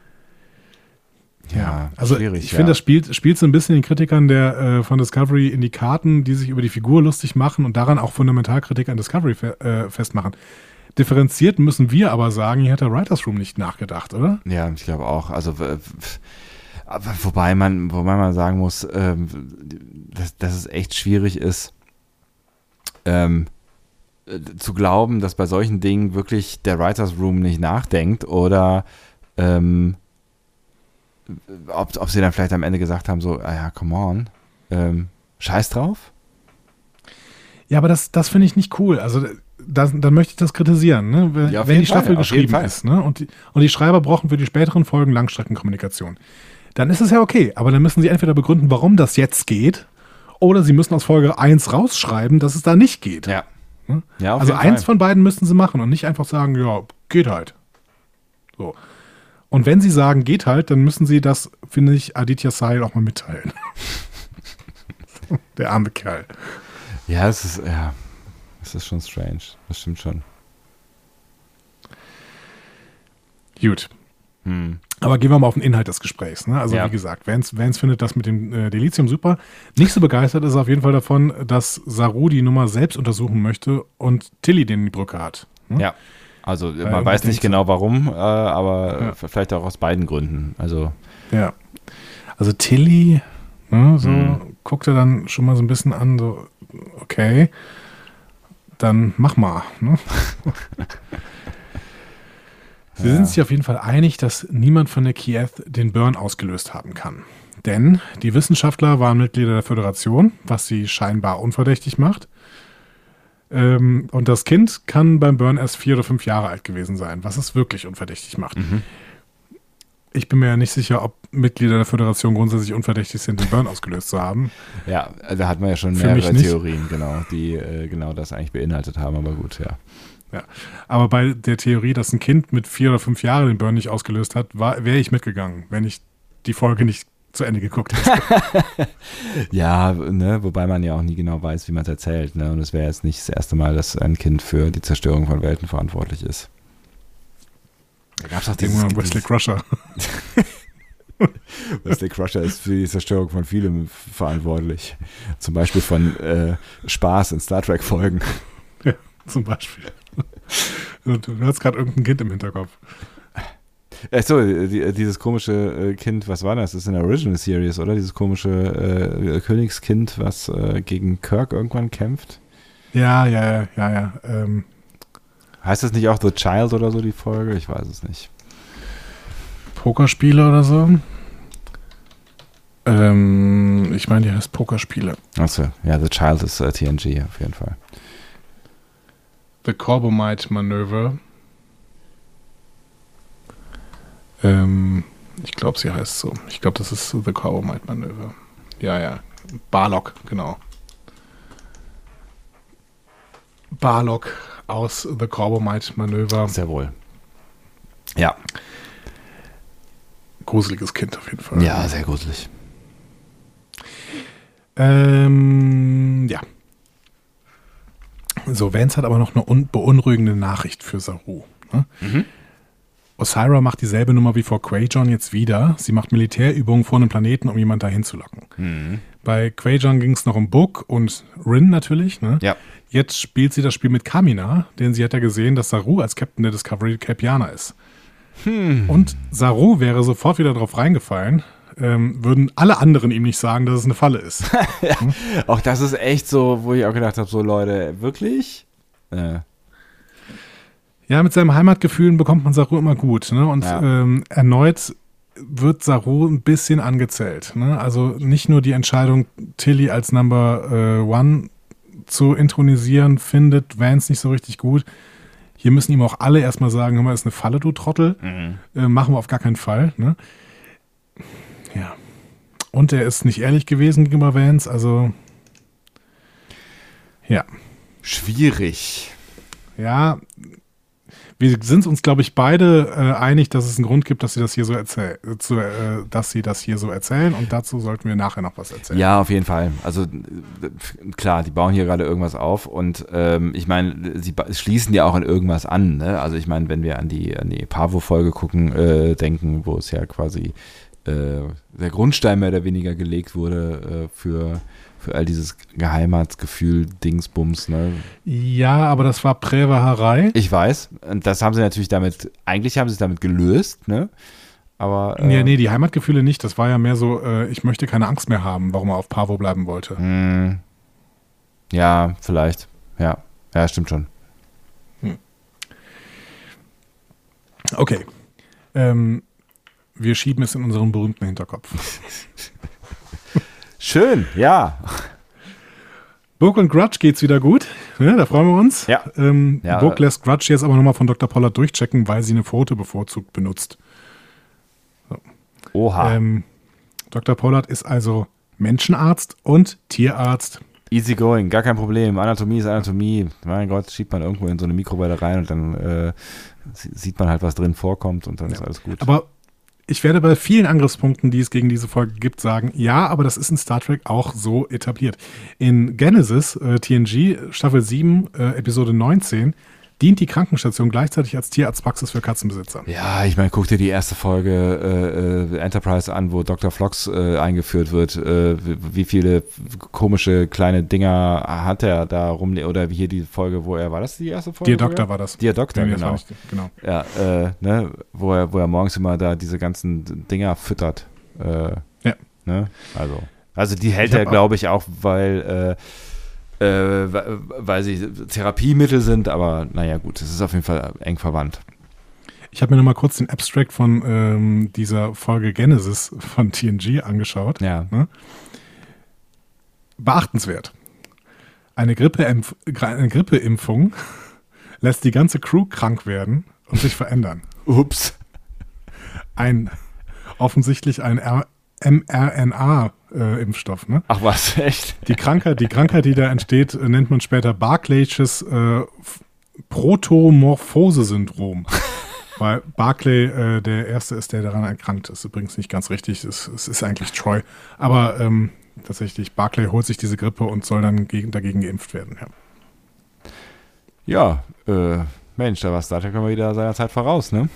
Ja, Also schwierig. ich ja. finde, das spielt, spielt so ein bisschen den Kritikern der, äh, von Discovery in die Karten, die sich über die Figur lustig machen und daran auch Fundamentalkritik an Discovery fe äh, festmachen. Differenziert müssen wir aber sagen, hier hat der Writers Room nicht nachgedacht, oder? Ja, ich glaube auch. Also w- w- aber wobei man, wobei man sagen muss, ähm, dass, dass es echt schwierig ist, ähm, äh, zu glauben, dass bei solchen Dingen wirklich der Writers Room nicht nachdenkt oder ähm, ob, ob sie dann vielleicht am Ende gesagt haben, so, ah ja, come on, ähm, scheiß drauf. Ja, aber das, das finde ich nicht cool. Also das, dann möchte ich das kritisieren, ne? Wenn, Ja, auf wenn jeden die Staffel Fall, auf jeden geschrieben Fall. ist, ne? Und die, und die Schreiber brauchen für die späteren Folgen Langstreckenkommunikation. Dann ist es ja okay, aber dann müssen sie entweder begründen, warum das jetzt geht, oder sie müssen aus Folge eins rausschreiben, dass es da nicht geht. Ja. Hm? Ja, auf Also jeden eins Fall. von beiden müssten sie machen und nicht einfach sagen, ja, geht halt. So. Und wenn sie sagen, geht halt, dann müssen sie das, finde ich, Aditya Sail auch mal mitteilen. Der arme Kerl. Ja, es ist, ja, es ist schon strange. Das stimmt schon. Gut. Hm. Aber gehen wir mal auf den Inhalt des Gesprächs. Ne? Also Ja. wie gesagt, Vance, Vance findet das mit dem äh, Dilithium super. Nicht so begeistert ist er auf jeden Fall davon, dass Saru die Nummer selbst untersuchen möchte und Tilly den in die Brücke hat. Ne? Ja. Also man Weil weiß man nicht denkt genau warum, äh, aber Ja. vielleicht auch aus beiden Gründen. Also Ja. Also Tilly, ne, so Mhm. guckt er dann schon mal so ein bisschen an, so, okay, dann mach mal. Ne? Sie Ja. sind sich auf jeden Fall einig, dass niemand von der Kiev den Burn ausgelöst haben kann. Denn die Wissenschaftler waren Mitglieder der Föderation, was sie scheinbar unverdächtig macht. Ähm, und das Kind kann beim Burn erst vier oder fünf Jahre alt gewesen sein, was es wirklich unverdächtig macht. Mhm. Ich bin mir ja nicht sicher, ob Mitglieder der Föderation grundsätzlich unverdächtig sind, den Burn ausgelöst zu haben. ja, da hat man ja schon Für mehrere mich nicht. Theorien, genau, die äh, genau das eigentlich beinhaltet haben, aber gut, ja. Ja. Aber bei der Theorie, dass ein Kind mit vier oder fünf Jahren den Burn nicht ausgelöst hat, wäre ich mitgegangen, wenn ich die Folge nicht zu Ende geguckt hätte. Ja, ne, wobei man ja auch nie genau weiß, wie man es erzählt, ne? Und es wäre jetzt nicht das erste Mal, dass ein Kind für die Zerstörung von Welten verantwortlich ist. Da gab es auch dieses, Irgendwann Wesley Crusher. Wesley Crusher ist für die Zerstörung von vielem verantwortlich. Zum Beispiel von äh, Spaß in Star Trek Folgen. Ja, zum Beispiel. Du, du hast gerade irgendein Kind im Hinterkopf. Achso, die, dieses komische äh, Kind, was war das? Das ist in der Original Series, oder? Dieses komische äh, Königskind, was äh, gegen Kirk irgendwann kämpft. Ja, ja, ja, ja, ja. Ähm, Heißt das nicht auch The Child oder so, die Folge? Ich weiß es nicht. Pokerspiele oder so. Ähm, ich meine, die heißt Pokerspiele. Achso, ja, The Child ist äh, T N G auf jeden Fall. The Corbomite Manöver. Ähm, ich glaube, sie heißt so. Ich glaube, das ist The Corbomite Manöver. Ja, ja. Barlock, genau. Barlock aus The Corbomite Manöver. Sehr wohl. Ja. Gruseliges Kind auf jeden Fall. Ja, sehr gruselig. Ähm, ja. So, Vance hat aber noch eine un- beunruhigende Nachricht für Saru. Ne? Mhm. Osyraa macht dieselbe Nummer wie vor Qui-Gon jetzt wieder. Sie macht Militärübungen vor einem Planeten, um jemanden dahin zu locken. Mhm. Bei Qui-Gon ging es noch um Book und Rin natürlich. Ne? Ja. Jetzt spielt sie das Spiel mit Kamina, denn sie hat ja gesehen, dass Saru als Captain der Discovery Capianer ist. Hm. Und Saru wäre sofort wieder drauf reingefallen, ähm, würden alle anderen ihm nicht sagen, dass es eine Falle ist. Ja, hm? Auch das ist echt so, wo ich auch gedacht habe, so Leute, wirklich? Äh. Ja, mit seinen Heimatgefühlen bekommt man Saru immer gut. Ne? Und ja. ähm, erneut wird Saru ein bisschen angezählt. Ne? Also nicht nur die Entscheidung, Tilly als Number äh, One zu intronisieren, findet Vance nicht so richtig gut. Hier müssen ihm auch alle erstmal sagen, hör mal, ist eine Falle, du Trottel. Mhm. Äh, machen wir auf gar keinen Fall. Ne? Ja. Und er ist nicht ehrlich gewesen gegenüber Vance, also ja. Schwierig. Ja, wir sind uns, glaube ich, beide äh, einig, dass es einen Grund gibt, dass sie das hier so erzählen, zu, äh, dass sie das hier so erzählen, und dazu sollten wir nachher noch was erzählen. Ja, auf jeden Fall. Also klar, die bauen hier gerade irgendwas auf, und ähm, ich meine, sie schließen ja auch an irgendwas an. Ne? Also ich meine, wenn wir an die, an die Pavo-Folge gucken, äh, denken, wo es ja quasi äh, der Grundstein mehr oder weniger gelegt wurde äh, für für all dieses Geheimatsgefühl, Dingsbums, ne? Ja, aber das war Präwahrei. Ich weiß. Und das haben sie natürlich damit, eigentlich haben sie es damit gelöst, ne? Aber. Äh, ja, nee, die Heimatgefühle nicht. Das war ja mehr so, äh, ich möchte keine Angst mehr haben, warum er auf Pavo bleiben wollte. Hm. Ja, vielleicht. Ja. Ja, stimmt schon. Hm. Okay. Ähm, wir schieben es in unseren berühmten Hinterkopf. Schön, ja. Book und Grudge geht's wieder gut. Ja, da freuen wir uns. Ja. Ähm, ja. Book lässt Grudge jetzt aber nochmal von Doktor Pollard durchchecken, weil sie eine Pfote bevorzugt benutzt. So. Oha. Ähm, Doktor Pollard ist also Menschenarzt und Tierarzt. Easy going, gar kein Problem. Anatomie ist Anatomie. Mein Gott, schiebt man irgendwo in so eine Mikrowelle rein und dann äh, sieht man halt, was drin vorkommt, und dann ja. ist alles gut. Aber ich werde bei vielen Angriffspunkten, die es gegen diese Folge gibt, sagen, ja, aber das ist in Star Trek auch so etabliert. In Genesis, äh, T N G, Staffel sieben, äh, Episode neunzehn, dient die Krankenstation gleichzeitig als Tierarztpraxis für Katzenbesitzer. Ja, ich meine, guck dir die erste Folge äh, Enterprise an, wo Doktor Phlox äh, eingeführt wird. Äh, wie viele komische kleine Dinger hat er da rum, oder wie hier die Folge, wo er, war das die erste Folge? Dear Doctor war das. Dear Doctor, nee, genau. Nicht, genau. Ja, äh, ne, wo er, wo er morgens immer da diese ganzen Dinger füttert. Äh, ja. Ne? Also, also die hält er, glaube ich, auch, weil äh, Äh, weil sie Therapiemittel sind, aber naja gut, es ist auf jeden Fall eng verwandt. Ich habe mir nochmal kurz den Abstract von ähm, dieser Folge Genesis von T N G angeschaut. Ja. Ne? Beachtenswert. Eine, Grippeimpf- eine Grippeimpfung lässt die ganze Crew krank werden und sich verändern. Ups. Ein, offensichtlich ein R- mRNA-Impfstoff. Äh, ne? Ach was, echt? Die Krankheit, die Krankheit, die da entsteht, äh, nennt man später Barclaysches äh, Protomorphose-Syndrom. Weil Barclay äh, der Erste ist, der daran erkrankt ist. Übrigens nicht ganz richtig, es, es ist eigentlich Troy. Aber ähm, tatsächlich, Barclay holt sich diese Grippe und soll dann gegen, dagegen geimpft werden. Ja, ja äh, Mensch, da war Star Trek immer wieder seiner Zeit voraus, ne?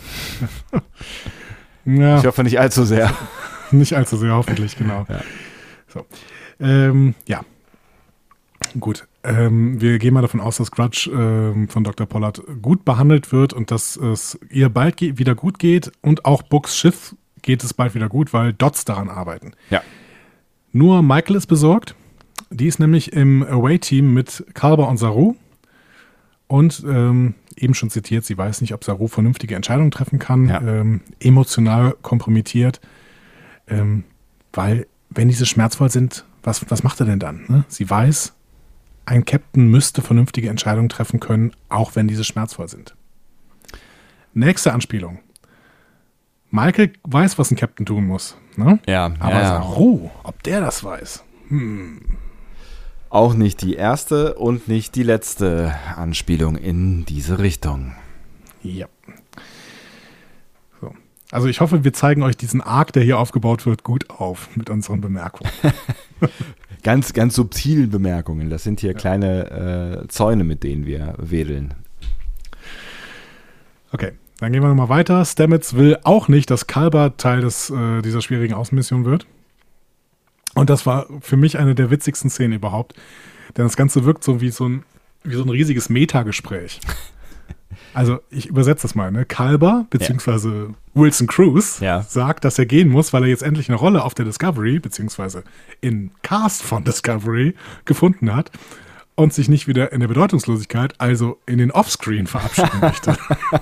Ja. Ich hoffe nicht allzu sehr. Nicht allzu sehr, hoffentlich, genau. Ja. So. Ähm, ja. Gut. Ähm, wir gehen mal davon aus, dass Grudge ähm, von Doktor Pollard gut behandelt wird und dass es ihr bald ge- wieder gut geht, und auch Books Schiff geht es bald wieder gut, weil Dots daran arbeiten. Ja. Nur Michael ist besorgt. Die ist nämlich im Away-Team mit Culber und Saru. Und ähm, eben schon zitiert, sie weiß nicht, ob Saru vernünftige Entscheidungen treffen kann. Ja. Ähm, emotional kompromittiert. Ähm, weil, wenn diese schmerzvoll sind, was, was macht er denn dann? Ne? Sie weiß, ein Captain müsste vernünftige Entscheidungen treffen können, auch wenn diese schmerzvoll sind. Nächste Anspielung. Michael weiß, was ein Captain tun muss. Ne? Ja, aber ja, ja. Saru, ob der das weiß? Hm. Auch nicht die erste und nicht die letzte Anspielung in diese Richtung. Ja. So. Also ich hoffe, wir zeigen euch diesen Arc, der hier aufgebaut wird, gut auf mit unseren Bemerkungen. Ganz, ganz subtilen Bemerkungen. Das sind hier ja. kleine äh, Zäune, mit denen wir wedeln. Okay, dann gehen wir nochmal weiter. Stamets will auch nicht, dass Kalber Teil des, äh, dieser schwierigen Außenmission wird. Und das war für mich eine der witzigsten Szenen überhaupt. Denn das Ganze wirkt so wie so ein, wie so ein riesiges Metagespräch. Also ich übersetze das mal. Ne? Kalber, beziehungsweise ja. Wilson Cruz, ja. sagt, dass er gehen muss, weil er jetzt endlich eine Rolle auf der Discovery, beziehungsweise in Cast von Discovery, gefunden hat und sich nicht wieder in der Bedeutungslosigkeit, also in den Offscreen verabschieden möchte.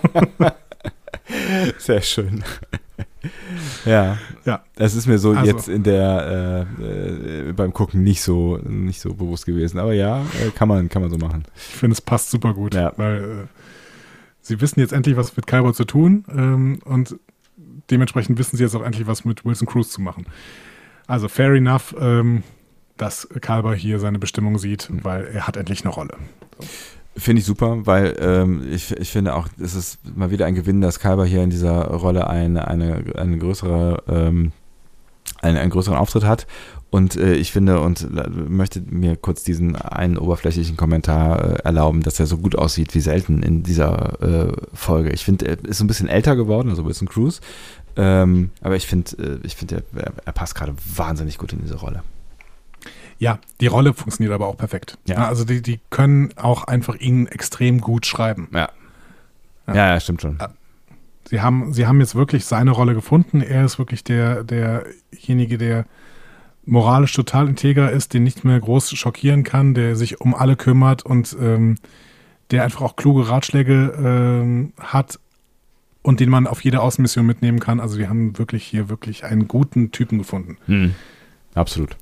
Sehr schön. Ja, ja, das ist mir so also, jetzt in der äh, äh, beim Gucken nicht so nicht so bewusst gewesen, aber ja, äh, kann man kann man so machen. Ich finde, es passt super gut, ja. weil äh, sie wissen jetzt endlich, was mit Kalber zu tun ähm, und dementsprechend wissen sie jetzt auch endlich, was mit Wilson Cruz zu machen. Also fair enough, ähm, dass Kalber hier seine Bestimmung sieht, mhm. weil er hat endlich eine Rolle. So. Finde ich super, weil ähm, ich, ich finde auch, es ist mal wieder ein Gewinn, dass Kalber hier in dieser Rolle eine, eine, eine größere, ähm, einen, einen größeren Auftritt hat. Und äh, ich finde und möchte mir kurz diesen einen oberflächlichen Kommentar äh, erlauben, dass er so gut aussieht wie selten in dieser äh, Folge. Ich finde, er ist so ein bisschen älter geworden, also Wilson Cruz. Ähm, aber ich finde, äh, ich finde, er, er passt gerade wahnsinnig gut in diese Rolle. Ja, die Rolle funktioniert aber auch perfekt. Ja. Also die, die können auch einfach ihn extrem gut schreiben. Ja. Ja, ja, ja, stimmt schon. Sie haben, sie haben jetzt wirklich seine Rolle gefunden. Er ist wirklich der, derjenige, der moralisch total integer ist, den nichts mehr groß schockieren kann, der sich um alle kümmert und ähm, der einfach auch kluge Ratschläge ähm, hat und den man auf jede Außenmission mitnehmen kann. Also wir haben wirklich hier wirklich einen guten Typen gefunden. Mhm. Absolut.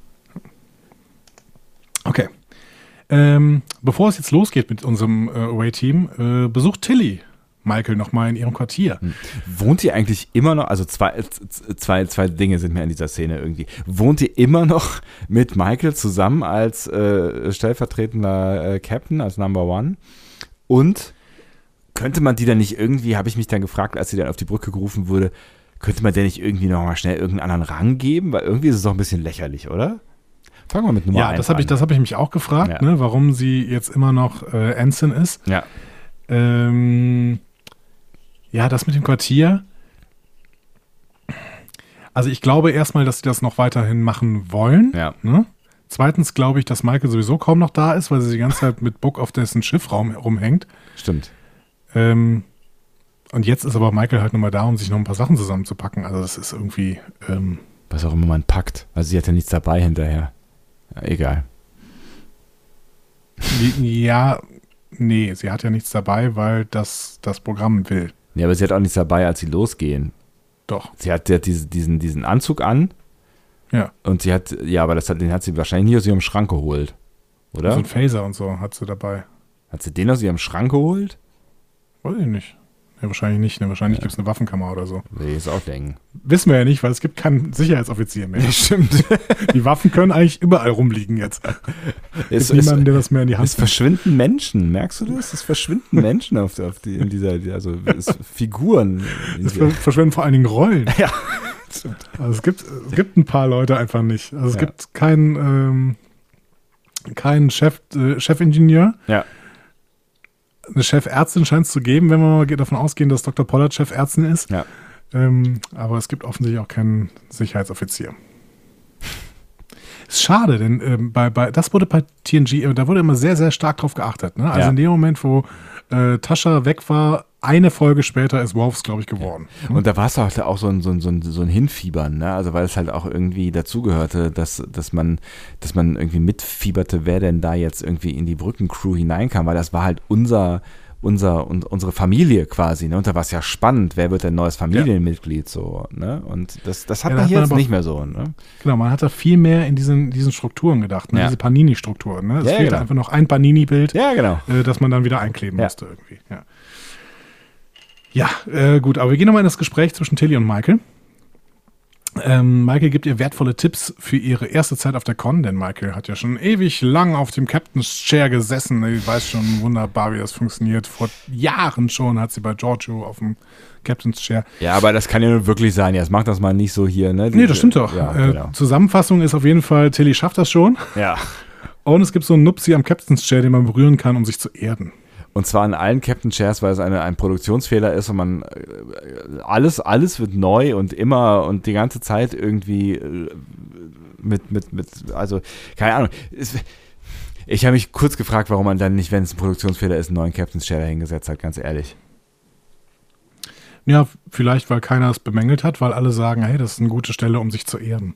Okay. Ähm, bevor es jetzt losgeht mit unserem äh, Away-Team, äh, besucht Tilly Michael nochmal in ihrem Quartier. Hm. Wohnt sie eigentlich immer noch, also zwei, zwei, zwei Dinge sind mir in dieser Szene irgendwie. Wohnt sie immer noch mit Michael zusammen als äh, stellvertretender äh, Captain, als Number One? Und könnte man die dann nicht irgendwie, habe ich mich dann gefragt, als sie dann auf die Brücke gerufen wurde, könnte man der nicht irgendwie nochmal schnell irgendeinen anderen Rang geben? Weil irgendwie ist es doch ein bisschen lächerlich, oder? Fangen wir mit Nummer ja, eins das hab an. Ich, das habe ich mich auch gefragt, ja. ne, warum sie jetzt immer noch äh, Ensign ist. Ja. Ähm, ja, das mit dem Quartier. Also ich glaube erstmal, dass sie das noch weiterhin machen wollen. Ja. Ne? Zweitens glaube ich, dass Michael sowieso kaum noch da ist, weil sie die ganze Zeit mit Book auf dessen Schiffraum rumhängt. Stimmt. Ähm, und jetzt ist aber Michael halt nochmal da, um sich noch ein paar Sachen zusammenzupacken. Also das ist irgendwie... Ähm, was auch immer man packt. Also sie hat ja nichts dabei hinterher. Ja, egal. Ja, nee, sie hat ja nichts dabei, weil das das Programm will. Ja, aber sie hat auch nichts dabei, als sie losgehen. Doch. Sie hat, sie hat diese, diesen, diesen Anzug an. Ja. Und sie hat, ja, aber das hat, den hat sie wahrscheinlich nie aus ihrem Schrank geholt. Oder? So ein Phaser und so hat sie dabei. Hat sie den aus ihrem Schrank geholt? Weiß ich nicht. Ja, wahrscheinlich nicht. Ne? Wahrscheinlich ja. gibt es eine Waffenkammer oder so. Will ich es auch denken. Wissen wir ja nicht, weil es gibt keinen Sicherheitsoffizier mehr. Ja, stimmt. Die Waffen können eigentlich überall rumliegen jetzt. Es gibt niemanden, der das mehr in die Hand Es verschwinden Menschen, merkst du das? Es verschwinden Menschen auf, auf die, in dieser, also es Figuren. Es verschwinden vor allen Dingen Rollen. Ja. Also es gibt, es gibt ein paar Leute einfach nicht. Also es ja. gibt keinen ähm, keinen Chef, äh, Chefingenieur. Ja. Eine Chefärztin scheint es zu geben, wenn wir mal davon ausgehen, dass Doktor Pollard Chefärztin ist. Ja. Ähm, aber es gibt offensichtlich auch keinen Sicherheitsoffizier. Ist schade, denn ähm, bei, bei, das wurde bei T N G, da wurde immer sehr, sehr stark drauf geachtet. Ne? Also ja. in dem Moment, wo äh, Tascha weg war, eine Folge später ist Worfs, glaube ich, geworden. Ja. Und da war es auch, auch so ein, so ein, so ein, so ein Hinfiebern, ne? Also weil es halt auch irgendwie dazugehörte, dass, dass man, dass man irgendwie mitfieberte, wer denn da jetzt irgendwie in die Brückencrew hineinkam, weil das war halt unser, unser und unsere Familie quasi, ne? Und da war es ja spannend, wer wird denn neues Familienmitglied, so, ne? Und das, das hat ja, man hat hier man jetzt aber, nicht mehr so, ne? Genau, man hat da viel mehr in diesen, diesen Strukturen gedacht, ne? Ja. Diese Panini-Strukturen, ne? Es ja, fehlt genau. einfach noch ein Panini-Bild, ja, genau. äh, das man dann wieder einkleben ja. musste irgendwie, ja. Ja, äh, gut, aber wir gehen nochmal in das Gespräch zwischen Tilly und Michael. Ähm, Michael gibt ihr wertvolle Tipps für ihre erste Zeit auf der Con, denn Michael hat ja schon ewig lang auf dem Captain's Chair gesessen. Ich weiß schon wunderbar, wie das funktioniert. Vor Jahren schon hat sie bei Giorgio auf dem Captain's Chair. Ja, aber das kann ja nun wirklich sein. Jetzt macht das mal nicht so hier, ne? Nee, das stimmt doch. Ja, äh, genau. Zusammenfassung ist auf jeden Fall, Tilly schafft das schon. Ja. Und es gibt so einen Nupsi am Captain's Chair, den man berühren kann, um sich zu erden. Und zwar an allen Captain Chairs, weil es eine, ein Produktionsfehler ist und man äh, alles, alles wird neu und immer und die ganze Zeit irgendwie äh, mit, mit, mit, also keine Ahnung. Es, ich habe mich kurz gefragt, warum man dann nicht, wenn es ein Produktionsfehler ist, einen neuen Captain Chair dahingesetzt hat, ganz ehrlich. Ja, vielleicht, weil keiner es bemängelt hat, weil alle sagen, hey, das ist eine gute Stelle, um sich zu ehren.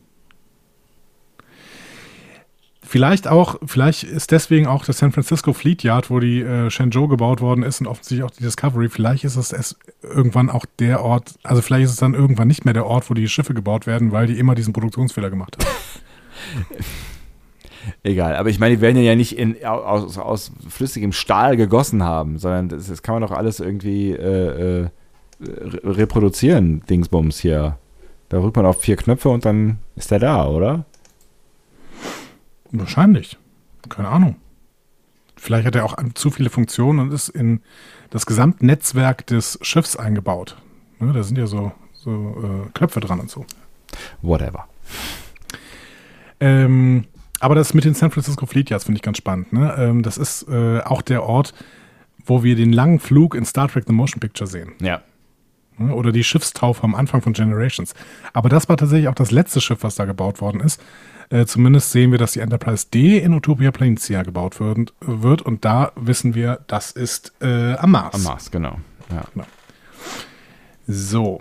Vielleicht auch, vielleicht ist deswegen auch das San Francisco Fleet Yard, wo die äh, Shenzhou gebaut worden ist und offensichtlich auch die Discovery, vielleicht ist es, es irgendwann auch der Ort, also vielleicht ist es dann irgendwann nicht mehr der Ort, wo die Schiffe gebaut werden, weil die immer diesen Produktionsfehler gemacht haben. Egal, aber ich meine, die werden ja nicht in, aus, aus flüssigem Stahl gegossen haben, sondern das, das kann man doch alles irgendwie äh, äh, reproduzieren, Dingsbums hier. Da drückt man auf vier Knöpfe und dann ist der da, oder? Wahrscheinlich. Keine Ahnung. Vielleicht hat er auch zu viele Funktionen und ist in das Gesamtnetzwerk des Schiffs eingebaut. Ne, da sind ja so, so äh, Knöpfe dran und so. Whatever. Ähm, aber das mit den San Francisco Fleet Yards finde ich ganz spannend. Ne? Ähm, das ist äh, auch der Ort, wo wir den langen Flug in Star Trek The Motion Picture sehen. Ja. Ne? Oder die Schiffstaufe am Anfang von Generations. Aber das war tatsächlich auch das letzte Schiff, was da gebaut worden ist. Äh, zumindest sehen wir, dass die Enterprise D in Utopia Planitia gebaut wird, wird. Und da wissen wir, das ist äh, am Mars. Am Mars, genau. Ja. genau. So.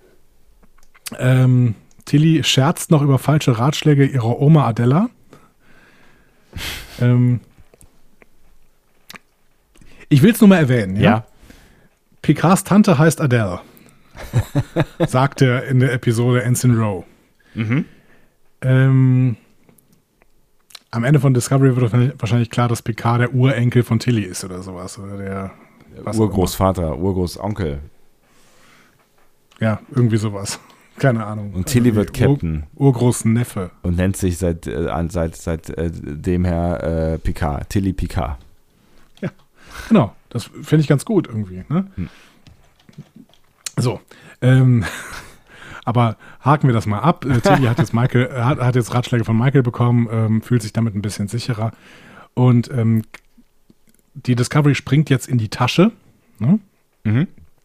Ähm, Tilly scherzt noch über falsche Ratschläge ihrer Oma Adela. ähm, ich will es nur mal erwähnen. Ja. ja. Picards Tante heißt Adele. Sagt er in der Episode Ensign Rowe. Mhm. Ähm, am Ende von Discovery wird wahrscheinlich klar, dass Picard der Urenkel von Tilly ist oder sowas. Oder der Urgroßvater, Urgroßonkel. Ja, irgendwie sowas. Keine Ahnung. Und Tilly wird Captain. Ur Urgroßneffe. Und nennt sich seit, äh, seit, seit äh, dem her äh, Picard. Tilly Picard. Ja, genau. Das finde ich ganz gut irgendwie. Ne? Hm. So. Ähm, aber haken wir das mal ab. Äh, Tilly hat jetzt, Michael, hat, hat jetzt Ratschläge von Michael bekommen, ähm, fühlt sich damit ein bisschen sicherer. Und ähm, die Discovery springt jetzt in die Tasche. Ne? Mhm.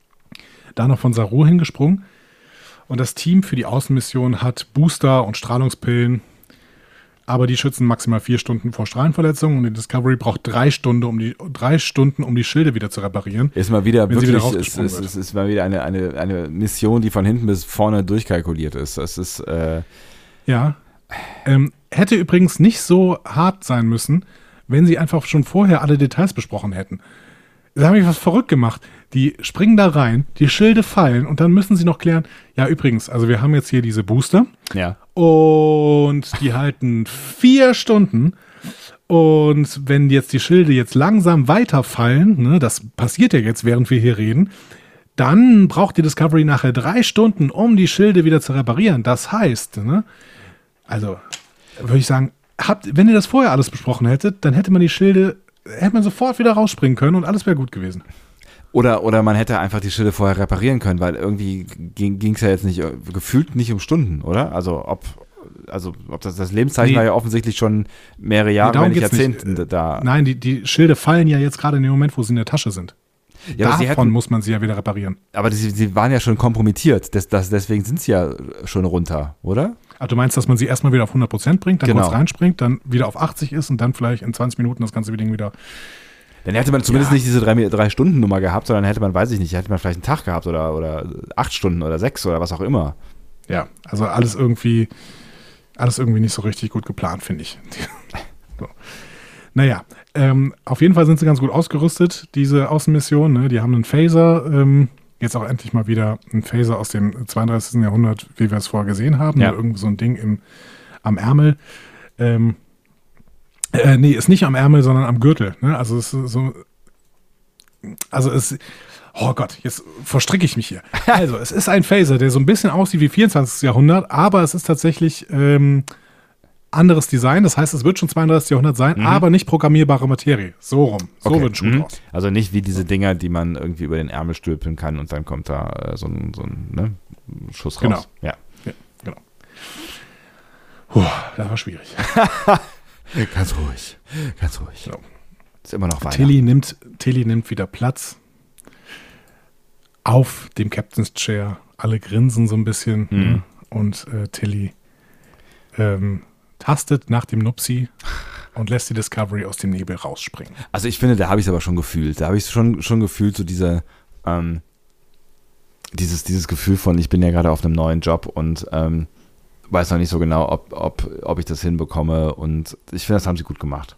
Da noch von Saru hingesprungen. Und das Team für die Außenmission hat Booster und Strahlungspillen, aber die schützen maximal vier Stunden vor Strahlenverletzungen und die Discovery braucht drei Stunden, um die, drei Stunden, um die Schilde wieder zu reparieren. Ist mal wieder wenn wirklich, sie wieder es, es, es ist mal wieder eine, eine, eine Mission, die von hinten bis vorne durchkalkuliert ist. Das ist, äh ja. Ähm, hätte übrigens nicht so hart sein müssen, wenn sie einfach schon vorher alle Details besprochen hätten. Sie haben mich was verrückt gemacht. Die springen da rein, die Schilde fallen und dann müssen sie noch klären, ja übrigens, also wir haben jetzt hier diese Booster ja. und die halten vier Stunden und wenn jetzt die Schilde jetzt langsam weiterfallen, ne, das passiert ja jetzt, während wir hier reden, dann braucht die Discovery nachher drei Stunden, um die Schilde wieder zu reparieren. Das heißt, ne, also würde ich sagen, habt, wenn ihr das vorher alles besprochen hättet, dann hätte man die Schilde, hätte man sofort wieder rausspringen können und alles wäre gut gewesen. Oder, oder man hätte einfach die Schilde vorher reparieren können, weil irgendwie ging es ja jetzt nicht, gefühlt nicht um Stunden, oder? Also ob, also ob das, das Lebenszeichen nee. war ja offensichtlich schon mehrere Jahre, nee, wenn nicht Jahrzehnte nicht. da. Nein, die, die Schilde fallen ja jetzt gerade in dem Moment, wo sie in der Tasche sind. Ja, Davon sie hätten, muss man sie ja wieder reparieren. Aber sie, sie waren ja schon kompromittiert, das, das, deswegen sind sie ja schon runter, oder? Also du meinst, dass man sie erstmal wieder auf hundert Prozent bringt, dann genau. kurz reinspringt, dann wieder auf achtzig ist und dann vielleicht in zwanzig Minuten das ganze Ding wieder... Dann hätte man zumindest ja. nicht diese drei, drei Stunden Nummer gehabt, sondern hätte man, weiß ich nicht, hätte man vielleicht einen Tag gehabt oder, oder acht Stunden oder sechs oder was auch immer. Ja, also alles irgendwie, alles irgendwie nicht so richtig gut geplant, finde ich. So. Naja, ähm, auf jeden Fall sind sie ganz gut ausgerüstet, diese Außenmission. Ne? Die haben einen Phaser, ähm, jetzt auch endlich mal wieder einen Phaser aus dem zweiunddreißigsten Jahrhundert, wie wir es vorher gesehen haben. Ja. Irgendwie so ein Ding im, am Ärmel. Ähm, Äh, nee, ist nicht am Ärmel, sondern am Gürtel. Ne? Also es ist so, also es, oh Gott, jetzt verstricke ich mich hier. Also es ist ein Phaser, der so ein bisschen aussieht wie vierundzwanzigsten Jahrhundert, aber es ist tatsächlich ähm, anderes Design. Das heißt, es wird schon zweiunddreißigsten Jahrhundert sein, mhm. aber nicht programmierbare Materie. So rum. So okay. wird ein Schuh mhm. draus. Also nicht wie diese Dinger, die man irgendwie über den Ärmel stülpen kann und dann kommt da äh, so ein, so ein ne, Schuss raus. Genau. Ja. ja genau. Puh, das war schwierig. Ganz ruhig, ganz ruhig. So. Ist immer noch weiter. Tilly nimmt, Tilly nimmt wieder Platz auf dem Captain's Chair. Alle grinsen so ein bisschen Mhm. und äh, Tilly ähm, tastet nach dem Nupsi und lässt die Discovery aus dem Nebel rausspringen. Also ich finde, da habe ich es aber schon gefühlt. Da habe ich es schon, schon gefühlt, so dieser, ähm, dieses, dieses Gefühl von, ich bin ja gerade auf einem neuen Job und ähm, weiß noch nicht so genau, ob, ob, ob ich das hinbekomme. Und ich finde, das haben sie gut gemacht.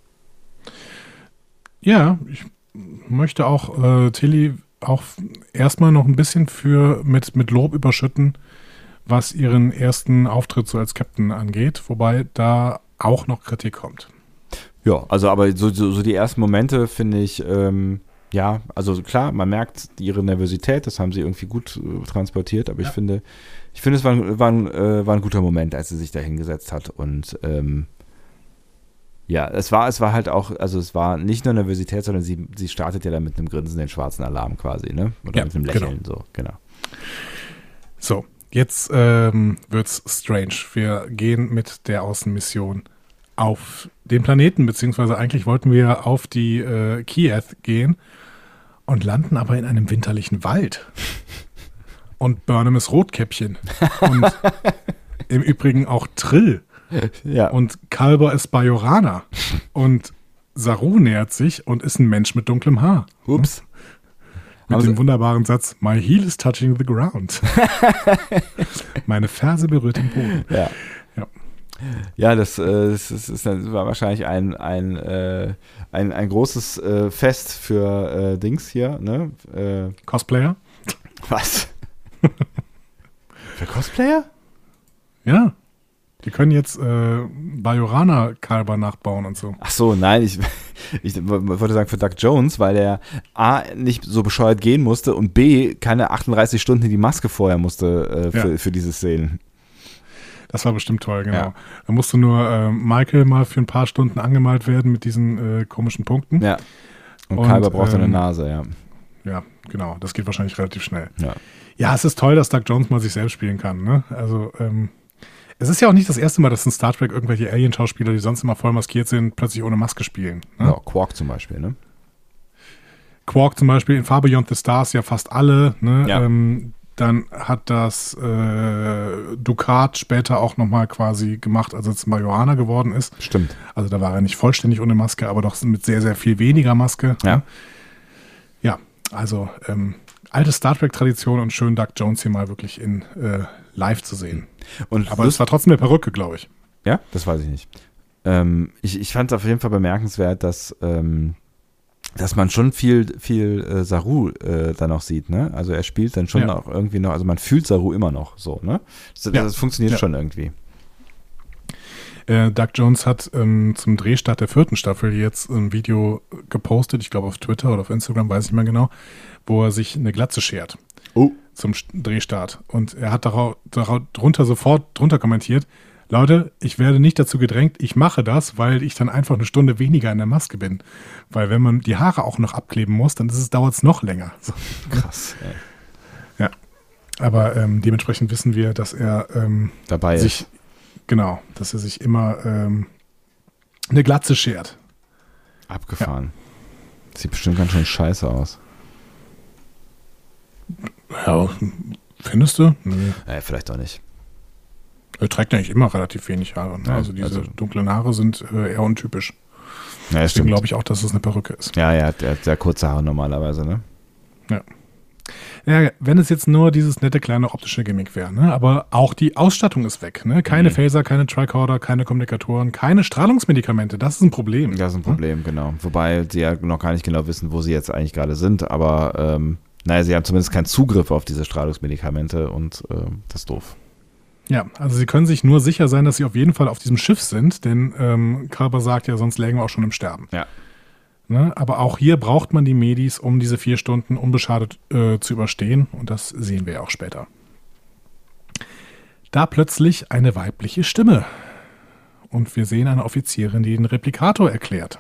Ja, ich möchte auch äh, Tilly auch erstmal noch ein bisschen für mit, mit Lob überschütten, was ihren ersten Auftritt so als Captain angeht, wobei da auch noch Kritik kommt. Ja, also aber so, so, so die ersten Momente finde ich, ähm, ja, also klar, man merkt ihre Nervosität, das haben sie irgendwie gut äh, transportiert, aber Ja. ich finde, ich finde, es war, ein- war, ein, äh, war ein guter Moment, als sie sich da hingesetzt hat und ähm, ja, es war, es war halt auch, also es war nicht nur Nervosität, sondern sie, sie startet ja dann mit einem Grinsen den schwarzen Alarm quasi, ne? Oder Ja, mit einem Lächeln, so, genau. So, jetzt ähm, wird's strange. Wir gehen mit der Außenmission auf den Planeten, beziehungsweise eigentlich wollten wir auf die äh, Kiev gehen und landen aber in einem winterlichen Wald. Und Burnham ist Rotkäppchen. Und im Übrigen auch Trill. Ja, Und Kalber ist Bajorana. Und Saru nähert sich und ist ein Mensch mit dunklem Haar. ups. Mit Haben dem sie- wunderbaren Satz, My heel is touching the ground. Meine Ferse berührt den Boden. Ja. Ja. Ja, das, äh, das, ist, ist, das war wahrscheinlich ein, ein, äh, ein, ein großes äh, Fest für äh, Dings hier, ne? Äh, Cosplayer? was? Für Cosplayer? Ja. Die können jetzt äh, Bajorana-Kalber nachbauen und so. Ach so, nein, ich, ich wollte sagen für Doug Jones, weil der A, nicht so bescheuert gehen musste und B, keine achtunddreißig Stunden in die Maske vorher musste äh, für, Ja. für diese Szenen. Das war bestimmt toll, genau. Ja. Da musste nur äh, Michael mal für ein paar Stunden angemalt werden mit diesen äh, komischen Punkten. Ja. Und, Und, Kalber braucht eine ähm, Nase, ja. Ja, genau. Das geht wahrscheinlich relativ schnell. Ja. Ja, es ist toll, dass Doug Jones mal sich selbst spielen kann. Ne? Also, ähm, es ist ja auch nicht das erste Mal, dass in Star Trek irgendwelche Alien-Schauspieler, die sonst immer voll maskiert sind, plötzlich ohne Maske spielen. Ne? Ja, Quark zum Beispiel, ne? Quark zum Beispiel in Far Beyond the Stars ja fast alle. Ne? Ja. Ähm, dann hat das äh, Dukat später auch nochmal quasi gemacht, als es Majorana geworden ist. Stimmt. Also da war er nicht vollständig ohne Maske, aber doch mit sehr, sehr viel weniger Maske. Ja. Ja, also ähm, alte Star Trek-Tradition und schön Doug Jones hier mal wirklich in äh, live zu sehen. Und Aber es war trotzdem eine Perücke, glaube ich. Ja, das weiß ich nicht. Ähm, ich ich fand es auf jeden Fall bemerkenswert, dass, ähm, dass man schon viel, viel äh, Saru äh, da noch sieht, ne? Also er spielt dann schon Ja. auch irgendwie noch, also man fühlt Saru immer noch so, ne? Das, Ja. das funktioniert Ja. schon irgendwie. Äh, Doug Jones hat ähm, zum Drehstart der vierten Staffel jetzt ein Video gepostet, ich glaube auf Twitter oder auf Instagram, weiß ich nicht mehr genau, wo er sich eine Glatze schert Oh. zum St- Drehstart. Und er hat darauf, darauf drunter sofort drunter kommentiert, Leute, ich werde nicht dazu gedrängt, ich mache das, weil ich dann einfach eine Stunde weniger in der Maske bin. Weil wenn man die Haare auch noch abkleben muss, dann dauert es noch länger. So. Krass. Ey. Ja. Aber ähm, dementsprechend wissen wir, dass er ähm, Dabei sich, ist. genau, dass er sich immer ähm, eine Glatze schert. Abgefahren. Sieht bestimmt ganz schön scheiße aus. Ja, findest du? Nö. Äh, vielleicht auch nicht. Er trägt eigentlich immer relativ wenig Haare. Ne? Ja, also diese also- dunklen Haare sind äh, eher untypisch. Ja, Deswegen stimmt. glaube ich auch, dass es eine Perücke ist. Ja, ja, der hat sehr kurze Haare normalerweise, ne? Ja, wenn es jetzt nur dieses nette kleine optische Gimmick wäre, ne? Aber auch die Ausstattung ist weg, ne? Keine Mhm. Phaser, keine Tricorder, keine Kommunikatoren, keine Strahlungsmedikamente. Das ist ein Problem. Das ist ein Problem, genau. Wobei sie ja noch gar nicht genau wissen, wo sie jetzt eigentlich gerade sind, aber ähm, naja, sie haben zumindest keinen Zugriff auf diese Strahlungsmedikamente und ähm, das ist doof. Ja, also sie können sich nur sicher sein, dass sie auf jeden Fall auf diesem Schiff sind, denn ähm, Kalber sagt ja, sonst lägen wir auch schon im Sterben. Ja. Ne? Aber auch hier braucht man die Medis, um diese vier Stunden unbeschadet äh, zu überstehen und das sehen wir ja auch später. Da plötzlich eine weibliche Stimme und wir sehen eine Offizierin, die den Replikator erklärt.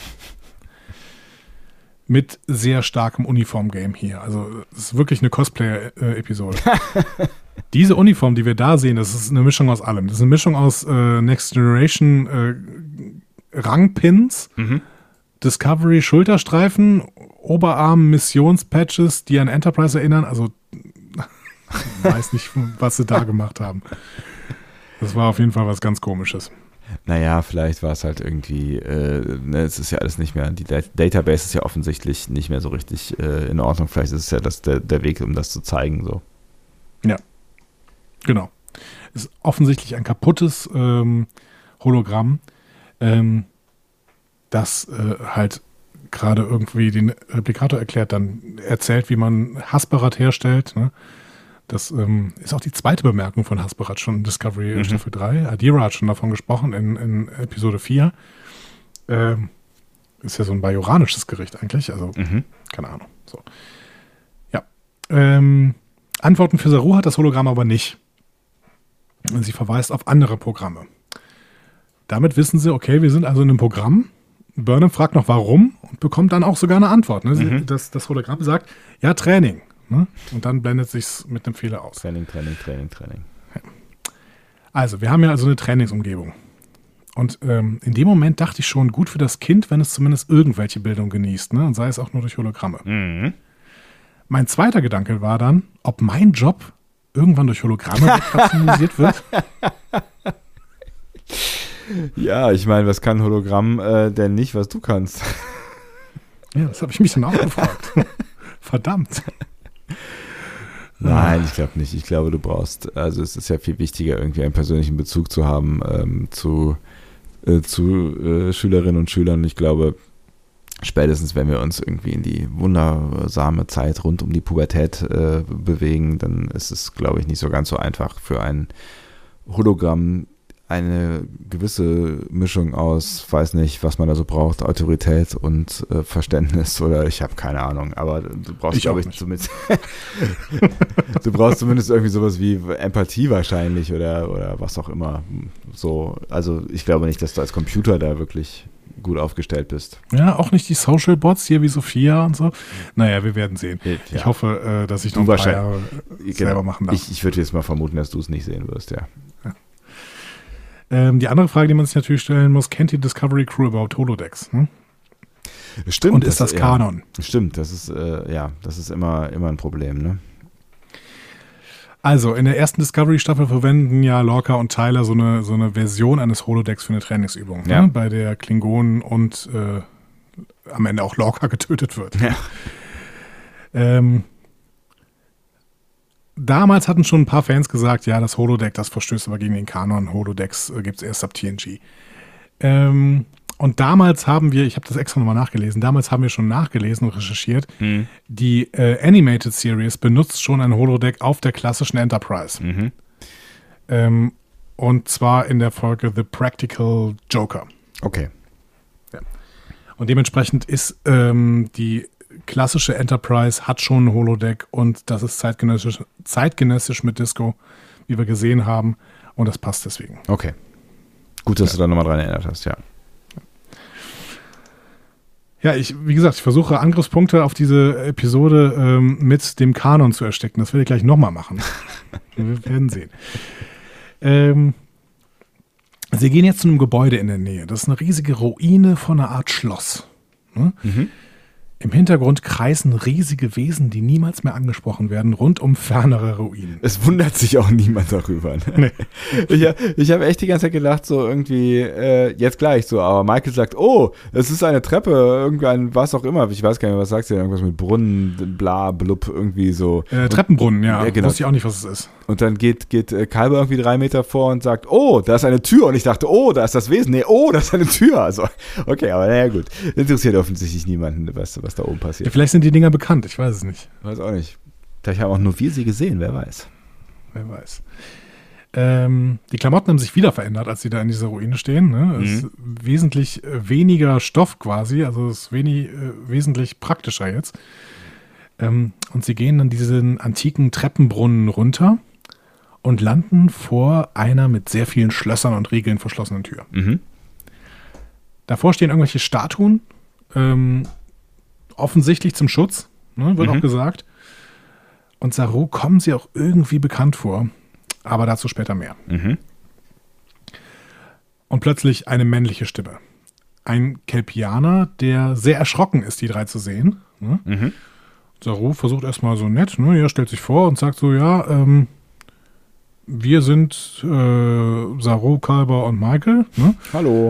Mit sehr starkem Uniform-Game hier. Also es ist wirklich eine Cosplayer-Episode. Diese Uniform, die wir da sehen, das ist eine Mischung aus allem. Das ist eine Mischung aus äh, Next Generation äh, Rangpins. Mhm. Discovery Schulterstreifen, Oberarm Missionspatches, die an Enterprise erinnern. Also weiß nicht, was sie da gemacht haben. Das war auf jeden Fall was ganz Komisches. Naja, vielleicht war es halt irgendwie, äh, ne, es ist ja alles nicht mehr, die Database ist ja offensichtlich nicht mehr so richtig äh, in Ordnung. Vielleicht ist es ja das, der, der Weg, um das zu zeigen. So. Ja, genau. Ist offensichtlich ein kaputtes ähm, Hologramm, ähm, das äh, halt gerade irgendwie den Replikator erklärt, dann erzählt, wie man Hasperat herstellt. Ne? Das ähm, ist auch die zweite Bemerkung von Hasperat schon in Discovery mhm. Staffel drei. Adira hat schon davon gesprochen in, in Episode vier. Ähm, ist ja so ein bajoranisches Gericht eigentlich, also mhm. keine Ahnung. So. Ja. Ähm, Antworten für Saru hat das Hologramm aber nicht. Sie verweist auf andere Programme. Damit wissen sie, okay, wir sind also in einem Programm. Burnham fragt noch, warum und bekommt dann auch sogar eine Antwort. Ne? Sie, mhm. das, das Hologramm sagt, ja, Training. Ne? Und dann blendet sich's mit einem Fehler aus. Training, Training, Training, Training. Ja. Also, wir haben ja also eine Trainingsumgebung. Und ähm, in dem Moment dachte ich schon, gut für das Kind, wenn es zumindest irgendwelche Bildung genießt. Ne? Und sei es auch nur durch Hologramme. Mhm. Mein zweiter Gedanke war dann, ob mein Job irgendwann durch Hologramme rationalisiert wird. Ja, ich meine, was kann Hologramm äh, denn nicht, was du kannst? Ja, das habe ich mich dann auch gefragt. Verdammt. Nein, ich glaube nicht. Ich glaube, du brauchst, also es ist ja viel wichtiger, irgendwie einen persönlichen Bezug zu haben ähm, zu, äh, zu äh, Schülerinnen und Schülern. Ich glaube, spätestens, wenn wir uns irgendwie in die wundersame Zeit rund um die Pubertät äh, bewegen, dann ist es, glaube ich, nicht so ganz so einfach für ein Hologramm eine gewisse Mischung aus, weiß nicht, was man da so braucht, Autorität und äh, Verständnis oder ich habe keine Ahnung, aber du brauchst, glaube ich, zumindest du brauchst zumindest irgendwie sowas wie Empathie wahrscheinlich oder, oder was auch immer. So, also ich glaube nicht, dass du als Computer da wirklich gut aufgestellt bist. Ja, auch nicht die Social Bots hier wie Sophia und so. Naja, wir werden sehen. Ja. Ich hoffe, äh, dass ich noch ein paar Jahre selber genau. machen darf. Ich, ich würde jetzt mal vermuten, dass du es nicht sehen wirst, ja. ja. Ähm, die andere Frage, die man sich natürlich stellen muss, kennt die Discovery Crew überhaupt Holodecks? Hm? Stimmt. Und ist das, das Kanon? Ja, stimmt, das ist, äh, ja, das ist immer, immer ein Problem, ne? Also, in der ersten Discovery-Staffel verwenden ja Lorca und Tyler so eine, so eine Version eines Holodecks für eine Trainingsübung, ja. ne? Bei der Klingonen und äh, am Ende auch Lorca getötet wird. Ja. Ähm, damals hatten schon ein paar Fans gesagt, ja, das Holodeck, das verstößt aber gegen den Kanon. Holodecks äh, gibt es erst ab T N G. Ähm, und damals haben wir, ich habe das extra nochmal nachgelesen, damals haben wir schon nachgelesen und recherchiert, mhm. die äh, Animated Series benutzt schon ein Holodeck auf der klassischen Enterprise. Mhm. Ähm, und zwar in der Folge The Practical Joker. Okay. Ja. Und dementsprechend ist ähm, die klassische Enterprise hat schon ein Holodeck und das ist zeitgenössisch, zeitgenössisch mit Disco, wie wir gesehen haben. Und das passt deswegen. Okay. Gut, dass ja. du da nochmal dran erinnert hast, ja. Ja, ich, wie gesagt, ich versuche Angriffspunkte auf diese Episode ähm, mit dem Kanon zu ersticken. Das werde ich gleich nochmal machen. Wir werden sehen. Ähm, sie gehen jetzt zu einem Gebäude in der Nähe. Das ist eine riesige Ruine von einer Art Schloss. Ne? Mhm. Im Hintergrund kreisen riesige Wesen, die niemals mehr angesprochen werden, rund um fernere Ruinen. Es wundert sich auch niemand darüber. Ne? Nee. Ich, ich habe echt die ganze Zeit gedacht, so irgendwie, äh, jetzt gleich so, aber Michael sagt, oh, es ist eine Treppe, irgendein, was auch immer, ich weiß gar nicht, was sagt sie, irgendwas mit Brunnen, bla, blub, irgendwie so. Äh, Treppenbrunnen, ja, ja genau. Wusste ich auch nicht, was es ist. Und dann geht, geht äh, Kalber irgendwie drei Meter vor und sagt, oh, da ist eine Tür. Und ich dachte, oh, da ist das Wesen. Nee, oh, da ist eine Tür. Also, okay, aber naja, gut. Interessiert offensichtlich niemanden, was, was da oben passiert. Ja, vielleicht sind die Dinger bekannt, ich weiß es nicht. Weiß auch nicht. Vielleicht haben auch nur wir sie gesehen, wer weiß. Wer weiß. Ähm, die Klamotten haben sich wieder verändert, als sie da in dieser Ruine stehen. Ne? Es ist mhm. wesentlich weniger Stoff quasi, also es ist wenig, äh, wesentlich praktischer jetzt. Ähm, und sie gehen dann diesen antiken Treppenbrunnen runter und landen vor einer mit sehr vielen Schlössern und Riegeln verschlossenen Tür. Mhm. Davor stehen irgendwelche Statuen, ähm, offensichtlich zum Schutz, ne, wird mhm. auch gesagt. Und Saru kommen sie auch irgendwie bekannt vor, aber dazu später mehr. Mhm. Und plötzlich eine männliche Stimme. ein Kelpianer, der sehr erschrocken ist, die drei zu sehen. Ne? Mhm. Saru versucht erstmal so nett, ne? Er stellt sich vor und sagt so, ja, ähm, wir sind äh, Saru, Kalber und Michael. Ne? Hallo.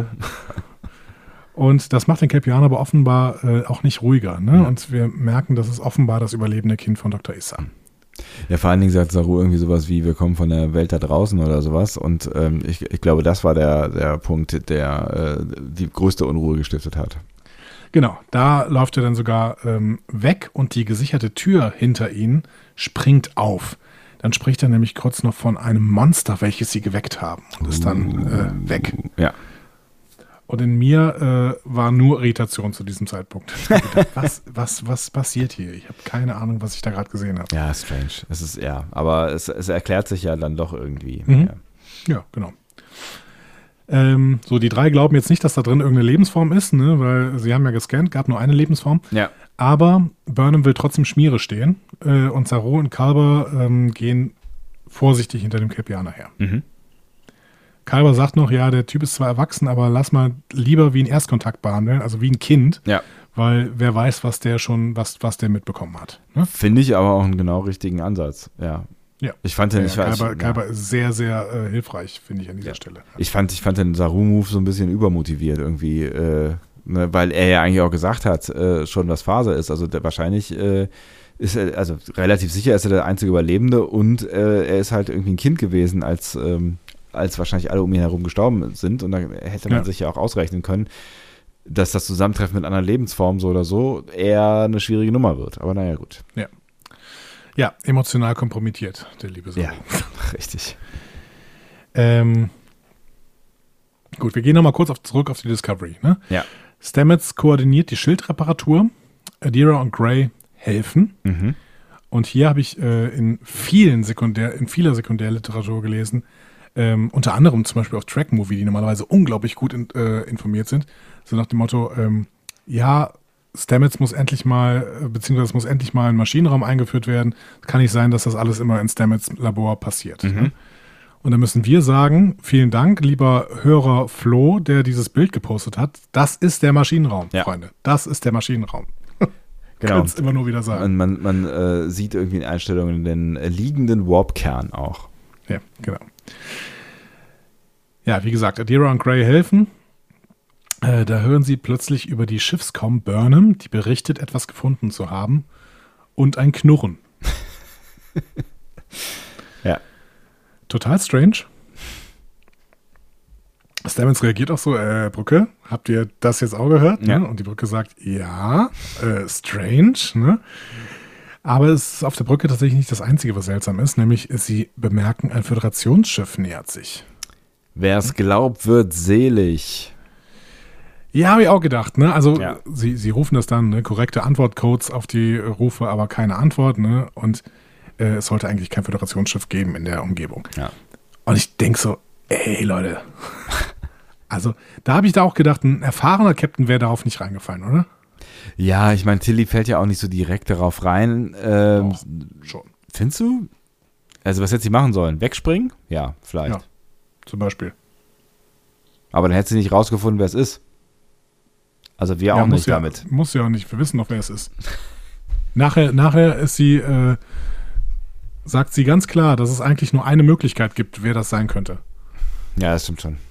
Und das macht den Kelpianer aber offenbar äh, auch nicht ruhiger. Ne? Ja. Und wir merken, das ist offenbar das überlebende Kind von Doktor Issa. Ja, vor allen Dingen sagt Saru irgendwie sowas wie, wir kommen von der Welt da draußen oder sowas. Und ähm, ich, ich glaube, das war der, der Punkt, der äh, die größte Unruhe gestiftet hat. Genau, da läuft er dann sogar ähm, weg und die gesicherte Tür hinter ihnen springt auf. Dann spricht er nämlich kurz noch von einem Monster, welches sie geweckt haben und ist dann äh, weg. Ja. Und in mir äh, war nur Irritation zu diesem Zeitpunkt. Ich hab gedacht, was, was, was passiert hier? Ich habe keine Ahnung, was ich da gerade gesehen habe. Ja, strange. Es ist, ja, aber es, es erklärt sich ja dann doch irgendwie. Mhm. Ja. Ja, genau. Ähm, so, die drei glauben jetzt nicht, dass da drin irgendeine Lebensform ist, ne, weil sie haben ja gescannt, gab nur eine Lebensform. Ja. Aber Burnham will trotzdem Schmiere stehen äh, und Saru und Kalber ähm, gehen vorsichtig hinter dem Kelpianer her. Mhm. Kalber sagt noch, ja, der Typ ist zwar erwachsen, aber lass mal lieber wie ein Erstkontakt behandeln, also wie ein Kind, Ja. weil wer weiß, was der schon, was, was der mitbekommen hat. Ne? Finde ich aber auch einen genau richtigen Ansatz. Ja. Ja. Ich fand den, Ja, ich, weiß, Kalber, ja. Kalber ist sehr, sehr äh, hilfreich, finde ich, an dieser Ja. Stelle. Ich fand, ich fand den Saru-Move so ein bisschen übermotiviert irgendwie, äh, ne, weil er ja eigentlich auch gesagt hat, äh, schon was Phase ist. Also der, wahrscheinlich äh, ist er, also relativ sicher ist er der einzige Überlebende und äh, er ist halt irgendwie ein Kind gewesen, als, ähm, als wahrscheinlich alle um ihn herum gestorben sind. Und da hätte man Ja. sich ja auch ausrechnen können, dass das Zusammentreffen mit anderen Lebensformen so oder so eher eine schwierige Nummer wird. Aber naja, gut. Ja, emotional kompromittiert, der liebe Saru. Ja, richtig. Ähm, gut, wir gehen nochmal kurz auf, zurück auf die Discovery. Ne? Ja. Stamets koordiniert die Schildreparatur. Adira und Gray helfen. Mhm. Und hier habe ich äh, in vielen Sekundär, in vieler Sekundärliteratur gelesen, ähm, unter anderem zum Beispiel auf Track Movie, die normalerweise unglaublich gut in, äh, informiert sind, so nach dem Motto, ähm, ja, Stamets muss endlich mal, äh, beziehungsweise es muss endlich mal ein Maschinenraum eingeführt werden. Kann nicht sein, dass das alles immer in Stamets Labor passiert. Mhm. Ne? Und dann müssen wir sagen, vielen Dank, lieber Hörer Flo, der dieses Bild gepostet hat. Das ist der Maschinenraum, Ja. Freunde. Das ist der Maschinenraum. Genau. Kannst immer nur wieder sagen. Und man, man äh, sieht irgendwie in Einstellungen den äh, liegenden Warp-Kern auch. Ja, genau. Ja, wie gesagt, Adira und Gray helfen. Äh, da hören sie plötzlich über die Schiffscom Burnham, die berichtet, etwas gefunden zu haben. Und ein Knurren. Ja. Total strange. Stamets reagiert auch so, äh, Brücke, habt ihr das jetzt auch gehört? Ja. Ne? Und die Brücke sagt, ja, äh, strange, ne? Aber es ist auf der Brücke tatsächlich nicht das Einzige, was seltsam ist, nämlich sie bemerken, ein Föderationsschiff nähert sich. Wer es glaubt, wird selig. Ja, habe ich auch gedacht, ne? Also Ja. sie, sie rufen das dann, ne? Korrekte Antwortcodes auf die Rufe, aber keine Antwort, ne? Und äh, es sollte eigentlich kein Föderationsschiff geben in der Umgebung. Ja. Und ich denke so, ey Leute, also da habe ich da auch gedacht, ein erfahrener Captain wäre darauf nicht reingefallen, oder? Ja, ich meine, Tilly fällt ja auch nicht so direkt darauf rein. Ähm, Doch, schon. Findest du? Also was hätte sie machen sollen? Wegspringen? Ja, vielleicht. Ja, zum Beispiel. Aber dann hätte sie nicht rausgefunden, wer es ist. Also wir Ja, auch muss nicht ja, damit. Muss ja auch nicht, wir wissen noch, wer es ist. Nachher, nachher ist sie, äh, sagt sie ganz klar, dass es eigentlich nur eine Möglichkeit gibt, wer das sein könnte. Ja, das stimmt schon.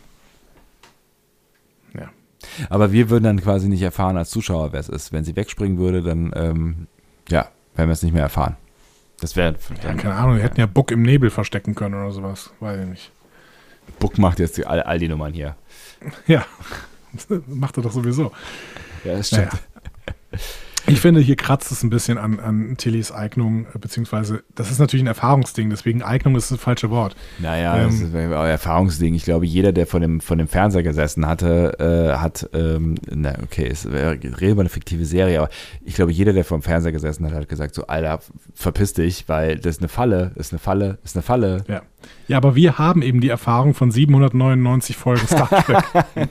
Ja. Aber wir würden dann quasi nicht erfahren als Zuschauer, wer es ist. Wenn sie wegspringen würde, dann, ähm, ja, werden wir es nicht mehr erfahren. Das wäre, Ja, keine Ahnung, die hätten ja Buck im Nebel verstecken können oder sowas. Weiß ich nicht. Buck macht jetzt die, all, all die Nummern hier. Ja, macht er doch sowieso. Ja, das Naja. Ich finde, hier kratzt es ein bisschen an, an Tillys Eignung, beziehungsweise das ist natürlich ein Erfahrungsding, deswegen Eignung ist das falsche Wort. Naja, Ähm, das ist ein Erfahrungsding. Ich glaube, jeder, der vor dem, vor dem Fernseher gesessen hatte, äh, hat, ähm, na okay, es wäre reden über eine fiktive Serie, aber ich glaube, jeder, der vor dem Fernseher gesessen hat, hat gesagt so, Alter, verpiss dich, weil das ist eine Falle, ist eine Falle, ist eine Falle. Ja. Ja, aber wir haben eben die Erfahrung von siebenhundertneunundneunzig Folgen Star Trek.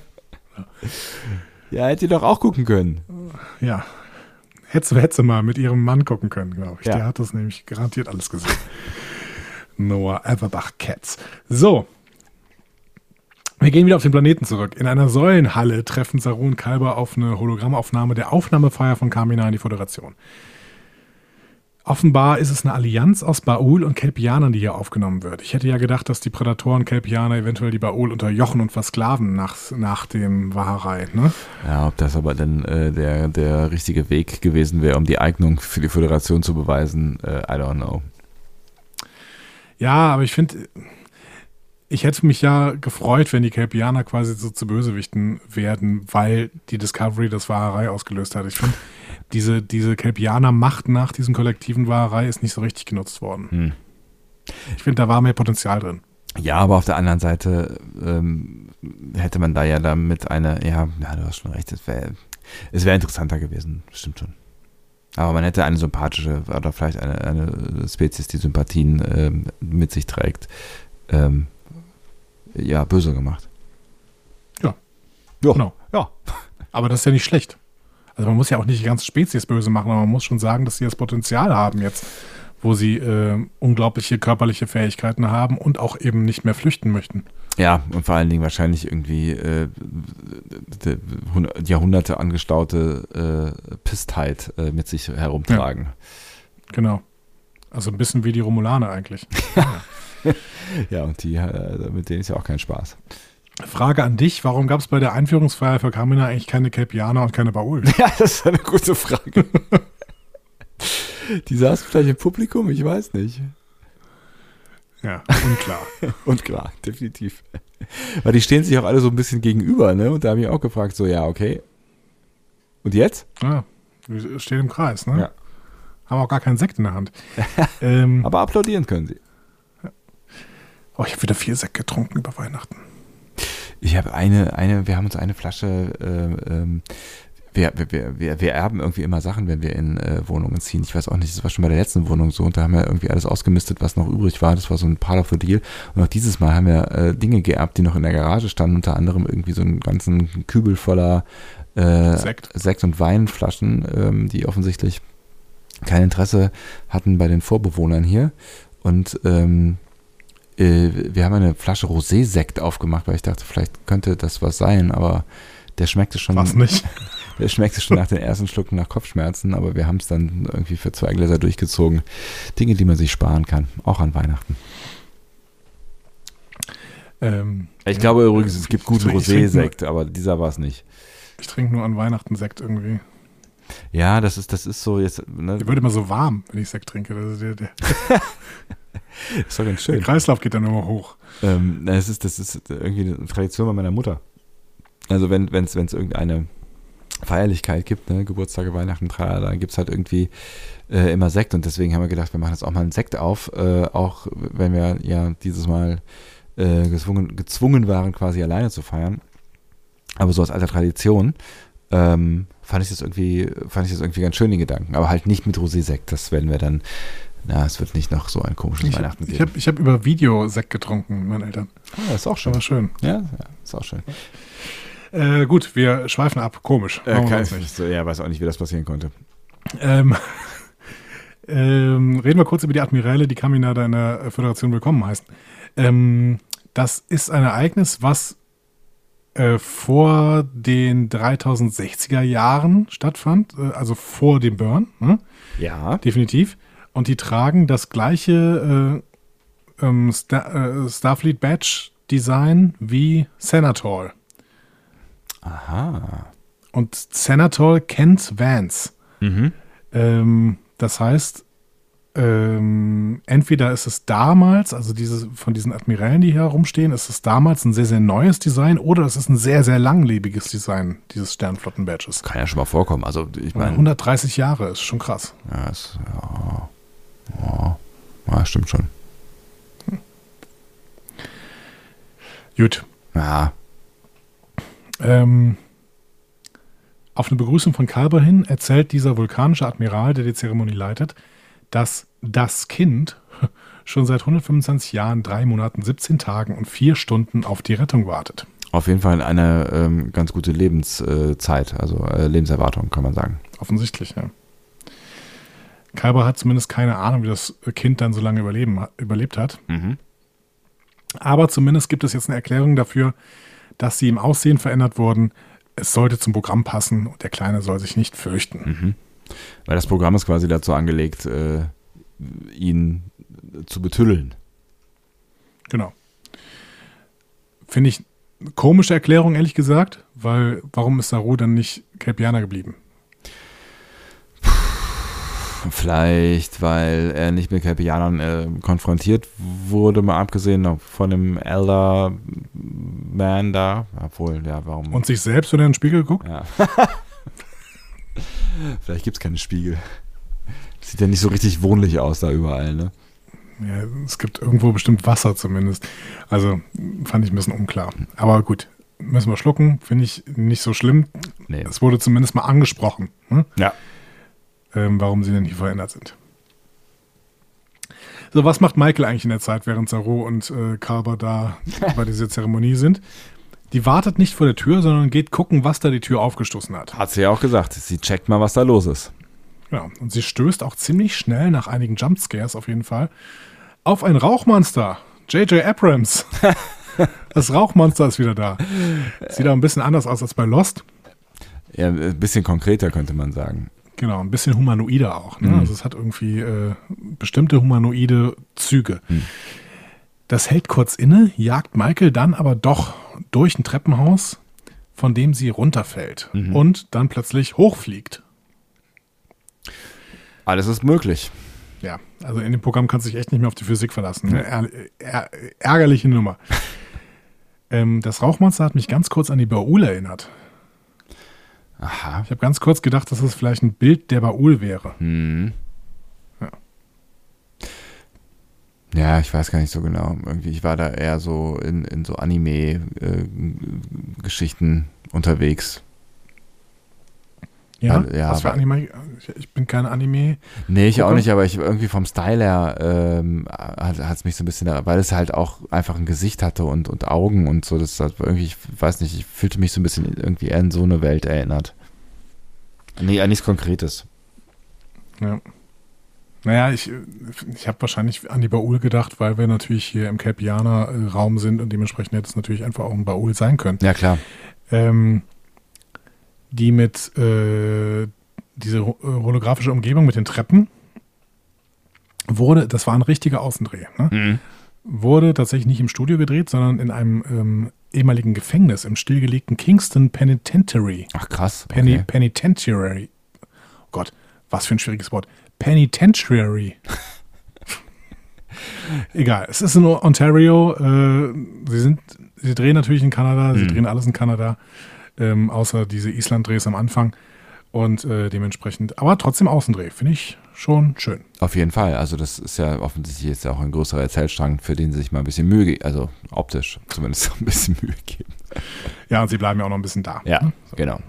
Ja, hätte ihr doch auch gucken können. Ja. Hätte sie, hätte sie mal mit ihrem Mann gucken können, glaube ich. Ja. Der hat das nämlich garantiert alles gesehen. Noah Averbach Cats. So. Wir gehen wieder auf den Planeten zurück. In einer Säulenhalle treffen Saru und Kalber auf eine Hologrammaufnahme der Aufnahmefeier von Kamina in die Föderation. Offenbar ist es eine Allianz aus Ba'ul und Kelpianern, die hier aufgenommen wird. Ich hätte ja gedacht, dass die Prädatoren Kelpianer eventuell die Ba'ul unterjochen und versklaven nach, nach dem Waharei. Ne? Ja, ob das aber dann äh, der, der richtige Weg gewesen wäre, um die Eignung für die Föderation zu beweisen, äh, I don't know. Ja, aber ich finde, ich hätte mich ja gefreut, wenn die Kelpianer quasi so zu Bösewichten werden, weil die Discovery das Waharei ausgelöst hat. Ich finde, diese, diese Kelpianer-Macht nach diesem kollektiven Waharei ist nicht so richtig genutzt worden. Hm. Ich finde, da war mehr Potenzial drin. Ja, aber auf der anderen Seite ähm, hätte man da ja damit eine, ja, ja du hast schon recht, es wäre es wär interessanter gewesen, stimmt schon. Aber man hätte eine sympathische oder vielleicht eine, eine Spezies, die Sympathien ähm, mit sich trägt, ähm, ja, böse gemacht. Ja. Ja. Genau. Ja. Aber das ist ja nicht schlecht. Also man muss ja auch nicht die ganze Spezies böse machen, aber man muss schon sagen, dass sie das Potenzial haben jetzt, wo sie äh, unglaubliche körperliche Fähigkeiten haben und auch eben nicht mehr flüchten möchten. Ja, und vor allen Dingen wahrscheinlich irgendwie äh, Jahrhunderte angestaute äh, Pisstheit äh, mit sich herumtragen. Ja. Genau. Also ein bisschen wie die Romulaner eigentlich. Ja, und die, äh, mit denen ist ja auch kein Spaß. Frage an dich, warum gab es bei der Einführungsfeier für Kamina eigentlich keine Kelpianer und keine Ba'ul? Ja, das ist eine gute Frage. Die saßen vielleicht im Publikum, ich weiß nicht. Ja, unklar. Unklar, definitiv. Weil die stehen sich auch alle so ein bisschen gegenüber, ne? Und da habe ich auch gefragt, so, ja, okay. Und jetzt? Ja, wir stehen im Kreis, ne? Ja. Haben auch gar keinen Sekt in der Hand. ähm, Aber applaudieren können sie. Oh, ich habe wieder viel Sekt getrunken über Weihnachten. Ich habe eine, eine, wir haben uns eine Flasche, äh, ähm, wir, wir, wir, wir erben irgendwie immer Sachen, wenn wir in äh, Wohnungen ziehen. Ich weiß auch nicht, das war schon bei der letzten Wohnung so und da haben wir irgendwie alles ausgemistet, was noch übrig war. Das war so ein Part of the Deal. Und auch dieses Mal haben wir äh, Dinge geerbt, die noch in der Garage standen, unter anderem irgendwie so einen ganzen Kübel voller äh, Sekt. Sekt- und Weinflaschen, ähm, die offensichtlich kein Interesse hatten bei den Vorbewohnern hier. Und ähm, wir haben eine Flasche Rosé-Sekt aufgemacht, weil ich dachte, vielleicht könnte das was sein, aber der schmeckte schon. Was nicht? Der schmeckte schon nach den ersten Schlucken nach Kopfschmerzen, aber wir haben es dann irgendwie für zwei Gläser durchgezogen. Dinge, die man sich sparen kann, auch an Weihnachten. Ähm, ich ja, glaube übrigens, es gibt guten Rosé-Sekt, nur, aber dieser war es nicht. Ich trinke nur an Weihnachten Sekt irgendwie. Ja, das ist, das ist so jetzt. Ne? Der wird immer so warm, wenn ich Sekt trinke. Das ist, der, der ist doch ganz schön. Der Kreislauf geht dann immer hoch. Ähm, das, ist, das ist irgendwie eine Tradition bei meiner Mutter. Also wenn es wenn es irgendeine Feierlichkeit gibt, ne, Geburtstage, Weihnachten, tralala, dann gibt es halt irgendwie äh, immer Sekt und deswegen haben wir gedacht, wir machen jetzt auch mal einen Sekt auf, äh, auch wenn wir ja dieses Mal äh, gezwungen, gezwungen waren, quasi alleine zu feiern. Aber so aus alter Tradition ähm, fand ich das irgendwie, fand ich das irgendwie ganz schön, den Gedanken. Aber halt nicht mit Rosé-Sekt, das werden wir dann. Na, es wird nicht noch so ein komisches ich, Weihnachten geben. Ich habe ich hab über Video Sekt getrunken mit meinen Eltern. Ah, ist auch schön. Das war schön. Ja, ja, ist auch schön. Äh, gut, wir schweifen ab. Komisch. Äh, kann, nicht. So, ja, weiß auch nicht, wie das passieren konnte. Ähm, ähm, reden wir kurz über die Admiräle, die Kamina da in der Föderation willkommen heißen. Ähm, das ist ein Ereignis, was äh, vor den dreitausendsechziger Jahren stattfand, äh, also vor dem Burn. Ne? Ja. Definitiv. Und die tragen das gleiche äh, ähm, Star, äh, Starfleet Badge Design wie Senator. Aha. Und Senator kennt Vance. Mhm. Ähm, das heißt, ähm, entweder ist es damals, also diese, von diesen Admirälen, die hier herumstehen, ist es damals ein sehr, sehr neues Design oder es ist ein sehr, sehr langlebiges Design dieses Sternflotten-Badges. Kann ja schon mal vorkommen. Also ich meine, hundertdreißig Jahre ist schon krass. Ja, ist, ja, ja, ja, stimmt schon. Hm. Gut. Ja. Ähm, auf eine Begrüßung von Kalber hin erzählt dieser vulkanische Admiral, der die Zeremonie leitet, dass das Kind schon seit hundertfünfundzwanzig Jahren, drei Monaten, siebzehn Tagen und vier Stunden auf die Rettung wartet. Auf jeden Fall eine ähm, ganz gute Lebenszeit, also äh, Lebenserwartung, kann man sagen. Offensichtlich, ja. Kalber hat zumindest keine Ahnung, wie das Kind dann so lange überleben, überlebt hat. Mhm. Aber zumindest gibt es jetzt eine Erklärung dafür, dass sie im Aussehen verändert wurden. Es sollte zum Programm passen und der Kleine soll sich nicht fürchten. Mhm. Weil das Programm ist quasi dazu angelegt, äh, ihn zu betüllen. Genau. Finde ich eine komische Erklärung, ehrlich gesagt, weil warum ist Saru dann nicht Kelpianer geblieben? Vielleicht, weil er nicht mit Kelpianern äh, konfrontiert wurde, mal abgesehen von dem Elder Man da. Obwohl, ja, warum? Und sich selbst, wenn er in den Spiegel guckt? Ja. Vielleicht gibt es keine Spiegel. Sieht ja nicht so richtig wohnlich aus da überall, ne? Ja, es gibt irgendwo bestimmt Wasser zumindest. Also fand ich ein bisschen unklar. Aber gut, müssen wir schlucken. Finde ich nicht so schlimm. Nee. Es wurde zumindest mal angesprochen, hm? Ja. ähm, warum sie denn hier verändert sind. So, was macht Michael eigentlich in der Zeit, während Saru und äh, Carver da bei dieser Zeremonie sind? Die wartet nicht vor der Tür, sondern geht gucken, was da die Tür aufgestoßen hat. Hat sie ja auch gesagt. Sie checkt mal, was da los ist. Ja, und sie stößt auch ziemlich schnell, nach einigen Jumpscares auf jeden Fall, auf ein Rauchmonster. J J Abrams. Das Rauchmonster ist wieder da. Sieht auch ein bisschen anders aus als bei Lost. Ja, ein bisschen konkreter könnte man sagen. Genau, ein bisschen humanoider auch. Ne? Mhm. Also es hat irgendwie äh, bestimmte humanoide Züge. Mhm. Das hält kurz inne, jagt Michael dann aber doch durch ein Treppenhaus, von dem sie runterfällt Mhm. und dann plötzlich hochfliegt. Alles ist möglich. Ja, also in dem Programm kannst du dich echt nicht mehr auf die Physik verlassen. Ne? Är, är, ärgerliche Nummer. ähm, das Rauchmonster hat mich ganz kurz an die Baul erinnert. Aha. Ich habe ganz kurz gedacht, dass es vielleicht ein Bild der Baul wäre. Hm. Ja. Ja, ich weiß gar nicht so genau. Irgendwie, ich war da eher so in, in so Anime-Geschichten unterwegs. Ja, Weil- ja, was für aber- Anime? Ich, ich bin kein Anime. Nee, ich auch Gucker? nicht, aber ich irgendwie vom Style her ähm, hat es mich so ein bisschen, da- weil es halt auch einfach ein Gesicht hatte und, und Augen und so, das hat irgendwie, ich weiß nicht, ich fühlte mich so ein bisschen irgendwie eher in so eine Welt erinnert. Nee, an nichts Konkretes. Ja. Naja, ich, ich habe wahrscheinlich an die Baul gedacht, weil wir natürlich hier im Kelpianer-Raum sind und dementsprechend hätte es natürlich einfach auch ein Baul sein können. Ja, klar. Ähm, die mit äh, diese ho- holographische Umgebung mit den Treppen wurde, das war ein richtiger Außendreh, ne? Mhm. Wurde tatsächlich nicht im Studio gedreht, sondern in einem ähm, ehemaligen Gefängnis, im stillgelegten Kingston Penitentiary. Ach, krass. Penny, Okay. Penitentiary. Oh Gott, was für ein schwieriges Wort. Penitentiary. Egal, es ist in Ontario. Äh, sie, sind, sie drehen natürlich in Kanada, sie Mhm. drehen alles in Kanada, ähm, außer diese Island-Drehs am Anfang. Und äh, dementsprechend, aber trotzdem Außendreh, finde ich schon schön. Auf jeden Fall. Also das ist ja offensichtlich jetzt auch ein größerer Erzählstrang, für den sie sich mal ein bisschen Mühe geben, also optisch zumindest ein bisschen Mühe geben. Ja, und sie bleiben ja auch noch ein bisschen da. Ja, ne? genau.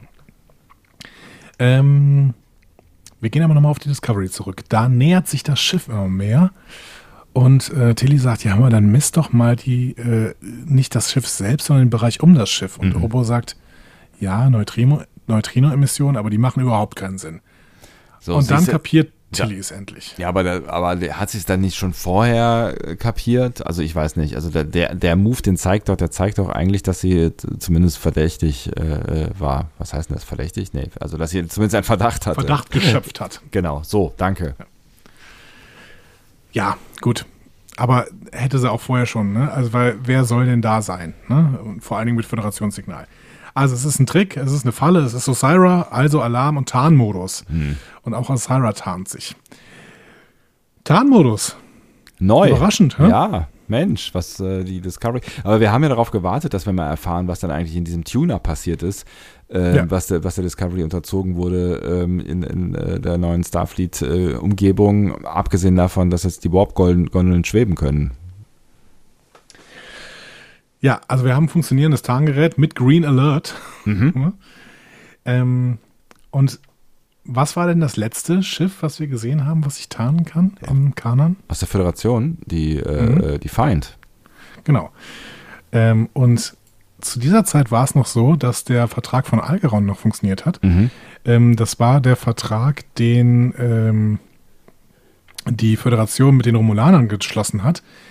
Ähm, wir gehen aber nochmal auf die Discovery zurück. Da nähert sich das Schiff immer mehr. Und äh, Tilly sagt, ja, hör mal, dann misst doch mal die, äh, nicht das Schiff selbst, sondern den Bereich um das Schiff. Und Mhm. Obo sagt, ja, Neutrino, Neutrino-Emissionen, aber die machen überhaupt keinen Sinn. So, und dann siehste- kapiert Ja. Tilly es endlich. Ja, aber, der, aber der, hat sich es dann nicht schon vorher äh, kapiert? Also ich weiß nicht. Also der, der, der Move, den zeigt doch, der zeigt doch eigentlich, dass sie t- zumindest verdächtig äh, war. Was heißt denn das, verdächtig? Nee, also dass sie zumindest einen Verdacht hatte. Verdacht geschöpft hat. Genau, so, danke. Ja, gut. Aber hätte sie auch vorher schon, ne? Also, weil wer soll denn da sein? Ne? Und vor allen Dingen mit Föderationssignal. Also, es ist ein Trick, es ist eine Falle, es ist Osira, also Alarm- und Tarnmodus. Hm. Und auch Osira tarnt sich. Tarnmodus. Neu. Überraschend, hä? Ja, Mensch, was äh, die Discovery. Aber wir haben ja darauf gewartet, dass wir mal erfahren, was dann eigentlich in diesem Tuner passiert ist, äh, Ja. was, der, was der Discovery unterzogen wurde ähm, in, in äh, der neuen Starfleet-Umgebung, abgesehen davon, dass jetzt die Warp-Gondeln schweben können. Ja, also wir haben ein funktionierendes Tarngerät mit Green Alert. Mhm. Ja. ähm, und was war denn das letzte Schiff, was wir gesehen haben, was sich tarnen kann im Kanon? Aus der Föderation, die, äh, Mhm. äh, die Feind. Genau. Ähm, und zu dieser Zeit war es noch so, dass der Vertrag von Algeron noch funktioniert hat. Mhm. Ähm, das war der Vertrag, den ähm, die Föderation mit den Romulanern geschlossen hat,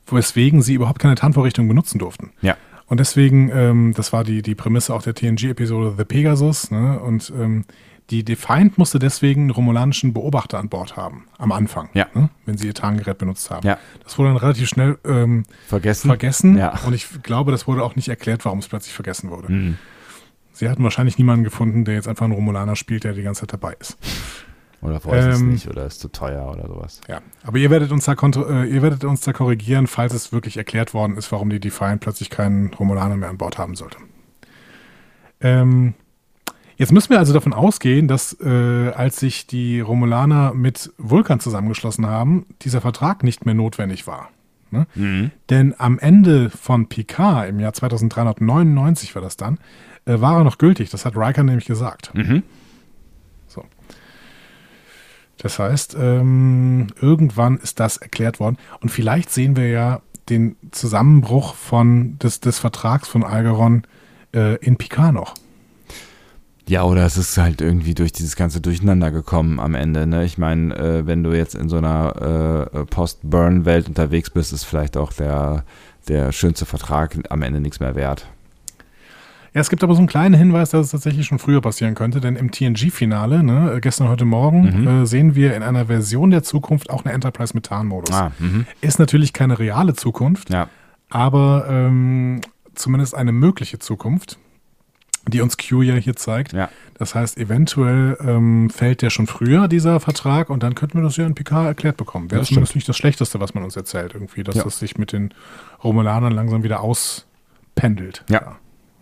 weswegen sie überhaupt keine Tarnvorrichtung benutzen durften. Ja. Und deswegen, ähm, das war die, die Prämisse auch der T N G-Episode The Pegasus, ne? Und ähm, die Defiant musste deswegen einen romulanischen Beobachter an Bord haben, am Anfang, ja. ne? Wenn sie ihr Tarngerät benutzt haben. Ja. Das wurde dann relativ schnell ähm, vergessen. vergessen. Ja. Und ich glaube, das wurde auch nicht erklärt, warum es plötzlich vergessen wurde. Mhm. Sie hatten wahrscheinlich niemanden gefunden, der jetzt einfach einen Romulaner spielt, der die ganze Zeit dabei ist. Oder weiß es Ähm, nicht, oder ist zu teuer oder sowas. Ja, aber ihr werdet uns da kontro- äh, ihr werdet uns da korrigieren, falls es wirklich erklärt worden ist, warum die Defiant plötzlich keinen Romulaner mehr an Bord haben sollte. Ähm, jetzt müssen wir also davon ausgehen, dass äh, als sich die Romulaner mit Vulkan zusammengeschlossen haben, dieser Vertrag nicht mehr notwendig war. Ne? Mhm. Denn am Ende von Picard, im Jahr zweitausenddreihundertneunundneunzig war das dann, äh, war er noch gültig. Das hat Riker nämlich gesagt. Mhm. So. Das heißt, ähm, irgendwann ist das erklärt worden. Und vielleicht sehen wir ja den Zusammenbruch von, des, des Vertrags von Algeron äh, in Picard noch. Ja, oder es ist halt irgendwie durch dieses ganze Durcheinander gekommen am Ende. Ne? Ich meine, äh, wenn du jetzt in so einer äh, Post-Burn-Welt unterwegs bist, ist vielleicht auch der, der schönste Vertrag am Ende nichts mehr wert. Ja, es gibt aber so einen kleinen Hinweis, dass es tatsächlich schon früher passieren könnte, denn im T N G-Finale, ne, gestern, heute Morgen, mhm. äh, sehen wir in einer Version der Zukunft auch eine Enterprise mit Tarnmodus. Ah, mhm. Ist natürlich keine reale Zukunft, ja. aber ähm, zumindest eine mögliche Zukunft, die uns Q ja hier zeigt. Ja. Das heißt, eventuell ähm, fällt der schon früher, dieser Vertrag, und dann könnten wir das ja in Picard erklärt bekommen. Wäre Das zumindest stimmt. nicht das Schlechteste, was man uns erzählt, irgendwie, dass Ja. das sich mit den Romulanern langsam wieder auspendelt. Ja.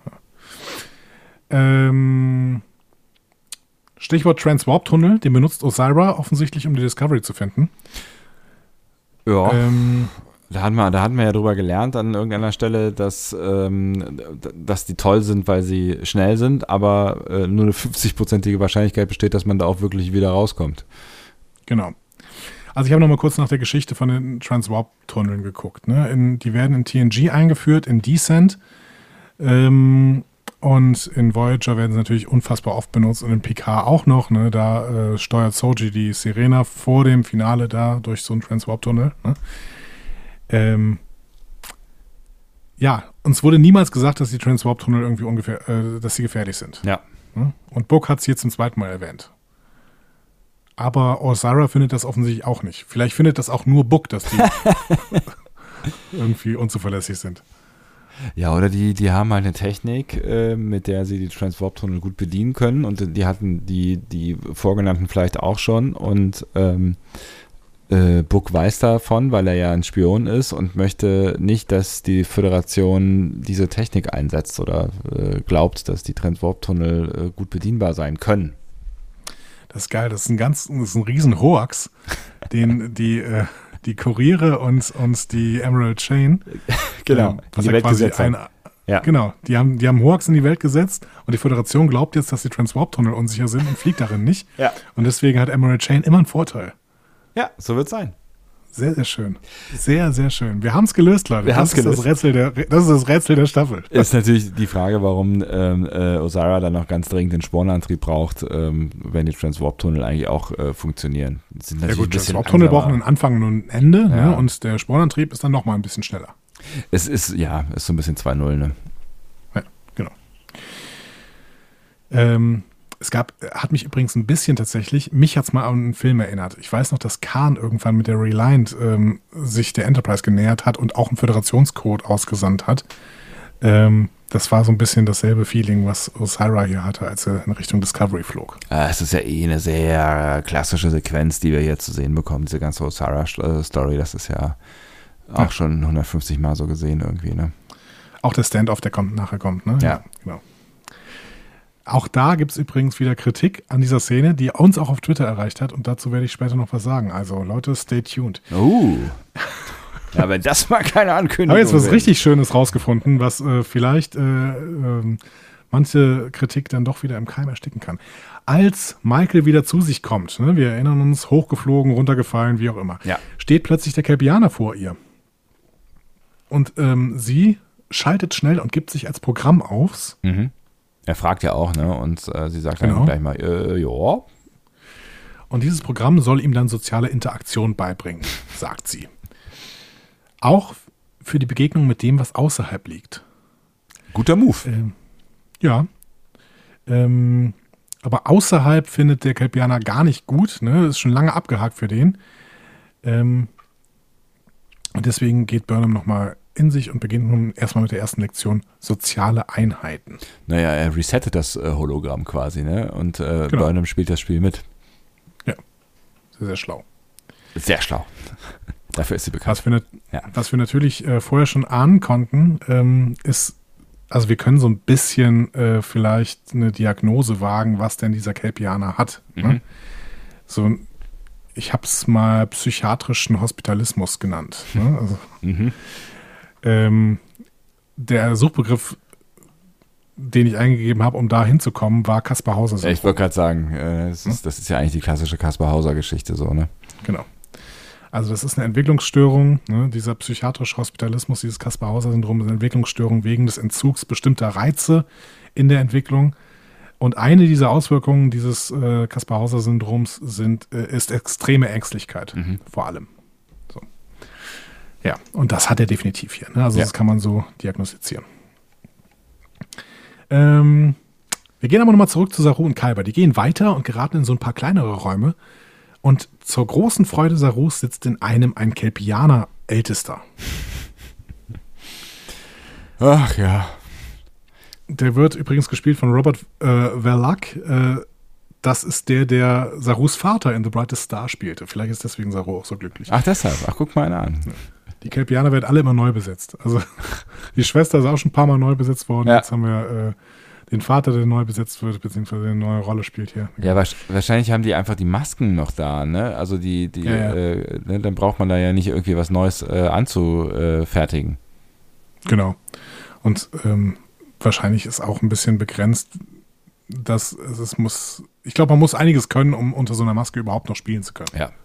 Ähm, Stichwort Transwarp-Tunnel, den benutzt Osira offensichtlich, um die Discovery zu finden. Ja. Ähm, Da hatten, wir, da hatten wir ja drüber gelernt an irgendeiner Stelle, dass, ähm, dass die toll sind, weil sie schnell sind, aber äh, nur eine fünfzig-prozentige Wahrscheinlichkeit besteht, dass man da auch wirklich wieder rauskommt. genau. Also ich habe noch mal kurz nach der Geschichte von den Transwarp-Tunneln geguckt. Ne? In, die werden in T N G eingeführt, in Descent. Ähm, und in Voyager werden sie natürlich unfassbar oft benutzt und in Picard auch noch. Ne? Da äh, steuert Soji die Sirena vor dem Finale da durch so einen Transwarp-Tunnel. Ne? Ähm, ja, uns wurde niemals gesagt, dass die Transwarp-Tunnel irgendwie ungefähr, äh, dass sie gefährlich sind. Ja. Ne? Und Book hat es hier zum zweiten Mal erwähnt. Aber Osira findet das offensichtlich auch nicht. Vielleicht findet das auch nur Book, dass die irgendwie unzuverlässig sind. Ja, oder die, die haben halt eine Technik, äh, mit der sie die Transwarp-Tunnel gut bedienen können und die hatten die, die vorgenannten vielleicht auch schon und ähm, äh, Book weiß davon, weil er ja ein Spion ist und möchte nicht, dass die Föderation diese Technik einsetzt oder äh, glaubt, dass die Transwarp-Tunnel äh, gut bedienbar sein können. Das ist geil, das ist ein ganz, das ist ein riesen Hoax, den die, äh, die Kuriere und, und die Emerald Chain Genau, ähm, in die Welt gesetzt ein, haben. Ja. Genau, die haben, die haben Hoax in die Welt gesetzt und die Föderation glaubt jetzt, dass die Transwarp-Tunnel unsicher sind und fliegt darin nicht. Ja. Und deswegen hat Emerald Chain immer einen Vorteil. Ja, so wird es sein. Sehr, sehr schön. Sehr, sehr schön. Wir haben es gelöst, Leute. Wir das, haben's ist gelöst. Das, Rätsel der, das ist das Rätsel der Staffel. Ist natürlich die Frage, warum ähm, äh, Osira dann noch ganz dringend den Spornantrieb braucht, ähm, wenn die Transwarp-Tunnel eigentlich auch äh, funktionieren. Das sind Ja natürlich gut, ein bisschen Transwarp-Tunnel langsamer. brauchen einen Anfang und ein Ende, Ja. ne? Und der Spornantrieb ist dann nochmal ein bisschen schneller. Es ist, ja, ist so ein bisschen zwei null, ne? Ja, genau. Ähm, es gab, hat mich übrigens ein bisschen tatsächlich, mich hat es mal an einen Film erinnert. Ich weiß noch, dass Khan irgendwann mit der Reliant ähm, sich der Enterprise genähert hat und auch einen Föderationscode ausgesandt hat. Ähm, das war so ein bisschen dasselbe Feeling, was Osira hier hatte, als er in Richtung Discovery flog. Äh, Es ist ja eh eine sehr klassische Sequenz, die wir hier zu sehen bekommen, diese ganze Osira-Story. Das ist ja auch Ja. schon hundertfünfzig Mal so gesehen irgendwie, ne? Auch der Standoff, der kommt, nachher kommt, ne? Ja. Genau. Auch da gibt es übrigens wieder Kritik an dieser Szene, die uns auch auf Twitter erreicht hat und dazu werde ich später noch was sagen. Also Leute, stay tuned. Oh. Ja, wenn das mal keine Ankündigung Aber jetzt was wäre. richtig Schönes rausgefunden, was äh, vielleicht äh, ähm, manche Kritik dann doch wieder im Keim ersticken kann. Als Michael wieder zu sich kommt, ne, wir erinnern uns, hochgeflogen, runtergefallen, wie auch immer, Ja. steht plötzlich der Kelpianer vor ihr. Und ähm, sie schaltet schnell und gibt sich als Programm aufs. Mhm. Er fragt ja auch, ne? Und äh, sie sagt Genau. dann gleich mal, äh, ja. Und dieses Programm soll ihm dann soziale Interaktion beibringen, sagt sie. Auch für die Begegnung mit dem, was außerhalb liegt. Guter Move. Ähm, ja. Ähm, aber außerhalb findet der Kelpianer gar nicht gut. Ne? Das ist schon lange abgehakt für den. Ähm, und deswegen geht Burnham nochmal in sich und beginnt nun erstmal mit der ersten Lektion soziale Einheiten. Naja, er resettet das äh, Hologramm quasi, ne? Und äh, Genau. Burnham spielt das Spiel mit. Ja, sehr, sehr schlau. Sehr schlau. Dafür ist sie bekannt. Was wir, nat- Ja. was wir natürlich äh, vorher schon ahnen konnten, ähm, ist, also wir können so ein bisschen äh, vielleicht eine Diagnose wagen, was denn dieser Kelpianer hat. Mhm. Ne? So, ich habe es mal psychiatrischen Hospitalismus genannt. Ne? Also, Mhm. ähm, der Suchbegriff, den ich eingegeben habe, um da hinzukommen, war Kaspar Hauser. Ja, ich wollte gerade sagen, äh, das, ist, das ist ja eigentlich die klassische Kaspar-Hauser-Geschichte so, ne? Genau. Also das ist eine Entwicklungsstörung, ne? Dieser psychiatrische Hospitalismus, dieses Kaspar-Hauser-Syndrom ist eine Entwicklungsstörung wegen des Entzugs bestimmter Reize in der Entwicklung. Und eine dieser Auswirkungen dieses äh, Kaspar-Hauser-Syndroms sind, äh, ist extreme Ängstlichkeit, Mhm. vor allem. So. Ja, und das hat er definitiv hier. Ne? Also Ja. das kann man so diagnostizieren. Ähm, wir gehen aber nochmal zurück zu Saru und Kalber. Die gehen weiter und geraten in so ein paar kleinere Räume. Und zur großen Freude Sarus sitzt in einem ein Kelpianer Ältester. Ach ja. Der wird übrigens gespielt von Robert äh, Verlaque. Äh, das ist der, der Sarus Vater in The Brightest Star spielte. Vielleicht ist deswegen Saru auch so glücklich. Ach, deshalb. Ach, guck mal einer an. Die Kelpianer werden alle immer neu besetzt. Also die Schwester ist auch schon ein paar Mal neu besetzt worden. Ja. Jetzt haben wir äh, den Vater, der neu besetzt wird, beziehungsweise eine neue Rolle spielt hier. Ja, wahrscheinlich haben die einfach die Masken noch da, ne? Also die, die, Ja, ja. Äh, ne? Dann braucht man da ja nicht irgendwie was Neues äh, anzufertigen. Genau. Und ähm, wahrscheinlich ist auch ein bisschen begrenzt, dass es, es muss, ich glaube, man muss einiges können, um unter so einer Maske überhaupt noch spielen zu können. Ja.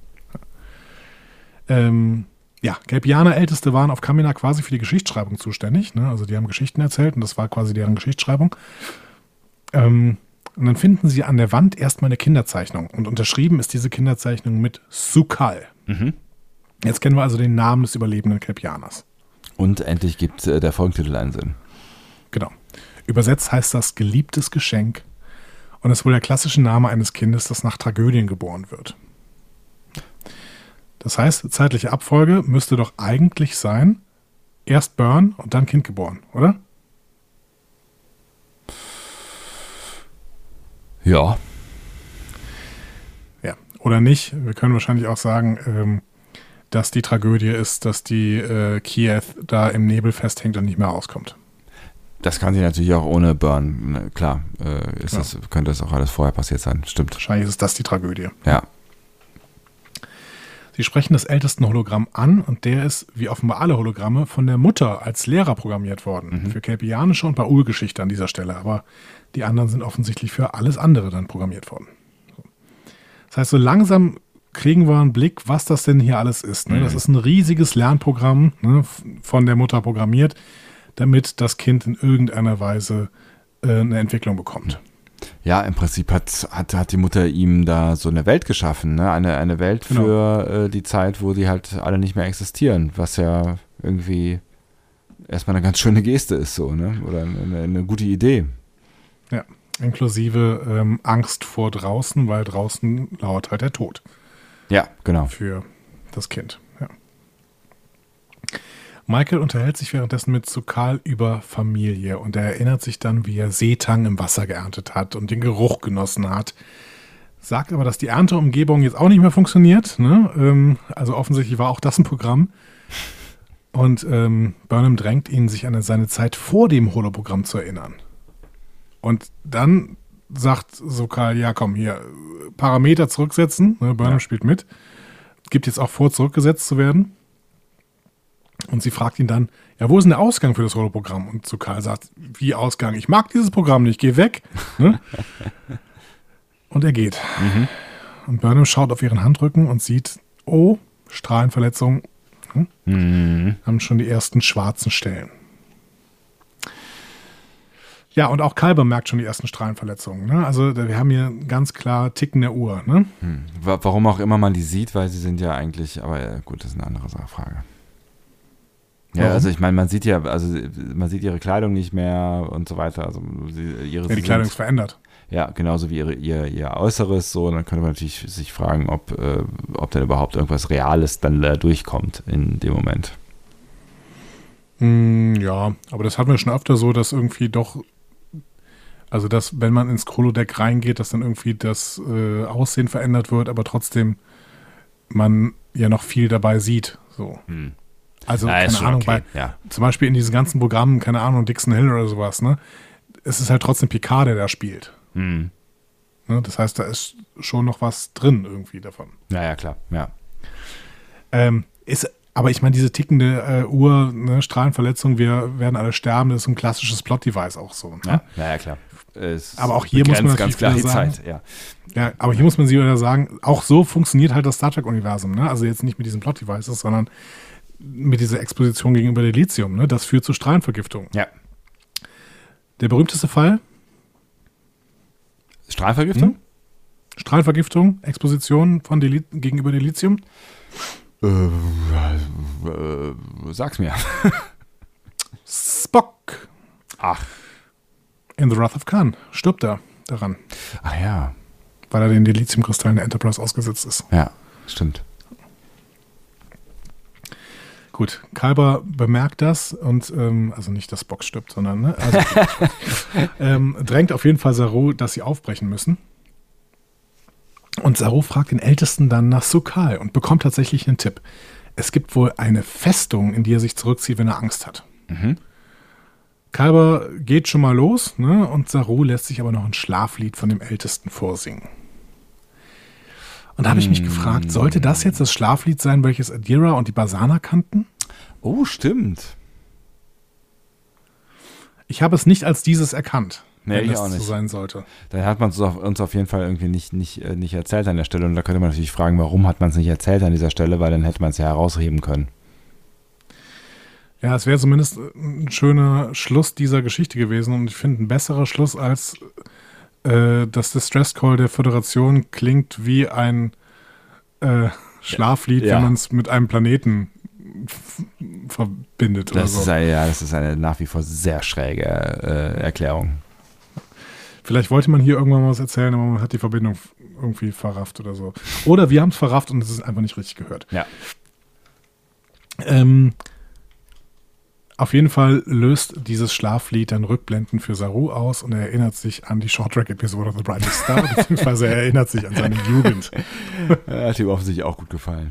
Ähm, ja, Kelpianer-Älteste waren auf Kamina quasi für die Geschichtsschreibung zuständig. Ne? Also die haben Geschichten erzählt und das war quasi deren Geschichtsschreibung. Ähm, und dann finden sie an der Wand erstmal eine Kinderzeichnung. Und unterschrieben ist diese Kinderzeichnung mit Sukal. Mhm. Jetzt kennen wir also den Namen des überlebenden Kelpianers. Und endlich gibt äh, der Folgentitel einen Sinn. Genau. Übersetzt heißt das geliebtes Geschenk und ist wohl der klassische Name eines Kindes, das nach Tragödien geboren wird. Das heißt, zeitliche Abfolge müsste doch eigentlich sein, erst Burn und dann Kind geboren, oder? Ja. Ja. Oder nicht? Wir können wahrscheinlich auch sagen, ähm, dass die Tragödie ist, dass die äh, Kiev da im Nebel festhängt und nicht mehr rauskommt. Das kann sie natürlich auch ohne Burn. Ne, klar, äh, ist Klar. das, könnte das auch alles vorher passiert sein. Stimmt. Wahrscheinlich ist das die Tragödie. Ja. Sie sprechen das ältesten Hologramm an und der ist, wie offenbar alle Hologramme, von der Mutter als Lehrer programmiert worden. Mhm. Für kelpianische und Baul-Geschichte an dieser Stelle. Aber die anderen sind offensichtlich für alles andere dann programmiert worden. So. Das heißt, so langsam kriegen wir einen Blick, was das denn hier alles ist. Ne? Mhm. Das ist ein riesiges Lernprogramm, ne, von der Mutter programmiert, damit das Kind in irgendeiner Weise äh, eine Entwicklung bekommt. Ja, im Prinzip hat, hat, hat die Mutter ihm da so eine Welt geschaffen, ne? Eine, eine Welt Genau. für äh, die Zeit, wo die halt alle nicht mehr existieren, was ja irgendwie erstmal eine ganz schöne Geste ist, so, ne? Oder eine, eine gute Idee. Ja, inklusive ähm, Angst vor draußen, weil draußen lauert halt der Tod Ja, genau. für das Kind. Ja. Michael unterhält sich währenddessen mit Sukal über Familie und er erinnert sich dann, wie er Seetang im Wasser geerntet hat und den Geruch genossen hat. Sagt aber, dass die Ernteumgebung jetzt auch nicht mehr funktioniert. Ne? Ähm, also offensichtlich war auch das ein Programm. Und ähm, Burnham drängt ihn, sich an seine Zeit vor dem Holoprogramm zu erinnern. Und dann sagt Sukal, ja komm, hier, Parameter zurücksetzen. Ne? Burnham Ja. spielt mit. Gibt jetzt auch vor, zurückgesetzt zu werden. Und sie fragt ihn dann, ja, wo ist denn der Ausgang für das Holoprogramm? Und Sukal sagt, wie Ausgang? Ich mag dieses Programm nicht, geh weg. Ne? Und er geht. Mhm. Und Burnham schaut auf ihren Handrücken und sieht, oh, Strahlenverletzung, hm? Mhm. haben schon die ersten schwarzen Stellen. Ja, und auch Kalber merkt schon die ersten Strahlenverletzungen. Ne? Also wir haben hier ganz klar Ticken der Uhr. Ne? Hm. Wa- Warum auch immer man die sieht, weil sie sind ja eigentlich, aber ja, gut, das ist eine andere Frage. Ja, also ich meine, man sieht ja, also man sieht ihre Kleidung nicht mehr und so weiter. Also sie, ihre Ja, die Kleidung ist verändert. Ja, genauso wie ihre, ihr, ihr Äußeres. So, dann könnte man natürlich sich fragen, ob, äh, ob denn überhaupt irgendwas Reales dann da durchkommt in dem Moment. Mm, ja, aber das hatten wir schon öfter so, dass irgendwie doch, also dass, wenn man ins Holodeck reingeht, dass dann irgendwie das äh, Aussehen verändert wird, aber trotzdem man ja noch viel dabei sieht. So. Hm. Also, Na, keine Ahnung, okay. bei, ja. zum Beispiel in diesen ganzen Programmen, keine Ahnung, Dixon Hill oder sowas, ne? Es ist halt trotzdem Picard, der da spielt. Hm. Ne? Das heißt, da ist schon noch was drin irgendwie davon. Ja, ja, klar, ja. Ähm, ist, aber ich meine, diese tickende äh, Uhr, ne, Strahlenverletzung, wir werden alle sterben, das ist ein klassisches Plot-Device auch so. Ne? Ja, ja, ja, klar. Es aber auch hier muss man ganz natürlich klar die wieder sagen, Zeit, ja. Ja, aber hier muss man sich wieder sagen, auch so funktioniert halt das Star Trek-Universum. Ne? Also jetzt nicht mit diesen Plot-Devices, sondern mit dieser Exposition gegenüber Delizium. Ne? Das führt zu Strahlenvergiftung. Ja. Der berühmteste Fall? Strahlenvergiftung? Hm? Strahlenvergiftung, Exposition von Deli- gegenüber Delizium? Äh, äh, sag's mir. Spock. Ach. In The Wrath of Khan stirbt er daran, Ach ja. weil er den Deliziumkristallen der Enterprise ausgesetzt ist. Ja, stimmt. Gut, Kalber bemerkt das und, ähm, also nicht, dass Spock stirbt, sondern, ne, also, ähm, drängt auf jeden Fall Saru, dass sie aufbrechen müssen. Und Saru fragt den Ältesten dann nach Su'Kal und bekommt tatsächlich einen Tipp. Es gibt wohl eine Festung, in die er sich zurückzieht, wenn er Angst hat. Mhm. Kalber geht schon mal los, ne, und Saru lässt sich aber noch ein Schlaflied von dem Ältesten vorsingen. Und da habe ich mich gefragt, sollte das jetzt das Schlaflied sein, welches Adira und die Basaner kannten? Oh, stimmt. Ich habe es nicht als dieses erkannt, Nee, wenn ich das auch nicht. so sein sollte. Dann hat man es uns auf jeden Fall irgendwie nicht, nicht, äh, nicht erzählt an der Stelle. Und da könnte man natürlich fragen, warum hat man es nicht erzählt an dieser Stelle, weil dann hätte man es ja herausheben können. Ja, es wäre zumindest ein schöner Schluss dieser Geschichte gewesen und ich finde ein besserer Schluss als äh, das Distress Call der Föderation klingt wie ein äh, Schlaflied, Ja. wenn man es mit einem Planeten f- verbindet oder Das so. ist eine, ja, das ist eine nach wie vor sehr schräge äh, Erklärung. Vielleicht wollte man hier irgendwann mal was erzählen, aber man hat die Verbindung f- irgendwie verrafft oder so. Oder wir haben es verrafft und es ist einfach nicht richtig gehört. Ja. Ähm, auf jeden Fall löst dieses Schlaflied dann Rückblenden für Saru aus und er erinnert sich an die Short-Track-Episode of The Brightest Star, beziehungsweise er erinnert sich an seine Jugend. Hat ihm offensichtlich auch gut gefallen.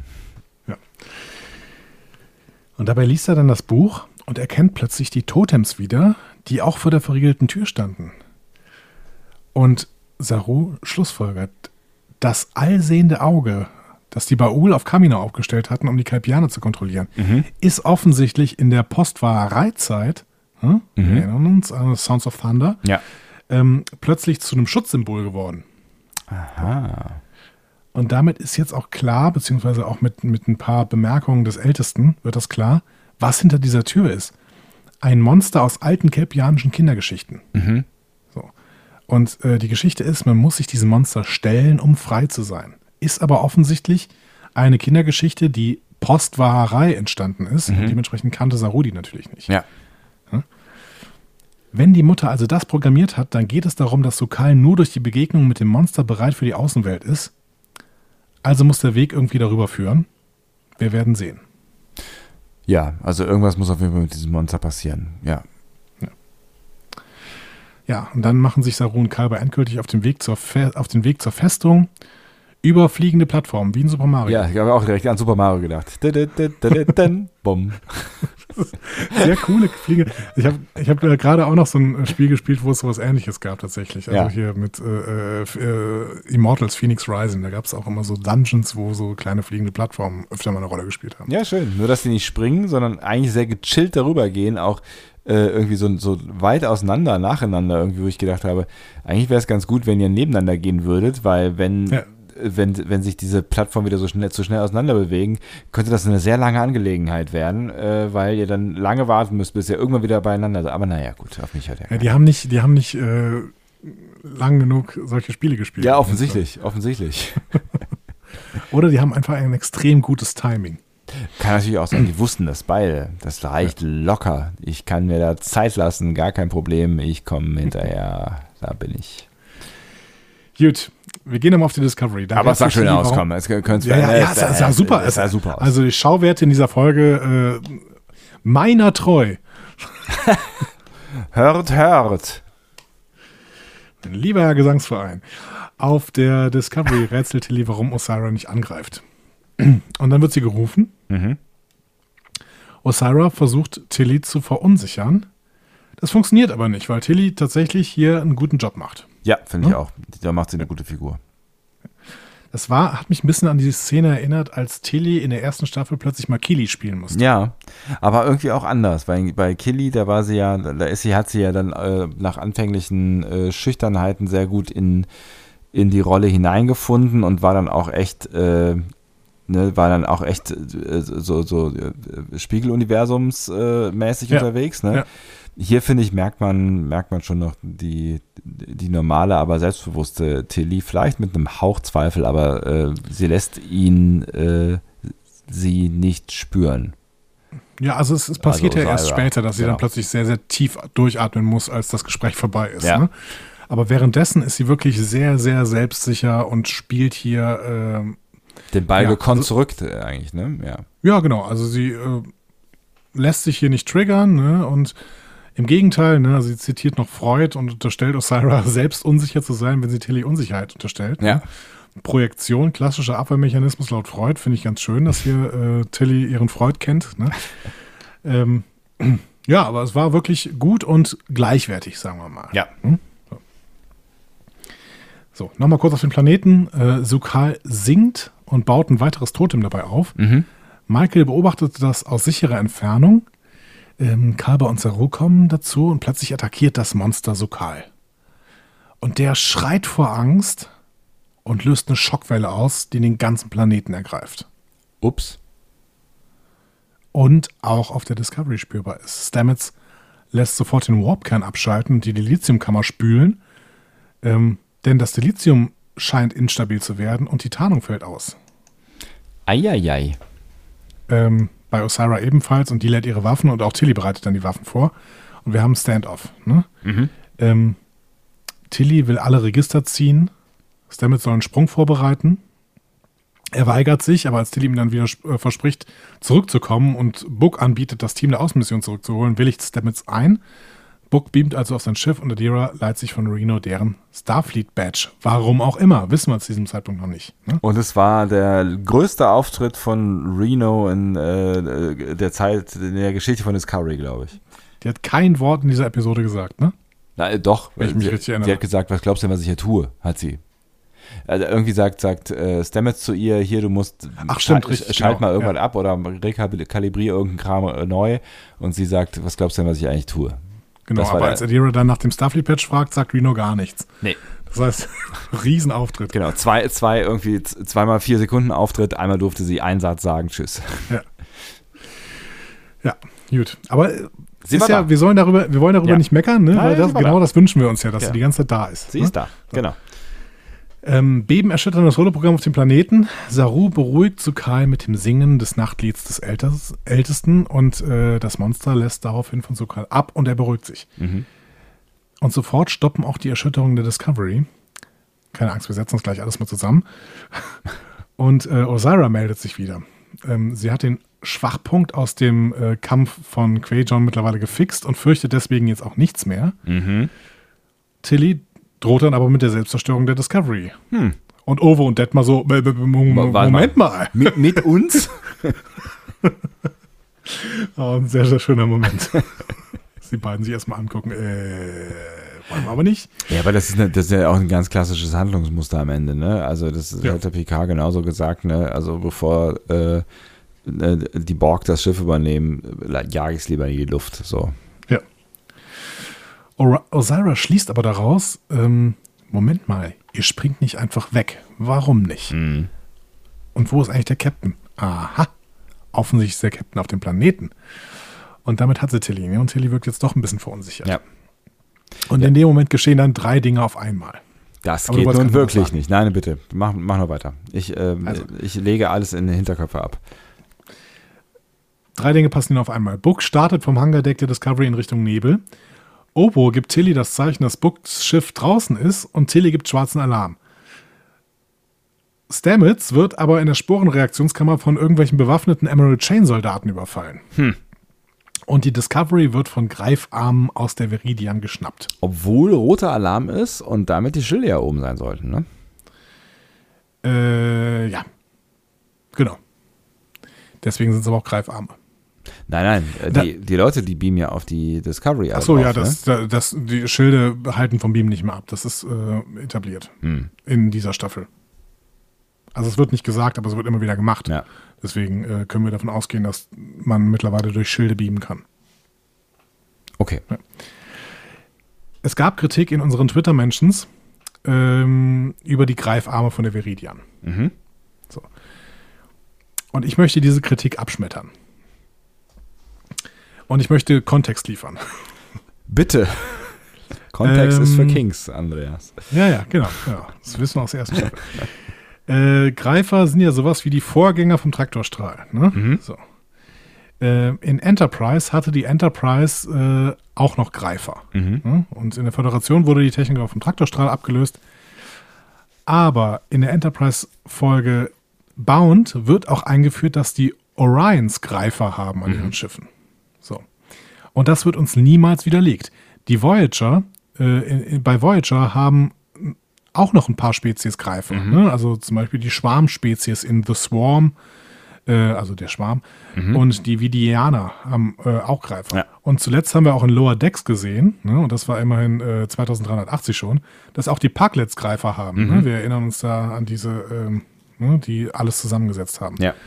Und dabei liest er dann das Buch und erkennt plötzlich die Totems wieder, die auch vor der verriegelten Tür standen. Und Saru schlussfolgert, das allsehende Auge, das die Ba'ul auf Kamino aufgestellt hatten, um die Kalpianer zu kontrollieren, Mhm. ist offensichtlich in der Postwahrereizeit, hm, wir Mhm. erinnern uns an Sounds of Thunder, Ja. ähm, plötzlich zu einem Schutzsymbol geworden. Aha. Und damit ist jetzt auch klar, beziehungsweise auch mit, mit ein paar Bemerkungen des Ältesten wird das klar, was hinter dieser Tür ist. Ein Monster aus alten kelpianischen Kindergeschichten. Mhm. So. Und äh, die Geschichte ist, man muss sich diesem Monster stellen, um frei zu sein. Ist aber offensichtlich eine Kindergeschichte, die Postwahrerei entstanden ist. Mhm. Und dementsprechend kannte Saru die natürlich nicht. Ja. Wenn die Mutter also das programmiert hat, dann geht es darum, dass Su'Kal nur durch die Begegnung mit dem Monster bereit für die Außenwelt ist. Also muss der Weg irgendwie darüber führen. Wir werden sehen. Ja, also irgendwas muss auf jeden Fall mit diesem Monster passieren. Ja. Ja, und dann machen sich Saru und Kalber endgültig auf den Weg zur, Fe- auf den Weg zur Festung über fliegende Plattformen, wie in Super Mario. Ja, ich habe auch direkt an Super Mario gedacht. Bumm. Sehr coole Fliege. Ich habe ich hab äh, gerade auch noch so ein Spiel gespielt, wo es sowas Ähnliches gab tatsächlich. Also Ja. hier mit äh, äh, Immortals Phoenix Rising. Da gab es auch immer so Dungeons, wo so kleine fliegende Plattformen öfter mal eine Rolle gespielt haben. Ja, schön. Nur, dass die nicht springen, sondern eigentlich sehr gechillt darüber gehen, auch äh, irgendwie so, so weit auseinander, nacheinander, irgendwie, wo ich gedacht habe, eigentlich wäre es ganz gut, wenn ihr nebeneinander gehen würdet, weil wenn, Ja. wenn, wenn sich diese Plattformen wieder so schnell, zu schnell auseinander bewegen, könnte das eine sehr lange Angelegenheit werden, äh, weil ihr dann lange warten müsst, bis ihr irgendwann wieder beieinander seid. Aber naja, gut, auf mich hat er Ja, die haben nicht, die haben nicht äh, lang genug solche Spiele gespielt. Ja, offensichtlich, offensichtlich. Oder die haben einfach ein extrem gutes Timing. Kann natürlich auch sein, die wussten das beide. Das reicht ja. locker. Ich kann mir da Zeit lassen, gar kein Problem. Ich komme hinterher. Da bin ich. Gut, wir gehen nochmal auf die Discovery. Da Aber es sah schön aus, komm. Es ja, ja, ja, es sah, sah super, es sah super aus. Also die Schauwerte in dieser Folge äh, meiner treu. Hört, hört. Lieber Herr Gesangsverein, auf der Discovery rätselt Tilly, warum Osira nicht angreift. Und dann wird sie gerufen. Mhm. Osira versucht, Tilly zu verunsichern. Das funktioniert aber nicht, weil Tilly tatsächlich hier einen guten Job macht. Ja, finde ich hm? auch. Da macht sie eine gute Figur. Das war, hat mich ein bisschen an die Szene erinnert, als Tilly in der ersten Staffel plötzlich mal Killy spielen musste. Ja, aber irgendwie auch anders. Bei, bei Killy, da war sie ja, da ist sie, hat sie ja dann äh, nach anfänglichen äh, Schüchternheiten sehr gut in, in die Rolle hineingefunden und war dann auch echt, äh, ne, war dann auch echt äh, so, so äh, Spiegeluniversums-mäßig äh, unterwegs, ne? Ja. Hier, finde ich, merkt man, merkt man schon noch die, die normale, aber selbstbewusste Tilly, vielleicht mit einem Hauch Zweifel, aber äh, sie lässt ihn äh, sie nicht spüren. Ja, also es, es passiert also ja erst später, dass sie genau. dann plötzlich sehr, sehr tief durchatmen muss, als das Gespräch vorbei ist. Ja. Ne? Aber währenddessen ist sie wirklich sehr, sehr selbstsicher und spielt hier äh, den Ball ja, gekonnt also, zurück, eigentlich, ne? Ja, ja genau. Also sie äh, lässt sich hier nicht triggern, ne? Und im Gegenteil, ne, sie zitiert noch Freud und unterstellt Osira selbst unsicher zu sein, wenn sie Tilly Unsicherheit unterstellt. Ja. Ne? Projektion, klassischer Abwehrmechanismus laut Freud, finde ich ganz schön, dass hier äh, Tilly ihren Freud kennt. Ne? ähm, ja, aber es war wirklich gut und gleichwertig, sagen wir mal. Ja. Hm? So, so nochmal kurz auf den Planeten. Äh, Su'Kal singt und baut ein weiteres Totem dabei auf. Mhm. Michael beobachtet das aus sicherer Entfernung. Ähm, Kalber und Saru kommen dazu und plötzlich attackiert das Monster Su'Kal. Und der schreit vor Angst und löst eine Schockwelle aus, die den ganzen Planeten ergreift. Ups. Und auch auf der Discovery spürbar ist. Stamets lässt sofort den Warpkern abschalten und die Dilithiumkammer spülen, ähm, denn das Dilithium scheint instabil zu werden und die Tarnung fällt aus. Eieiei. Ähm, bei Osira ebenfalls und die lädt ihre Waffen und auch Tilly bereitet dann die Waffen vor. Und wir haben Stand-off. Ne? Mhm. Ähm, Tilly will alle Register ziehen. Stamets soll einen Sprung vorbereiten. Er weigert sich, aber als Tilly ihm dann wieder äh, verspricht, zurückzukommen und Book anbietet, das Team der Außenmission zurückzuholen, willigt Stamets ein. Book beamt also auf sein Schiff und Adira leiht sich von Reno deren Starfleet-Badge. Warum auch immer, wissen wir zu diesem Zeitpunkt noch nicht. Ne? Und es war der größte Auftritt von Reno in äh, der Zeit, in der Geschichte von Discovery, glaube ich. Die hat kein Wort in dieser Episode gesagt, ne? Na, äh, doch. Wenn ich mich sie, richtig erinnere. Sie hat gesagt, was glaubst du denn, was ich hier tue? Hat sie. Also irgendwie sagt, sagt äh, Stamets zu ihr, hier, du musst Ach, stimmt, schalt, richtig, schalt genau, mal irgendwas ja. ab oder rekalibriere irgendeinen Kram äh, neu. Und sie sagt, was glaubst du denn, was ich eigentlich tue? Genau, das war aber als Adira dann nach dem Starfleet-Patch fragt, sagt Reno gar nichts. Nee. Das heißt, Riesenauftritt. Genau, zwei, zwei irgendwie, zweimal vier Sekunden Auftritt, einmal durfte sie einen Satz sagen, tschüss. Ja. Ja, gut. Aber sie ist ja, da. wir sollen darüber, wir wollen darüber ja. nicht meckern, ne? Nein, Weil das, genau da. das wünschen wir uns ja, dass ja. sie die ganze Zeit da ist. Sie ne? ist da, so. genau. Ähm, Beben erschüttert das Holoprogramm auf dem Planeten. Saru beruhigt Su'Kal mit dem Singen des Nachtlieds des Ältes- Ältesten und äh, das Monster lässt daraufhin von Su'Kal ab und er beruhigt sich. Mhm. Und sofort stoppen auch die Erschütterungen der Discovery. Keine Angst, wir setzen uns gleich alles mal zusammen. Und äh, Osira meldet sich wieder. Ähm, sie hat den Schwachpunkt aus dem äh, Kampf von Qui-Gon mittlerweile gefixt und fürchtet deswegen jetzt auch nichts mehr. Mhm. Tilly droht dann aber mit der Selbstzerstörung der Discovery. Hm. Und Owe und Detmar so, äh, äh, Moment mal. Mit, mit uns? Oh, ein sehr, sehr schöner Moment. Die beiden sich erstmal angucken, äh, wollen wir aber nicht. Ja, aber das ist, eine, das ist ja auch ein ganz klassisches Handlungsmuster am Ende, ne? Also das ja. hat der Picard genauso gesagt, ne? Also bevor äh, die Borg das Schiff übernehmen, jage ich es lieber in die Luft, so. Ja. Osira schließt aber daraus, ähm, Moment mal, ihr springt nicht einfach weg. Warum nicht? Mhm. Und wo ist eigentlich der Captain? Aha, offensichtlich ist der Captain auf dem Planeten. Und damit hat sie Tilly. Ne? Und Tilly wirkt jetzt doch ein bisschen verunsichert. Ja. Und ja. in dem Moment geschehen dann drei Dinge auf einmal. Das Aber geht nun wirklich sagen. nicht. Nein, bitte, mach, mach noch weiter. Ich, äh, also. ich lege alles in die Hinterköpfe ab. Drei Dinge passieren auf einmal. Book startet vom Hangardeck der Discovery in Richtung Nebel. Obo gibt Tilly das Zeichen, dass Books Schiff draußen ist und Tilly gibt schwarzen Alarm. Stamets wird aber in der Sporenreaktionskammer von irgendwelchen bewaffneten Emerald Chain Soldaten überfallen. Hm. Und die Discovery wird von Greifarmen aus der Viridian geschnappt. Obwohl roter Alarm ist und damit die Schilde ja oben sein sollten, ne? Äh, ja. Genau. Deswegen sind es aber auch Greifarme. Nein, nein, äh, Da- die, die Leute, die beamen ja auf die Discovery. Achso, drauf, ja, ne? das, da- das, die Schilde halten vom Beam nicht mehr ab. Das ist äh, etabliert Hm. in dieser Staffel. Also es wird nicht gesagt, aber es wird immer wieder gemacht. Ja. Deswegen äh, können wir davon ausgehen, dass man mittlerweile durch Schilde beamen kann. Okay. Es gab Kritik in unseren Twitter-Mentions ähm, über die Greifarme von der Viridian. Mhm. Und ich möchte diese Kritik abschmettern. Und ich möchte Kontext liefern. Bitte. Kontext Ähm, ist für Kings, Andreas. Ja, ja, genau. Ja, das wissen wir aus der ersten Staffel. äh, Greifer sind ja sowas wie die Vorgänger vom Traktorstrahl. Ne? Mhm. So. Äh, in Enterprise hatte die Enterprise äh, auch noch Greifer. Mhm. Ne? Und in der Föderation wurde die Technik auch vom Traktorstrahl abgelöst. Aber in der Enterprise-Folge Bound wird auch eingeführt, dass die Orions Greifer haben an ihren Schiffen. So. Und das wird uns niemals widerlegt. Die Voyager, äh, in, in, bei Voyager haben auch noch ein paar Spezies Greifer. Mhm. Ne? Also zum Beispiel die Schwarmspezies in The Swarm, äh, also der Schwarm, Mhm. und die Vidianer haben äh, auch Greifer. Ja. Und zuletzt haben wir auch in Lower Decks gesehen, ne? Und das war immerhin äh, zweitausenddreihundertachtzig schon, dass auch die Parklets Greifer haben. Mhm. Ne? Wir erinnern uns da an diese, ähm, ne? die alles zusammengesetzt haben. Ja.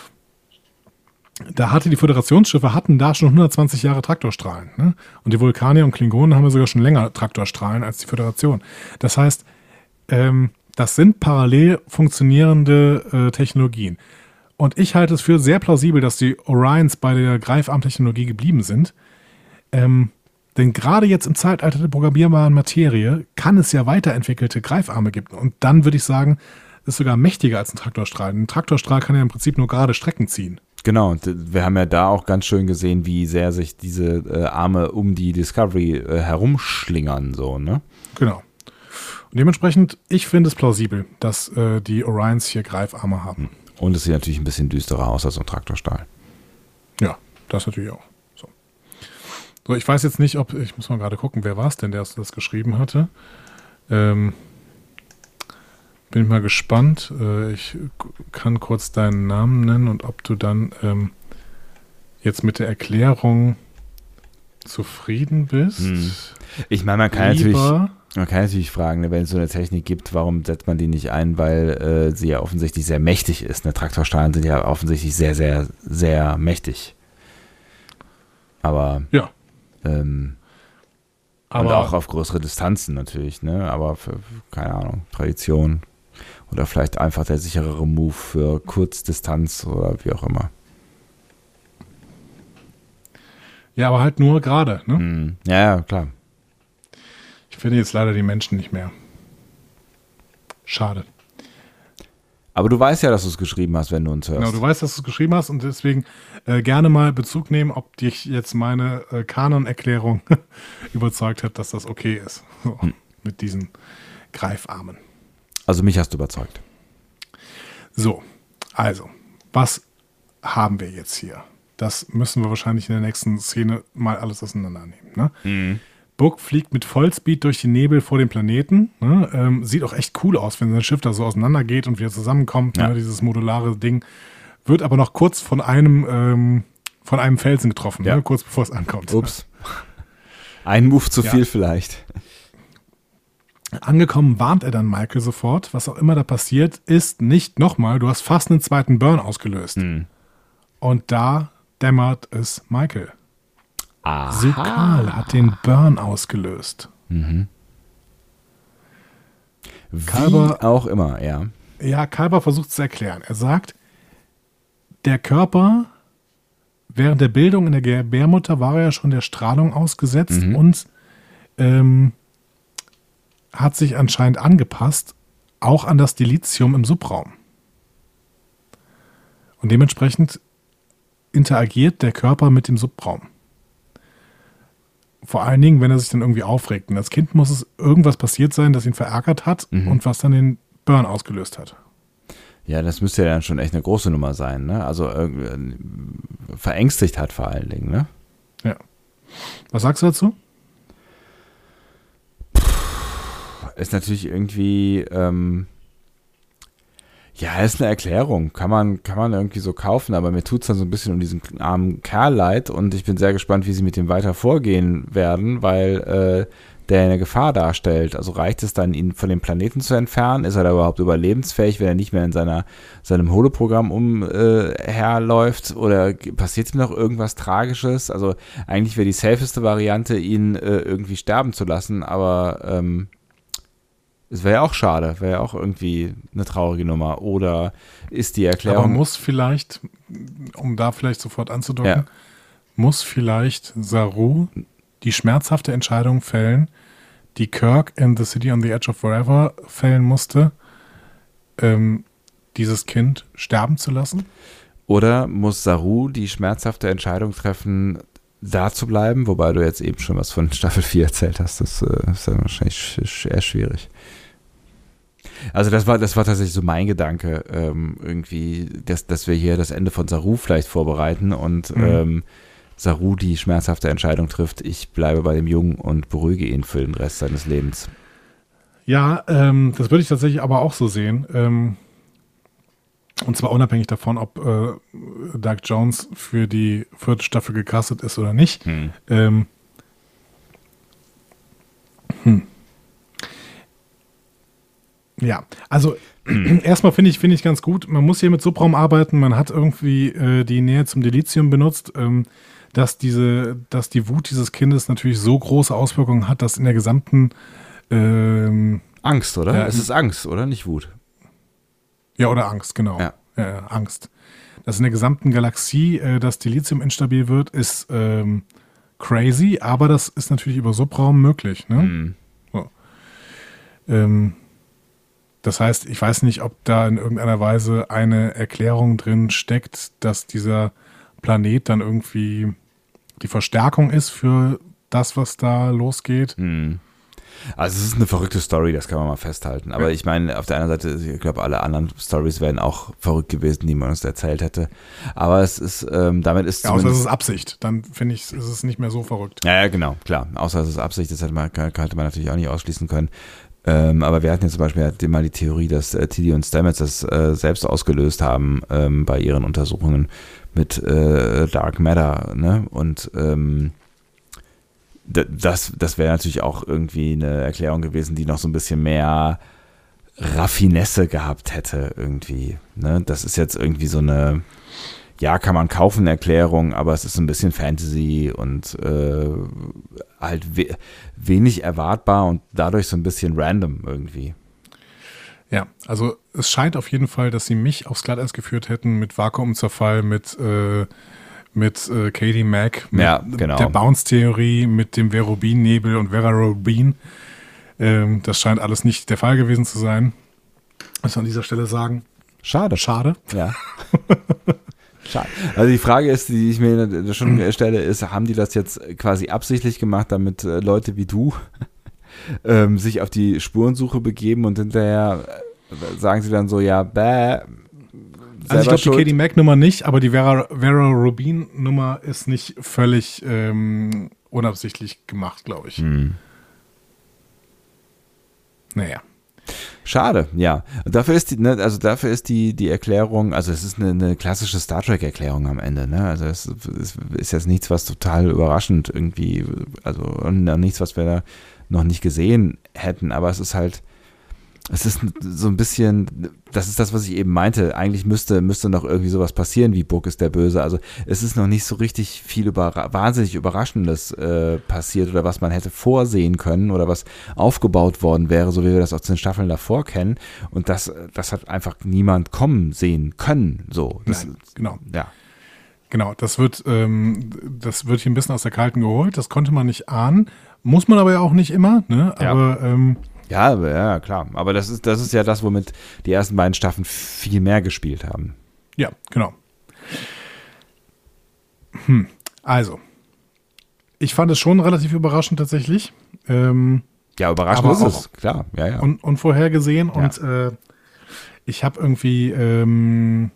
Da hatte die Föderationsschiffe hatten da schon hundertzwanzig Jahre Traktorstrahlen. Ne? Und die Vulkanier und Klingonen haben ja sogar schon länger Traktorstrahlen als die Föderation. Das heißt, ähm, das sind parallel funktionierende äh, Technologien. Und ich halte es für sehr plausibel, dass die Orions bei der Greifarm-Technologie geblieben sind. Ähm, denn gerade jetzt im Zeitalter der programmierbaren Materie kann es ja weiterentwickelte Greifarme geben. Und dann würde ich sagen, ist sogar mächtiger als ein Traktorstrahl. Ein Traktorstrahl kann ja im Prinzip nur gerade Strecken ziehen. Genau, und wir haben ja da auch ganz schön gesehen, wie sehr sich diese äh, Arme um die Discovery äh, herumschlingern, so, ne? Genau. Und dementsprechend, ich finde es plausibel, dass äh, die Orions hier Greifarme haben. Und es sieht natürlich ein bisschen düsterer aus als so ein Traktorstahl. Ja, das natürlich auch. So. So, ich weiß jetzt nicht, ob, ich muss mal gerade gucken, wer war es denn, der das geschrieben hatte. Ähm, bin ich mal gespannt. Äh, ich kann kurz deinen Namen nennen und ob du dann ähm, jetzt mit der Erklärung zufrieden bist. Hm. Ich meine, man kann Lieber, natürlich... Man kann natürlich fragen, ne, wenn es so eine Technik gibt, warum setzt man die nicht ein, weil äh, sie ja offensichtlich sehr mächtig ist. Ne? Traktorstrahlen sind ja offensichtlich sehr, sehr, sehr mächtig. Aber, ja, ähm, und aber auch auf größere Distanzen natürlich, ne? Aber für, keine Ahnung, Tradition oder vielleicht einfach der sicherere Move für Kurzdistanz oder wie auch immer. ja, aber halt nur gerade. Ne? Mhm. Ja, ja, klar. Ich finde jetzt leider die Menschen nicht mehr. Schade. Aber du weißt ja, dass du es geschrieben hast, wenn du uns hörst. Genau, du weißt, dass du es geschrieben hast und deswegen äh, gerne mal Bezug nehmen, ob dich jetzt meine äh, Kanon-Erklärung überzeugt hat, dass das okay ist. So, Hm. mit diesen Greifarmen. Also mich hast du überzeugt. So, also, was haben wir jetzt hier? Das müssen wir wahrscheinlich in der nächsten Szene mal alles auseinandernehmen. Ne? Mhm. Book fliegt mit Vollspeed durch den Nebel vor dem Planeten. Ne? Ähm, sieht auch echt cool aus, wenn sein Schiff da so auseinandergeht und wieder zusammenkommt. Ja. Ne? Dieses modulare Ding. Wird aber noch kurz von einem, ähm, von einem Felsen getroffen, Ja. ne? Kurz bevor es ankommt. Ups. Ein Move zu Ja. viel vielleicht. Angekommen warnt er dann Michael sofort. Was auch immer da passiert, ist nicht nochmal. Du hast fast einen zweiten Burn ausgelöst. Hm. Und da dämmert es Michael. Aha. Sykal hat den Burn ausgelöst. Mhm. Wie Kalber- auch immer, ja. Ja, Kalber versucht es zu erklären. Er sagt, der Körper während der Bildung in der Gebärmutter war ja schon der Strahlung ausgesetzt Mhm. und ähm, hat sich anscheinend angepasst, auch an das Dilithium im Subraum. Und dementsprechend interagiert der Körper mit dem Subraum. Vor allen Dingen, wenn er sich dann irgendwie aufregt. Und als Kind muss es irgendwas passiert sein, das ihn verärgert hat mhm. und was dann den Burn ausgelöst hat. Ja, das müsste ja dann schon echt eine große Nummer sein, ne? Also äh, verängstigt hat vor allen Dingen, ne? Ja. Was sagst du dazu? Ist natürlich irgendwie, ähm, ja, ist eine Erklärung. Kann man, kann man irgendwie so kaufen, aber mir tut es dann so ein bisschen um diesen armen Kerl leid und ich bin sehr gespannt, wie sie mit dem weiter vorgehen werden, weil äh, der eine Gefahr darstellt. Also reicht es dann, ihn von dem Planeten zu entfernen? Ist er da überhaupt überlebensfähig, wenn er nicht mehr in seiner, seinem Holoprogramm umherläuft? Äh, Oder passiert ihm noch irgendwas Tragisches? Also eigentlich wäre die safeste Variante, ihn äh, irgendwie sterben zu lassen, aber ähm, es wäre ja auch schade, wäre ja auch irgendwie eine traurige Nummer. Oder ist die Erklärung... Aber muss vielleicht, um da vielleicht sofort anzudocken, ja. muss vielleicht Saru die schmerzhafte Entscheidung fällen, die Kirk in The City on the Edge of Forever fällen musste, ähm, dieses Kind sterben zu lassen? Oder muss Saru die schmerzhafte Entscheidung treffen, da zu bleiben? Wobei du jetzt eben schon was von Staffel vier erzählt hast. Das äh, ist dann wahrscheinlich eher schwierig. Also das war, das war tatsächlich so mein Gedanke, ähm, irgendwie, dass, dass wir hier das Ende von Saru vielleicht vorbereiten und mhm. ähm, Saru die schmerzhafte Entscheidung trifft, ich bleibe bei dem Jungen und beruhige ihn für den Rest seines Lebens. Ja, ähm, das würde ich tatsächlich aber auch so sehen. Ähm, und zwar unabhängig davon, ob äh, Doug Jones für die vierte Staffel gecastet ist oder nicht. Hm. Ähm, hm. Ja, also erstmal finde ich, finde ich ganz gut, man muss hier mit Subraum arbeiten, man hat irgendwie äh, die Nähe zum Delizium benutzt, ähm, dass diese, dass die Wut dieses Kindes natürlich so große Auswirkungen hat, dass in der gesamten ähm, Angst, oder? Ja, es ist Angst, oder? Nicht Wut. Ja, oder Angst, genau. Ja. Ja, Angst. Dass in der gesamten Galaxie äh, das Delizium instabil wird, ist ähm, crazy, aber das ist natürlich über Subraum möglich. Ne? Mhm. So. Ähm, das heißt, ich weiß nicht, ob da in irgendeiner Weise eine Erklärung drin steckt, dass dieser Planet dann irgendwie die Verstärkung ist für das, was da losgeht. Mhm. Also es ist eine verrückte Story, das kann man mal festhalten. Aber ja. ich meine, auf der anderen Seite, ich glaube, alle anderen Stories wären auch verrückt gewesen, die man uns erzählt hätte. Aber es ist, ähm, damit ist ja, außer es ist Absicht, dann finde ich, ist es nicht mehr so verrückt. Ja, ja, genau, klar. Außer es ist Absicht, das hätte man, hätte man natürlich auch nicht ausschließen können. Ähm, aber wir hatten ja zum Beispiel mal die Theorie, dass äh, Tilly und Stamets das äh, selbst ausgelöst haben ähm, bei ihren Untersuchungen mit äh, Dark Matter, ne? Und ähm, d- das, das wäre natürlich auch irgendwie eine Erklärung gewesen, die noch so ein bisschen mehr Raffinesse gehabt hätte irgendwie, ne? Das ist jetzt irgendwie so eine, ja, kann man kaufen, Erklärung, aber es ist ein bisschen Fantasy und äh, halt we- wenig erwartbar und dadurch so ein bisschen random irgendwie. Ja, also es scheint auf jeden Fall, dass sie mich aufs Glatteis geführt hätten mit Vakuumzerfall, mit, äh, mit äh, Katie Mack, mit ja, genau. der Bounce-Theorie, mit dem Verobin-Nebel und Vera Rubin. Ähm, das scheint alles nicht der Fall gewesen zu sein. Was wir an dieser Stelle sagen. Schade. Schade. Ja. Schade. Also die Frage ist, die ich mir schon stelle, ist, haben die das jetzt quasi absichtlich gemacht, damit äh, Leute wie du ähm, sich auf die Spurensuche begeben und hinterher äh, sagen sie dann so, ja, bäh. Also ich glaube, die Katie Mack-Nummer nicht, aber die Vera, Vera Rubin-Nummer ist nicht völlig ähm, unabsichtlich gemacht, glaube ich. Hm. Naja. Schade, ja. Und dafür ist die, ne, also dafür ist die, die Erklärung, also es ist eine, eine klassische Star Trek-Erklärung am Ende, ne? Also es ist, ist jetzt nichts, was total überraschend irgendwie, also nichts, was wir da noch nicht gesehen hätten, aber es ist halt, es ist so ein bisschen, das ist das, was ich eben meinte, eigentlich müsste, müsste noch irgendwie sowas passieren, wie Book ist der Böse, also es ist noch nicht so richtig viel über, wahnsinnig Überraschendes äh, passiert oder was man hätte vorsehen können oder was aufgebaut worden wäre, so wie wir das aus den Staffeln davor kennen und das, das hat einfach niemand kommen sehen können, so. Das, Nein, genau. Ja. Genau, das wird, ähm, das wird hier ein bisschen aus der Kalten geholt, das konnte man nicht ahnen, muss man aber ja auch nicht immer, ne, aber, ja. ähm, Ja, ja, klar. Aber das ist, das ist ja das, womit die ersten beiden Staffeln viel mehr gespielt haben. Ja, genau. Hm, also, ich fand es schon relativ überraschend tatsächlich. Ähm, Ja, überraschend aber ist auch es, klar. Ja, ja. un unvorhergesehen Ja. und äh, ich habe irgendwie, ähm,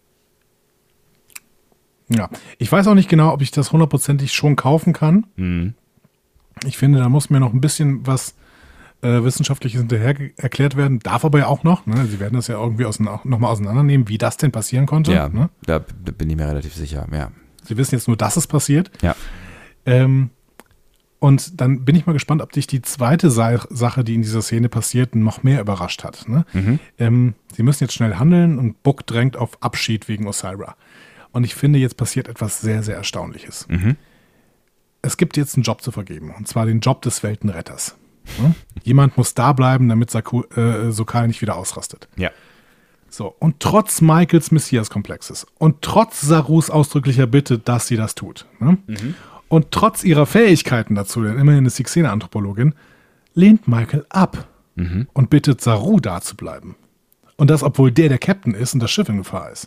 ja, ich weiß auch nicht genau, ob ich das hundertprozentig schon kaufen kann. Mhm. Ich finde, da muss mir noch ein bisschen was äh, Wissenschaftliches hinterher erklärt werden. Darf aber ja auch noch. Ne? Sie werden das ja irgendwie nochmal auseinandernehmen, wie das denn passieren konnte. Ja, Ne? da b- bin ich mir relativ sicher, ja. Sie wissen jetzt nur, dass es passiert. Ja. Ähm, und dann bin ich mal gespannt, ob dich die zweite Sa Sache, die in dieser Szene passiert, noch mehr überrascht hat. Ne? Mhm. Ähm, sie müssen jetzt schnell handeln und Book drängt auf Abschied wegen Osira. Und ich finde, jetzt passiert etwas sehr, sehr Erstaunliches. Mhm. Es gibt jetzt einen Job zu vergeben, und zwar den Job des Weltenretters. Ne? Jemand muss da bleiben, damit Saku, äh, Sokal nicht wieder ausrastet. Ja. So, und trotz Michaels Messias-Komplexes und trotz Sarus ausdrücklicher Bitte, dass sie das tut, ne? Mhm. und trotz ihrer Fähigkeiten dazu, denn immerhin ist sie Xena-Anthropologin, lehnt Michael ab Mhm. und bittet Saru da zu bleiben. Und das, obwohl der der Captain ist und das Schiff in Gefahr ist.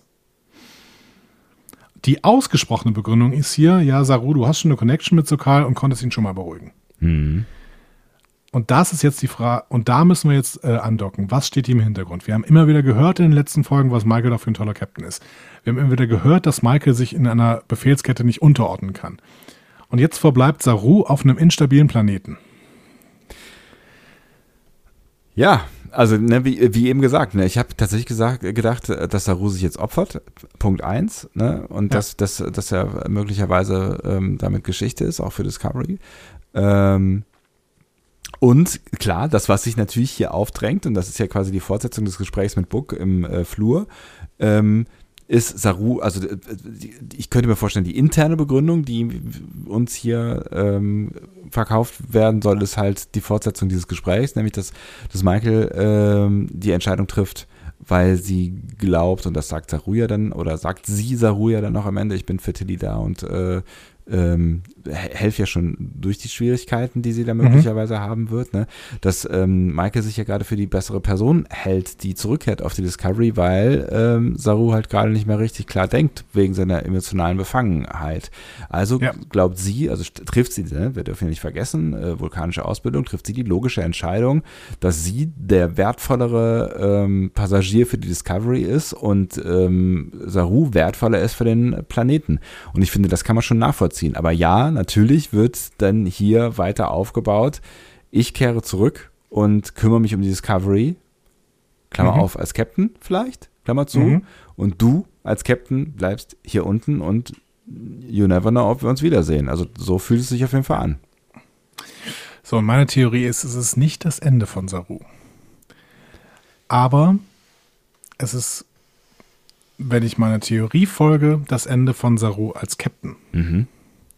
Die ausgesprochene Begründung ist hier, ja, Saru, du hast schon eine Connection mit Sokal und konntest ihn schon mal beruhigen. Mhm. Und das ist jetzt die Frage, und da müssen wir jetzt äh, andocken. Was steht hier im Hintergrund? Wir haben immer wieder gehört in den letzten Folgen, was Michael doch für ein toller Captain ist. Wir haben immer wieder gehört, dass Michael sich in einer Befehlskette nicht unterordnen kann. Und jetzt verbleibt Saru auf einem instabilen Planeten. Ja, also ne, wie, wie eben gesagt, ne, ich habe tatsächlich gesagt, gedacht, dass Saru sich jetzt opfert, Punkt eins, ne, und Ja. dass, dass, dass er möglicherweise ähm, damit Geschichte ist, auch für Discovery. Ähm, und klar, das, was sich natürlich hier aufdrängt, und das ist ja quasi die Fortsetzung des Gesprächs mit Book im äh, Flur, ähm, ist Saru, also äh, die- ich könnte mir vorstellen, die interne Begründung, die uns hier ähm, verkauft werden soll, ist halt die Fortsetzung dieses Gesprächs, nämlich dass, dass Michael ähm, die Entscheidung trifft, weil sie glaubt, und das sagt Saru ja dann, oder sagt sie Saru ja dann noch am Ende, ich bin für Tilly da und äh, ähm, helfe ja schon durch die Schwierigkeiten, die sie da möglicherweise haben wird, ne? Dass ähm, Michael sich ja gerade für die bessere Person hält, die zurückkehrt auf die Discovery, weil ähm, Saru halt gerade nicht mehr richtig klar denkt, wegen seiner emotionalen Befangenheit. Also Ja. glaubt sie, also st- trifft sie, ne? Wir dürfen ja nicht vergessen, äh, vulkanische Ausbildung, trifft sie die logische Entscheidung, dass sie der wertvollere ähm, Passagier für die Discovery ist und ähm, Saru wertvoller ist für den Planeten. Und ich finde, das kann man schon nachvollziehen. Aber ja, natürlich wird dann hier weiter aufgebaut. Ich kehre zurück und kümmere mich um die Discovery. Klammer Mhm. auf, als Captain vielleicht, Klammer zu. Mhm. Und du als Captain bleibst hier unten und you never know, ob wir uns wiedersehen. Also so fühlt es sich auf jeden Fall an. So, und meine Theorie ist, es ist nicht das Ende von Saru. Aber es ist, wenn ich meiner Theorie folge, das Ende von Saru als Captain. Mhm.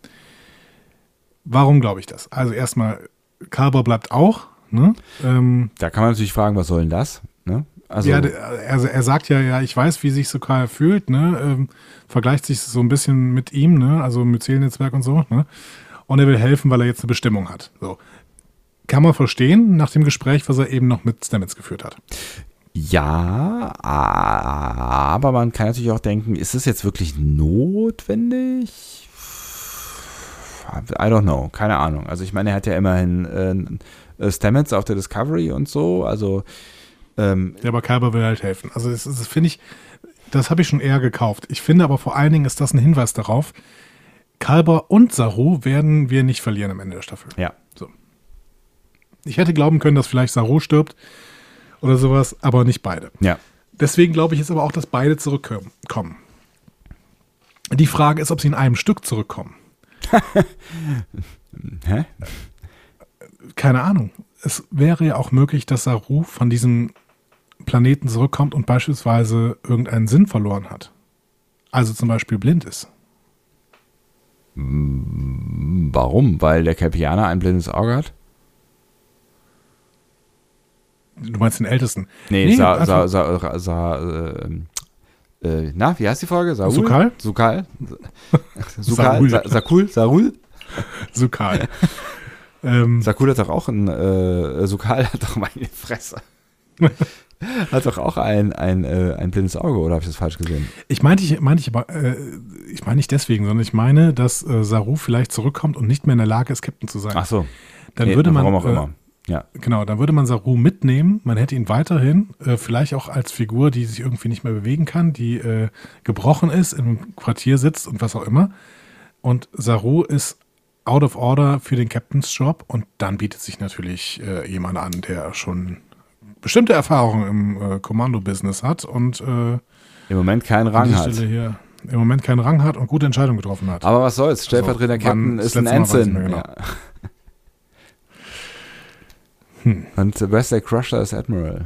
Warum glaube ich das? Also erstmal, Kalber bleibt auch. Ne? Ähm, Da kann man natürlich fragen, was soll denn das? Ne? Also, ja, der- er, er sagt ja, ja, ich weiß, wie sich Sokal fühlt. Ne? Ähm, vergleicht sich so ein bisschen mit ihm, ne? Also Myzel-Netzwerk und so. Ne? Und er will helfen, weil er jetzt eine Bestimmung hat. So. Kann man verstehen, nach dem Gespräch, was er eben noch mit Stamets geführt hat. ja, aber man kann natürlich auch denken, ist es jetzt wirklich notwendig? I don't know, keine Ahnung. Also ich meine, er hat ja immerhin äh, Stamets auf der Discovery und so, also ähm, Ja, aber Kalber will halt helfen. Also das, das finde ich, das habe ich schon eher gekauft. Ich finde aber vor allen Dingen ist das ein Hinweis darauf, Kalber und Saru werden wir nicht verlieren am Ende der Staffel. ja. So. Ich hätte glauben können, dass vielleicht Saru stirbt oder sowas, aber nicht beide. Ja. Deswegen glaube ich jetzt aber auch, dass beide zurückkommen. Die Frage ist, ob sie in einem Stück zurückkommen. Hä? Keine Ahnung. Es wäre ja auch möglich, dass Saru von diesem Planeten zurückkommt und beispielsweise irgendeinen Sinn verloren hat. Also zum Beispiel blind ist. Warum? Weil der Kelpianer ein blindes Auge hat? Du meinst den Ältesten? Nee, Nee, sa, einfach- sa, sa, sa, äh, äh, na, wie heißt die Folge? Saul? Sukal? Sukal? Sarul. Sukal? Sa, Sakul? Sarul? Sukal. ähm, Sakul hat doch auch ein, äh, Sukal hat doch meine Fresse. Hat doch auch ein, ein, äh, ein blindes Auge, oder habe ich das falsch gesehen? Ich meinte ich, meinte ich aber, äh, ich meine nicht deswegen, sondern ich meine, dass äh, Saru vielleicht zurückkommt und nicht mehr in der Lage ist, Captain zu sein. Ach so. Dann Nee, würde man, warum auch äh, immer. Ja. Genau, dann würde man Saru mitnehmen, man hätte ihn weiterhin, äh, vielleicht auch als Figur, die sich irgendwie nicht mehr bewegen kann, die äh, gebrochen ist, im Quartier sitzt und was auch immer. Und Saru ist out of order für den Captain's Job und dann bietet sich natürlich äh, jemand an, der schon bestimmte Erfahrungen im äh, Kommando-Business hat und äh, Im Moment keinen Rang an die hat. Stelle hier im Moment keinen Rang hat und gute Entscheidungen getroffen hat. Aber was soll's? Stellvertretender Also, Captain wann ist das ein letzte Mal weiß ich Ensign. nicht mehr genau. Ja. Hm. Und Wesley Crusher ist Admiral.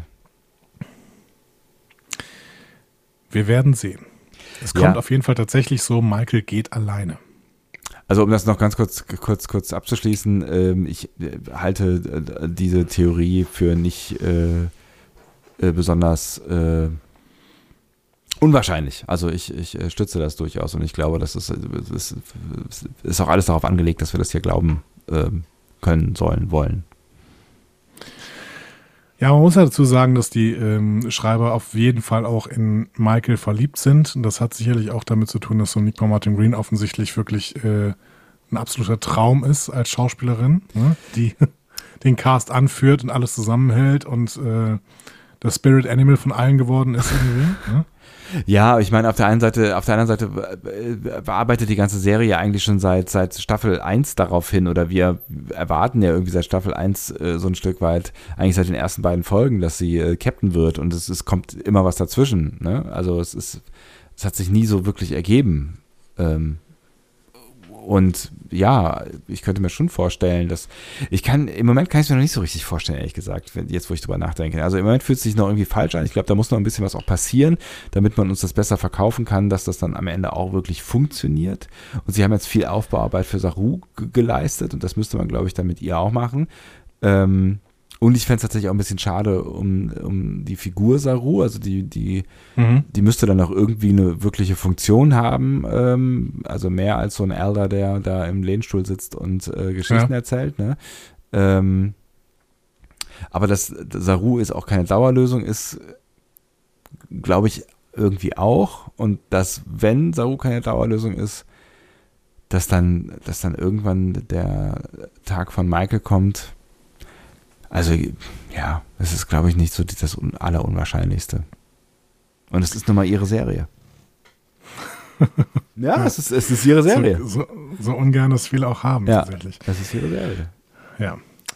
Wir werden sehen. Es kommt Ja. auf jeden Fall tatsächlich so, Michael geht alleine. Also um das noch ganz kurz kurz kurz abzuschließen, ähm, ich äh, halte äh, diese Theorie für nicht äh, äh, besonders äh, unwahrscheinlich. Also ich, ich äh, stütze das durchaus und ich glaube, dass es, es ist auch alles darauf angelegt, dass wir das hier glauben äh, können, sollen, wollen. Ja, man muss ja dazu sagen, dass die ähm, Schreiber auf jeden Fall auch in Michael verliebt sind. Und das hat sicherlich auch damit zu tun, dass so Nick Martin Green offensichtlich wirklich äh, ein absoluter Traum ist als Schauspielerin, ne? Die den Cast anführt und alles zusammenhält und äh, das Spirit Animal von allen geworden ist irgendwie. Ne? Ja, ich meine, auf der einen Seite, auf der anderen Seite äh, bearbeitet die ganze Serie eigentlich schon seit, seit Staffel eins darauf hin, oder wir erwarten ja irgendwie seit Staffel eins äh, so ein Stück weit, eigentlich seit den ersten beiden Folgen, dass sie äh, Captain wird, und es, es kommt immer was dazwischen, ne? Also es ist, es hat sich nie so wirklich ergeben. Ähm, Und ja, ich könnte mir schon vorstellen, dass ich kann, im Moment kann ich es mir noch nicht so richtig vorstellen, ehrlich gesagt, wenn, jetzt wo ich drüber nachdenke. Also im Moment fühlt es sich noch irgendwie falsch an. Ich glaube, da muss noch ein bisschen was auch passieren, damit man uns das besser verkaufen kann, dass das dann am Ende auch wirklich funktioniert. Und sie haben jetzt viel Aufbauarbeit für Saru g- geleistet, und das müsste man, glaube ich, dann mit ihr auch machen. Ähm, Und ich fände es tatsächlich auch ein bisschen schade um, um die Figur Saru, also die, die, Mhm. die müsste dann auch irgendwie eine wirkliche Funktion haben, ähm, also mehr als so ein Elder, der da im Lehnstuhl sitzt und äh, Geschichten Ja. erzählt, ne? Ähm, aber das, das Saru ist auch keine Dauerlösung, ist, glaube ich, irgendwie auch, und dass, wenn Saru keine Dauerlösung ist, dass dann, dass dann irgendwann der Tag von Michael kommt. Also, ja, das ist, glaube ich, nicht so das Un- Allerunwahrscheinlichste. Und es ist nun mal ihre Serie. Ja, es ist, es ist ihre Serie. So, so, so ungern das viele auch haben, Ja, tatsächlich. es ist ihre Serie. Ja.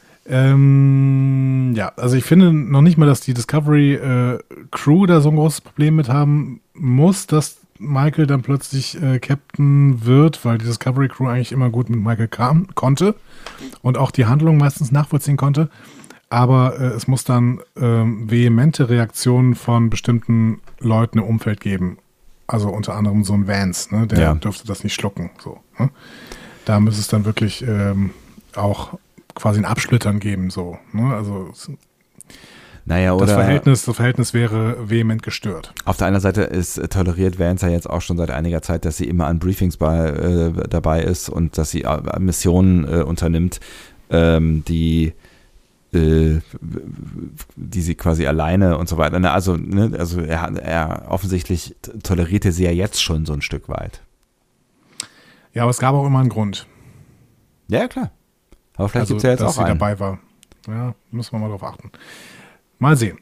Ähm, ja, also ich finde noch nicht mal, dass die Discovery äh, Crew da so ein großes Problem mit haben muss, dass Michael dann plötzlich äh, Captain wird, weil die Discovery Crew eigentlich immer gut mit Michael kam, konnte und auch die Handlung meistens nachvollziehen konnte. Aber äh, es muss dann ähm, vehemente Reaktionen von bestimmten Leuten im Umfeld geben. Also unter anderem so ein Vance, ne? Der Ja. dürfte das nicht schlucken. So, ne? Da müsste es dann wirklich ähm, auch quasi ein Absplittern geben. So, ne? Also es- Naja, das oder Verhältnis, das Verhältnis wäre vehement gestört. auf der anderen Seite ist äh, toleriert Vance ja jetzt auch schon seit einiger Zeit, dass sie immer an Briefings bei, äh, dabei ist und dass sie äh, Missionen äh, unternimmt, ähm, die äh, die sie quasi alleine und so weiter. Na, Also, ne, also er, hat- er offensichtlich t- tolerierte sie ja jetzt schon so ein Stück weit. Ja, aber es gab auch immer einen Grund. Ja, ja, klar. Aber vielleicht Also, gibt es ja jetzt dass auch sie einen. dabei war. Ja, müssen wir mal drauf achten. Mal sehen.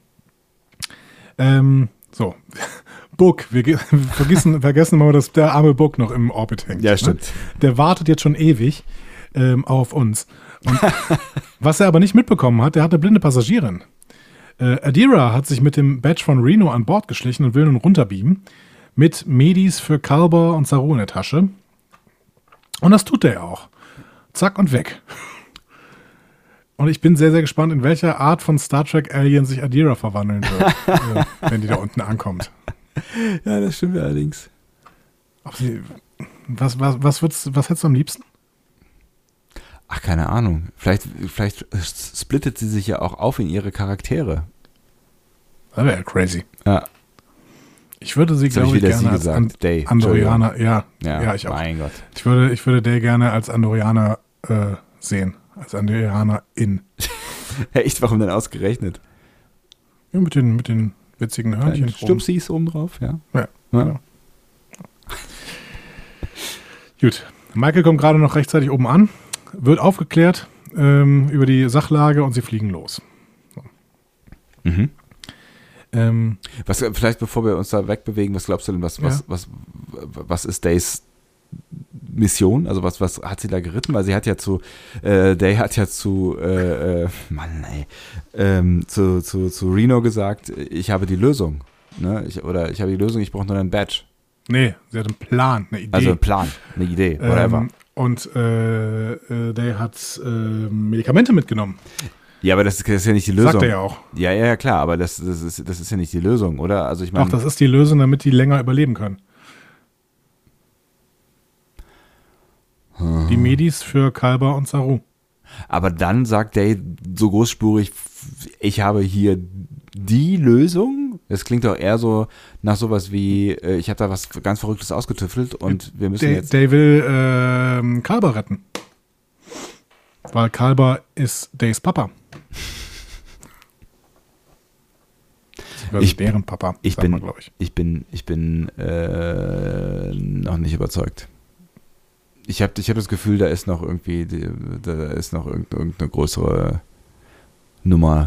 Ähm, so. Book. Wir, ge- wir vergessen, vergessen mal, dass der arme Book noch im Orbit hängt. Ja, ne? stimmt. Der wartet jetzt schon ewig ähm, auf uns. Und was er aber nicht mitbekommen hat, der hat eine blinde Passagierin. Äh, Adira hat sich mit dem Badge von Reno an Bord geschlichen und will nun runterbeamen. Mit Medis für Kalber und Saru in der Tasche. Und das tut er ja auch. Zack und weg. Und ich bin sehr, sehr gespannt, in welcher Art von Star Trek Alien sich Adira verwandeln wird, äh, wenn die da unten ankommt. Ja, das stimmt allerdings. Ob sie, was, was, was, würdest, was hättest du am liebsten? Ach, keine Ahnung. Vielleicht, vielleicht splittet sie sich ja auch auf in ihre Charaktere. Das wäre ja crazy. Ja, Ich würde sie, das habe glaube ich ich, wieder sie gerne als gesagt. An Day. Andorianer, ja, Ja, ja, ich auch. Mein Gott. Ich würde, ich würde Day gerne als Andorianer äh, sehen, als Andorianer in. Echt, warum denn ausgerechnet? Ja, mit den, mit den witzigen Hörnchen. Stupsis oben drauf, ja. Ja, ja. Genau. Gut. Michael kommt gerade noch rechtzeitig oben an, wird aufgeklärt ähm, über die Sachlage und sie fliegen los. So. Mhm. Ähm, was, vielleicht bevor wir uns da wegbewegen, was glaubst du denn, was, ja. was, was, was ist Days Mission? Also was, was hat sie da geritten? Weil sie hat ja zu, äh, Day hat ja zu, äh, äh, Mann, ey, ähm, zu, zu, zu Reno gesagt, ich habe die Lösung. Ne? Ich, oder ich habe die Lösung, ich brauche nur einen Badge. Nee, sie hat einen Plan, eine Idee. Also einen Plan, eine Idee, whatever. Ähm, und äh, äh, Day hat äh, Medikamente mitgenommen. Ja, aber das ist, das ist ja nicht die Lösung. Sagt er ja auch. Ja, ja, ja, klar, aber das, das, ist, das ist ja nicht die Lösung, oder? Also ich meine. Doch, das ist die Lösung, damit die länger überleben können. Hm. Die Medis für Kalber und Saru. Aber dann sagt Day so großspurig, ich habe hier die Lösung. Das klingt doch eher so nach sowas wie, äh, ich habe da was ganz Verrücktes ausgetüffelt und wir müssen Day, jetzt. Day will äh, Kalber retten. Weil Kalber ist Days Papa. Ich, deren Papa, ich bin, glaube ich. Ich bin, ich bin äh, noch nicht überzeugt. Ich habe ich hab das Gefühl, da ist noch irgendwie, da ist noch irgendeine größere Nummer.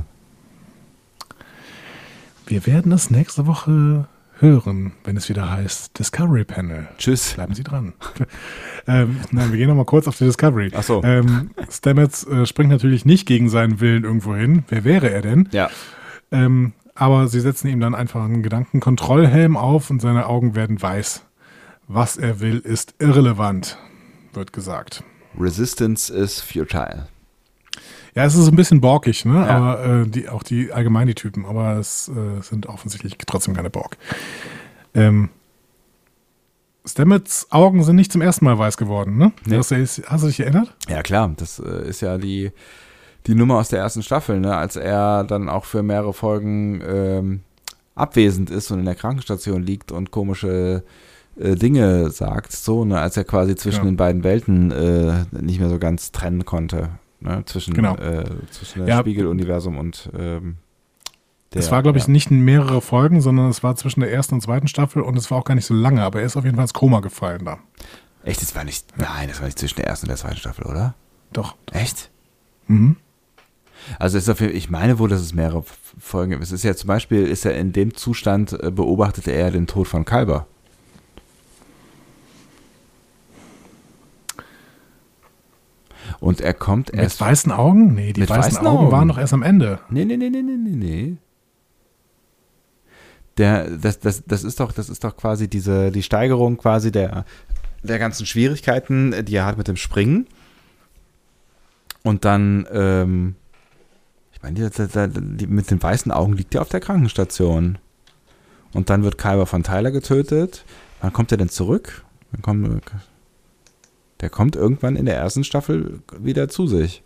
Wir werden es nächste Woche hören, wenn es wieder heißt Discovery Panel. Tschüss. Bleiben Sie dran. ähm, nein, wir gehen noch mal kurz auf die Discovery. Ach so. Ähm, Stamets äh, springt natürlich nicht gegen seinen Willen irgendwo hin. Wer wäre er denn? Ja. Ähm, aber sie setzen ihm dann einfach einen Gedankenkontrollhelm auf und seine Augen werden weiß. Was er will, ist irrelevant, wird gesagt. Resistance is futile. Ja, es ist ein bisschen borkig, ne? Ja. Aber äh, die, auch die allgemein die Typen, aber es äh, sind offensichtlich trotzdem keine Borg. Ähm, Stamets Augen sind nicht zum ersten Mal weiß geworden, ne? Nee. Hast, du, hast du dich erinnert? Ja, klar, das äh, ist ja die, die Nummer aus der ersten Staffel, ne? Als er dann auch für mehrere Folgen ähm, abwesend ist und in der Krankenstation liegt und komische äh, Dinge sagt, so, ne? Als er quasi zwischen Ja. den beiden Welten äh, nicht mehr so ganz trennen konnte. Ne, zwischen, Genau. äh, zwischen dem Ja. Spiegeluniversum und ähm, der. Es war, glaube ich, ja. nicht in mehrere Folgen, sondern es war zwischen der ersten und zweiten Staffel und es war auch gar nicht so lange, aber er ist auf jeden Fall ins Koma gefallen da. Echt, das war nicht. Nein, das war nicht zwischen der ersten und der zweiten Staffel, oder? Doch. Echt? Mhm. Also ist auf jeden Fall, ich meine wohl, dass es mehrere Folgen gibt. Es ist ja zum Beispiel, ist er in dem Zustand, äh, beobachtete er den Tod von Kalber. Und er kommt Mit erst. weißen Augen? Nee, die Mit weißen, weißen Augen, Augen. waren doch erst am Ende. Nee, nee, nee, nee, nee, nee, nee. Der, das, das, das ist doch, das ist doch quasi diese, die Steigerung quasi der, der ganzen Schwierigkeiten, die er hat mit dem Springen. Und dann, ähm, ich meine, die, die, die, mit den weißen Augen liegt er auf der Krankenstation. Und dann wird Kyber von Tyler getötet. Wann kommt er denn zurück? Wann kommt, der kommt irgendwann in der ersten Staffel wieder zu sich.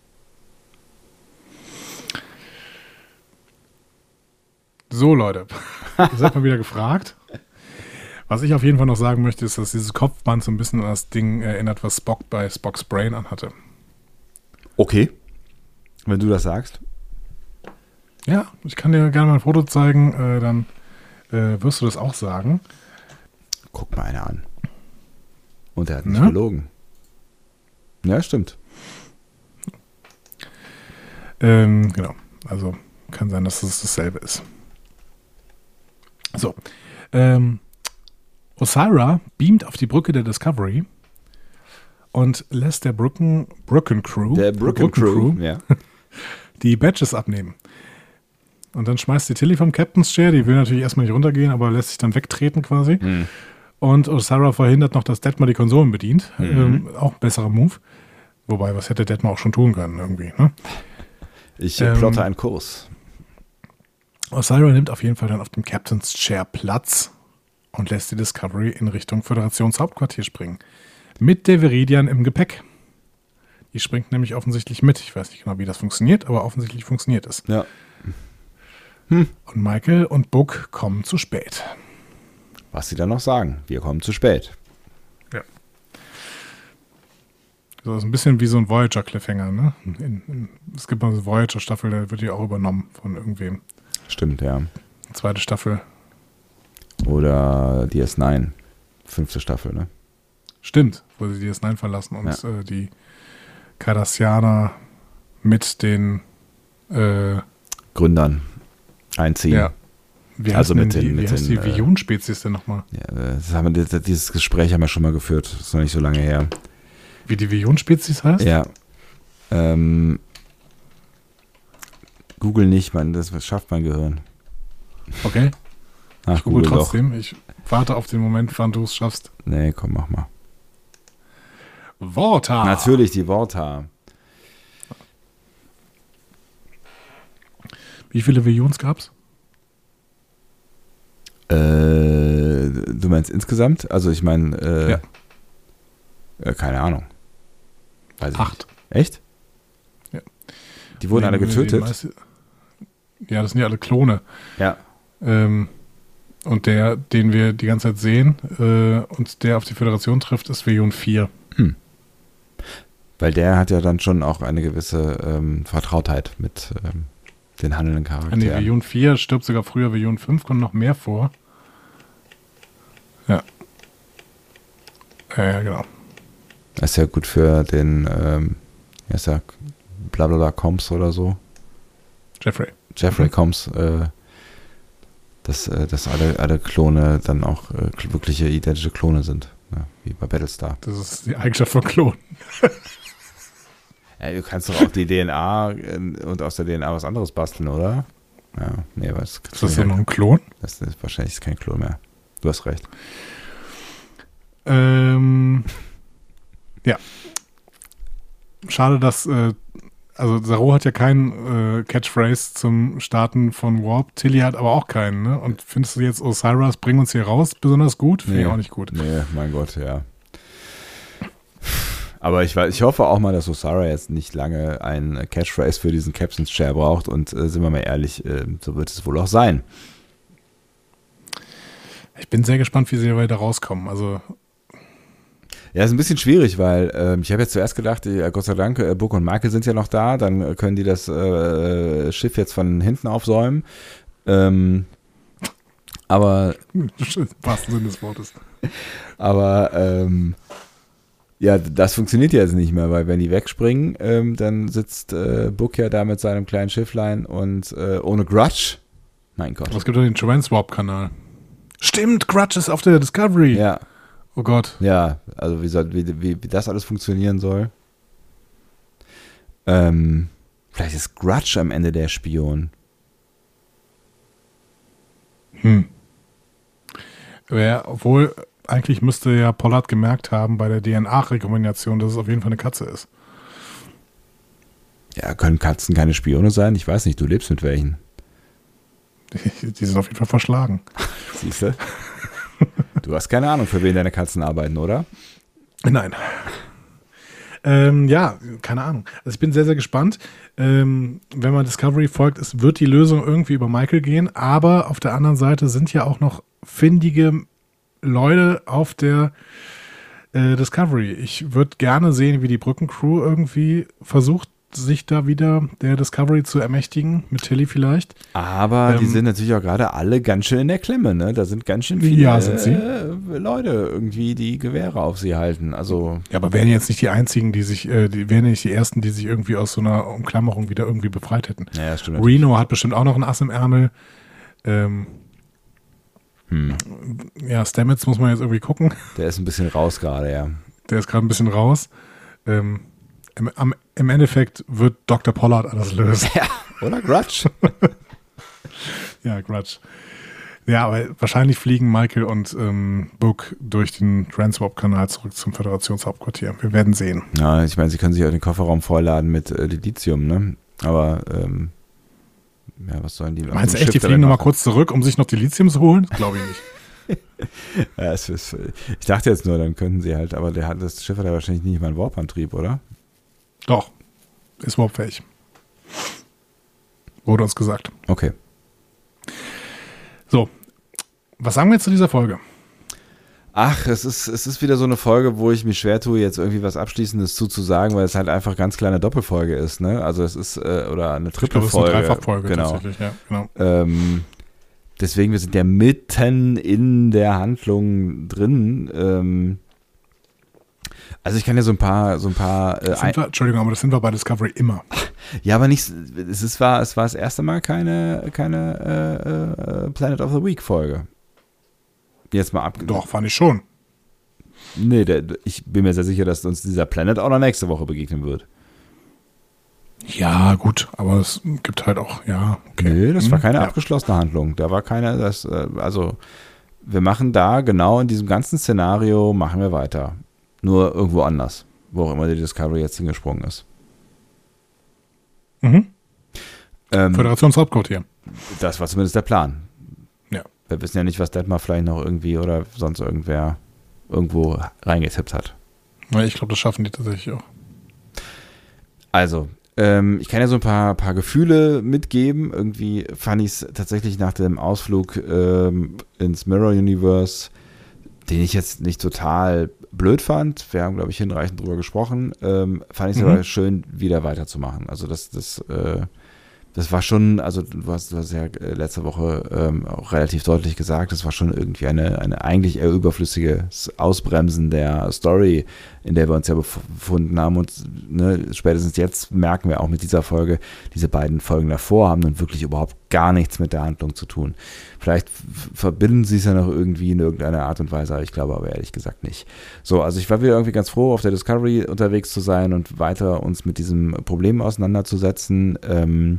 So, Leute. Ihr seid mal wieder gefragt. Was ich auf jeden Fall noch sagen möchte, ist, dass dieses Kopfband so ein bisschen an das Ding erinnert, was Spock bei Spocks Brain anhatte. Okay. Wenn du das sagst. Ja, ich kann dir gerne mal ein Foto zeigen, äh, dann äh, wirst du das auch sagen. Guck mal einer an. Und er hat nicht Ne? gelogen. Ja, stimmt. Ähm, genau. Also kann sein, dass es dasselbe ist. So. Ähm, Osira beamt auf die Brücke der Discovery und lässt der Brücken, Brücken Crew, Der Brooklyn Crew. Ja. die Badges abnehmen. Und dann schmeißt die Tilly vom Captain's Chair, die will natürlich erstmal nicht runtergehen, aber lässt sich dann wegtreten quasi. Hm. Und Osira verhindert noch, dass Detmar die Konsolen bedient. Mhm. Ähm, auch ein besserer Move. Wobei, was hätte Detmar auch schon tun können irgendwie, ne? Ich Ähm, äh, plotte einen Kurs. Osira nimmt auf jeden Fall dann auf dem Captain's Chair Platz und lässt die Discovery in Richtung Föderationshauptquartier springen. Mit der Viridian im Gepäck. Die springt nämlich offensichtlich mit. Ich weiß nicht genau, wie das funktioniert, aber offensichtlich funktioniert es. Ja. Und Michael und Book kommen zu spät. Was sie dann noch sagen. Wir kommen zu spät. Ja. So ist ein bisschen wie so ein Voyager-Cliffhanger, ne? In, in, es gibt mal so eine Voyager-Staffel, der wird ja auch übernommen von irgendwem. Stimmt, ja. Zweite Staffel. Oder D S neun, fünfte Staffel, ne? Stimmt, wo sie D S neun verlassen und Ja. äh, die Cardassianer mit den äh, Gründern einziehen. ja. Wie Also heißt mit denn den- die, mit wie heißt den, die äh, Viyun-Spezies denn nochmal? Ja, das haben wir, das, dieses Gespräch haben wir schon mal geführt. Das ist noch nicht so lange her. Wie die Viyun-Spezies heißt? Ja. Ähm, Google nicht, man, das schafft mein Gehirn. Okay, Ach, ich google Google doch. trotzdem. Ich warte auf den Moment, wann du es schaffst. Nee, komm, mach mal. Vorta! Natürlich, die Vorta. Wie viele Viyuns gab's? Äh, du meinst insgesamt? Also ich meine, äh, Ja. äh, keine Ahnung. Weiß ich Acht. nicht. Echt? Ja. Die wurden Nee, alle die getötet? meiste- Ja, das sind ja alle Klone. Ja. Ähm, und der, den wir die ganze Zeit sehen äh, und der auf die Föderation trifft, ist Viyun vier. Weil der hat ja dann schon auch eine gewisse ähm, Vertrautheit mit ähm, den handelnden An die Charakteren. Viyun vier stirbt sogar früher, Viyun fünf kommt noch mehr vor. Ja. Ja, ja, genau. Das ist ja gut für den, ähm, wie heißt der, blablabla Combs oder so. Jeffrey. Jeffrey Mhm. Combs, äh, dass, äh, dass alle, alle Klone dann auch äh, wirkliche identische Klone sind. Ja, wie bei Battlestar. Das ist die Eigenschaft von Klonen. Ja, du kannst doch auch die D N A äh, und aus der D N A was anderes basteln, oder? Ja, nee, was Ist das denn noch ein Klon? das ist wahrscheinlich kein Klon mehr. Du hast recht. Ähm, ja. Schade, dass, äh, also Saru hat ja keinen äh, Catchphrase zum Starten von Warp. Tilly hat aber auch keinen, ne? Und findest du jetzt Osiris bring uns hier raus besonders gut? Finde ich auch nicht gut. Nee, mein Gott, ja. Aber ich, ich hoffe auch mal, dass Osara jetzt nicht lange ein Catchphrase für diesen Captain's Chair braucht und äh, sind wir mal ehrlich, äh, so wird es wohl auch sein. Ich bin sehr gespannt, wie sie weiter rauskommen. Also, Ja, ist ein bisschen schwierig, weil ähm, ich habe jetzt zuerst gedacht, äh, Gott sei Dank, äh, Book und Michael sind ja noch da, dann äh, können die das äh, Schiff jetzt von hinten aufsäumen. Ähm, aber im wahrsten Sinne des Wortes. aber ähm, ja, das funktioniert jetzt nicht mehr, weil wenn die wegspringen, ähm, dann sitzt äh, Book ja da mit seinem kleinen Schifflein und äh, ohne Grudge. Mein Gott. Aber es gibt ja den Transwarp-Kanal. Stimmt, Grudge ist auf der Discovery. Ja, Oh Gott. ja, also wie, soll, wie, wie, wie das alles funktionieren soll. Ähm, vielleicht ist Grudge am Ende der Spion. Hm. Ja, obwohl, eigentlich müsste ja Pollard gemerkt haben bei der D N A-Rekombination, dass es auf jeden Fall eine Katze ist. Ja, können Katzen keine Spione sein? Ich weiß nicht, du lebst mit welchen. Die, die sind auf jeden Fall verschlagen. Siehst du? Du hast keine Ahnung, für wen deine Katzen arbeiten, oder? Nein. Ähm, ja, keine Ahnung. Also ich bin sehr, sehr gespannt. Ähm, wenn man Discovery folgt, es wird die Lösung irgendwie über Michael gehen, aber auf der anderen Seite sind ja auch noch findige Leute auf der äh, Discovery. Ich würde gerne sehen, wie die Brückencrew irgendwie versucht, sich da wieder der Discovery zu ermächtigen, mit Tilly vielleicht. Aber die Ähm, sind natürlich auch gerade alle ganz schön in der Klemme, ne? Da sind ganz schön viele Ja, sind sie. äh, Leute irgendwie, die Gewehre auf sie halten. Also, Ja, aber wären jetzt nicht die einzigen, die sich, äh, die wären nicht die ersten, die sich irgendwie aus so einer Umklammerung wieder irgendwie befreit hätten. naja, stimmt. Reno hat bestimmt auch noch ein Ass im Ärmel. Ähm, Hm. ja, Stamets muss man jetzt irgendwie gucken. Der ist ein bisschen raus gerade, ja. Der ist gerade ein bisschen raus. Ähm, im, am, Im Endeffekt wird Doktor Pollard alles lösen. Ja, oder Grudge? Ja, Grudge. Ja, aber wahrscheinlich fliegen Michael und ähm, Book durch den Transwarp-Kanal zurück zum Föderationshauptquartier. Wir werden sehen. Ja, ich meine, sie können sich auch den Kofferraum vollladen mit äh, Lithium, ne? Aber, ähm, ja, was sollen die? auf Meinst du dem echt, die Schiff fliegen denn nochmal machen? kurz zurück, um sich noch die Lithium zu holen? Glaube ich nicht. Ja, es ist, ich dachte jetzt nur, dann könnten sie halt, aber der hat, das Schiff hat ja wahrscheinlich nicht mal einen Warp-Antrieb, oder? Doch, ist warpfähig. Wurde uns gesagt. Okay. So, was sagen wir jetzt zu dieser Folge? Ach, es ist, es ist wieder so eine Folge, wo ich mich schwer tue, jetzt irgendwie was Abschließendes zuzusagen, weil es halt einfach ganz kleine Doppelfolge ist, ne? Also es ist, äh, oder eine Trippelfolge. Ich glaube, es ist eine Dreifachfolge genau. tatsächlich, ja, genau. Ähm, deswegen, wir sind ja mitten in der Handlung drin. Ähm, also ich kann ja so ein paar, so ein paar. Äh, wir, Entschuldigung, aber das sind wir bei Discovery immer. Ja, aber nicht. Es ist, war, es war das erste Mal keine, keine äh, äh, Planet of the Week Folge. Jetzt mal ab. Doch, fand ich schon. Nee, der, ich bin mir sehr sicher, dass uns dieser Planet auch noch nächste Woche begegnen wird. Ja, gut, aber es gibt halt auch, ja. Okay. Nee, das hm, war keine ja. abgeschlossene Handlung. Da war keine, das, also wir machen da genau in diesem ganzen Szenario, machen wir weiter. Nur irgendwo anders, wo auch immer die Discovery jetzt hingesprungen ist. Mhm. Ähm, Föderationshauptquartier. Das war zumindest der Plan. Ja. Wir wissen ja nicht, was Detmar vielleicht noch irgendwie oder sonst irgendwer irgendwo reingetippt hat. Ja, ich glaube, das schaffen die tatsächlich auch. Also, ähm, ich kann ja so ein paar, paar Gefühle mitgeben. Irgendwie fand ich es tatsächlich nach dem Ausflug ähm, ins Mirror Universe, den ich jetzt nicht total blöd fand, wir haben, glaube ich, hinreichend drüber gesprochen, ähm, fand ich es mhm. aber schön, wieder weiterzumachen. Also das, das, äh, das war schon, also du hast, du hast ja letzte Woche ähm, auch relativ deutlich gesagt, das war schon irgendwie eine, eine eigentlich eher überflüssiges Ausbremsen der Story, in der wir uns ja befunden haben. Und ne, spätestens jetzt merken wir auch mit dieser Folge, diese beiden Folgen davor haben dann wirklich überhaupt gar nichts mit der Handlung zu tun. Vielleicht f- verbinden sie es ja noch irgendwie in irgendeiner Art und Weise, aber ich glaube aber ehrlich gesagt nicht. So, also ich war wieder irgendwie ganz froh, auf der Discovery unterwegs zu sein und weiter uns mit diesem Problem auseinanderzusetzen. Ähm,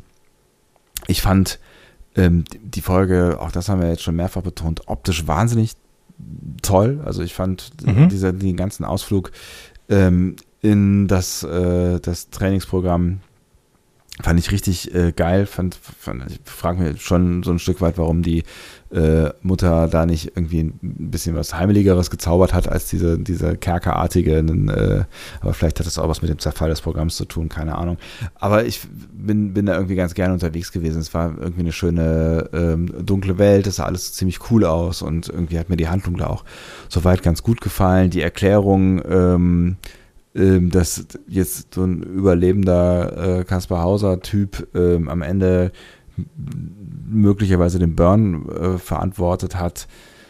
Ich fand ähm, die Folge, auch das haben wir jetzt schon mehrfach betont, optisch wahnsinnig toll. Also ich fand mhm. dieser, den ganzen Ausflug ähm, in das, äh, das Trainingsprogramm fand ich richtig äh, geil. Fand, fand, ich frage mich schon so ein Stück weit, warum die äh, Mutter da nicht irgendwie ein bisschen was Heimeligeres gezaubert hat als diese, diese Kerkerartige. Äh, aber vielleicht hat das auch was mit dem Zerfall des Programms zu tun, keine Ahnung. Aber ich bin, bin da irgendwie ganz gerne unterwegs gewesen. Es war irgendwie eine schöne ähm, dunkle Welt, es sah alles ziemlich cool aus und irgendwie hat mir die Handlung da auch soweit ganz gut gefallen. Die Erklärung, ähm, dass jetzt so ein überlebender äh, Kaspar Hauser-Typ ähm, am Ende möglicherweise den Burn äh, verantwortet hat,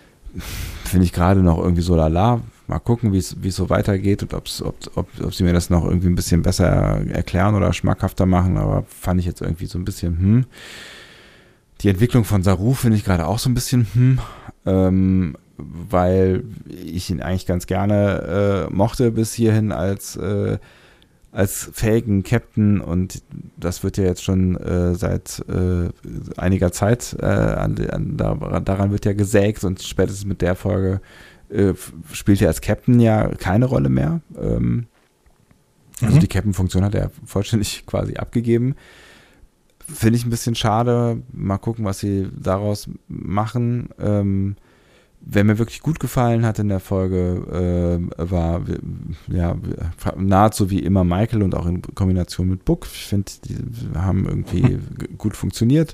finde ich gerade noch irgendwie so lala. Mal gucken, wie es so weitergeht und ob's, ob, ob, ob sie mir das noch irgendwie ein bisschen besser erklären oder schmackhafter machen, aber fand ich jetzt irgendwie so ein bisschen hm. Die Entwicklung von Saru finde ich gerade auch so ein bisschen hm, ähm, weil ich ihn eigentlich ganz gerne äh, mochte bis hierhin als, äh, als fähigen Captain und das wird ja jetzt schon äh, seit äh, einiger Zeit, äh, an, an, daran wird ja gesägt und spätestens mit der Folge äh, spielt er als Captain ja keine Rolle mehr. Ähm, also mhm. die Captain-Funktion hat er vollständig quasi abgegeben. Finde ich ein bisschen schade. Mal gucken, was sie daraus machen. Ähm, Wer mir wirklich gut gefallen hat in der Folge, äh, war ja nahezu wie immer Michael und auch in Kombination mit Book. Ich finde, die haben irgendwie gut funktioniert.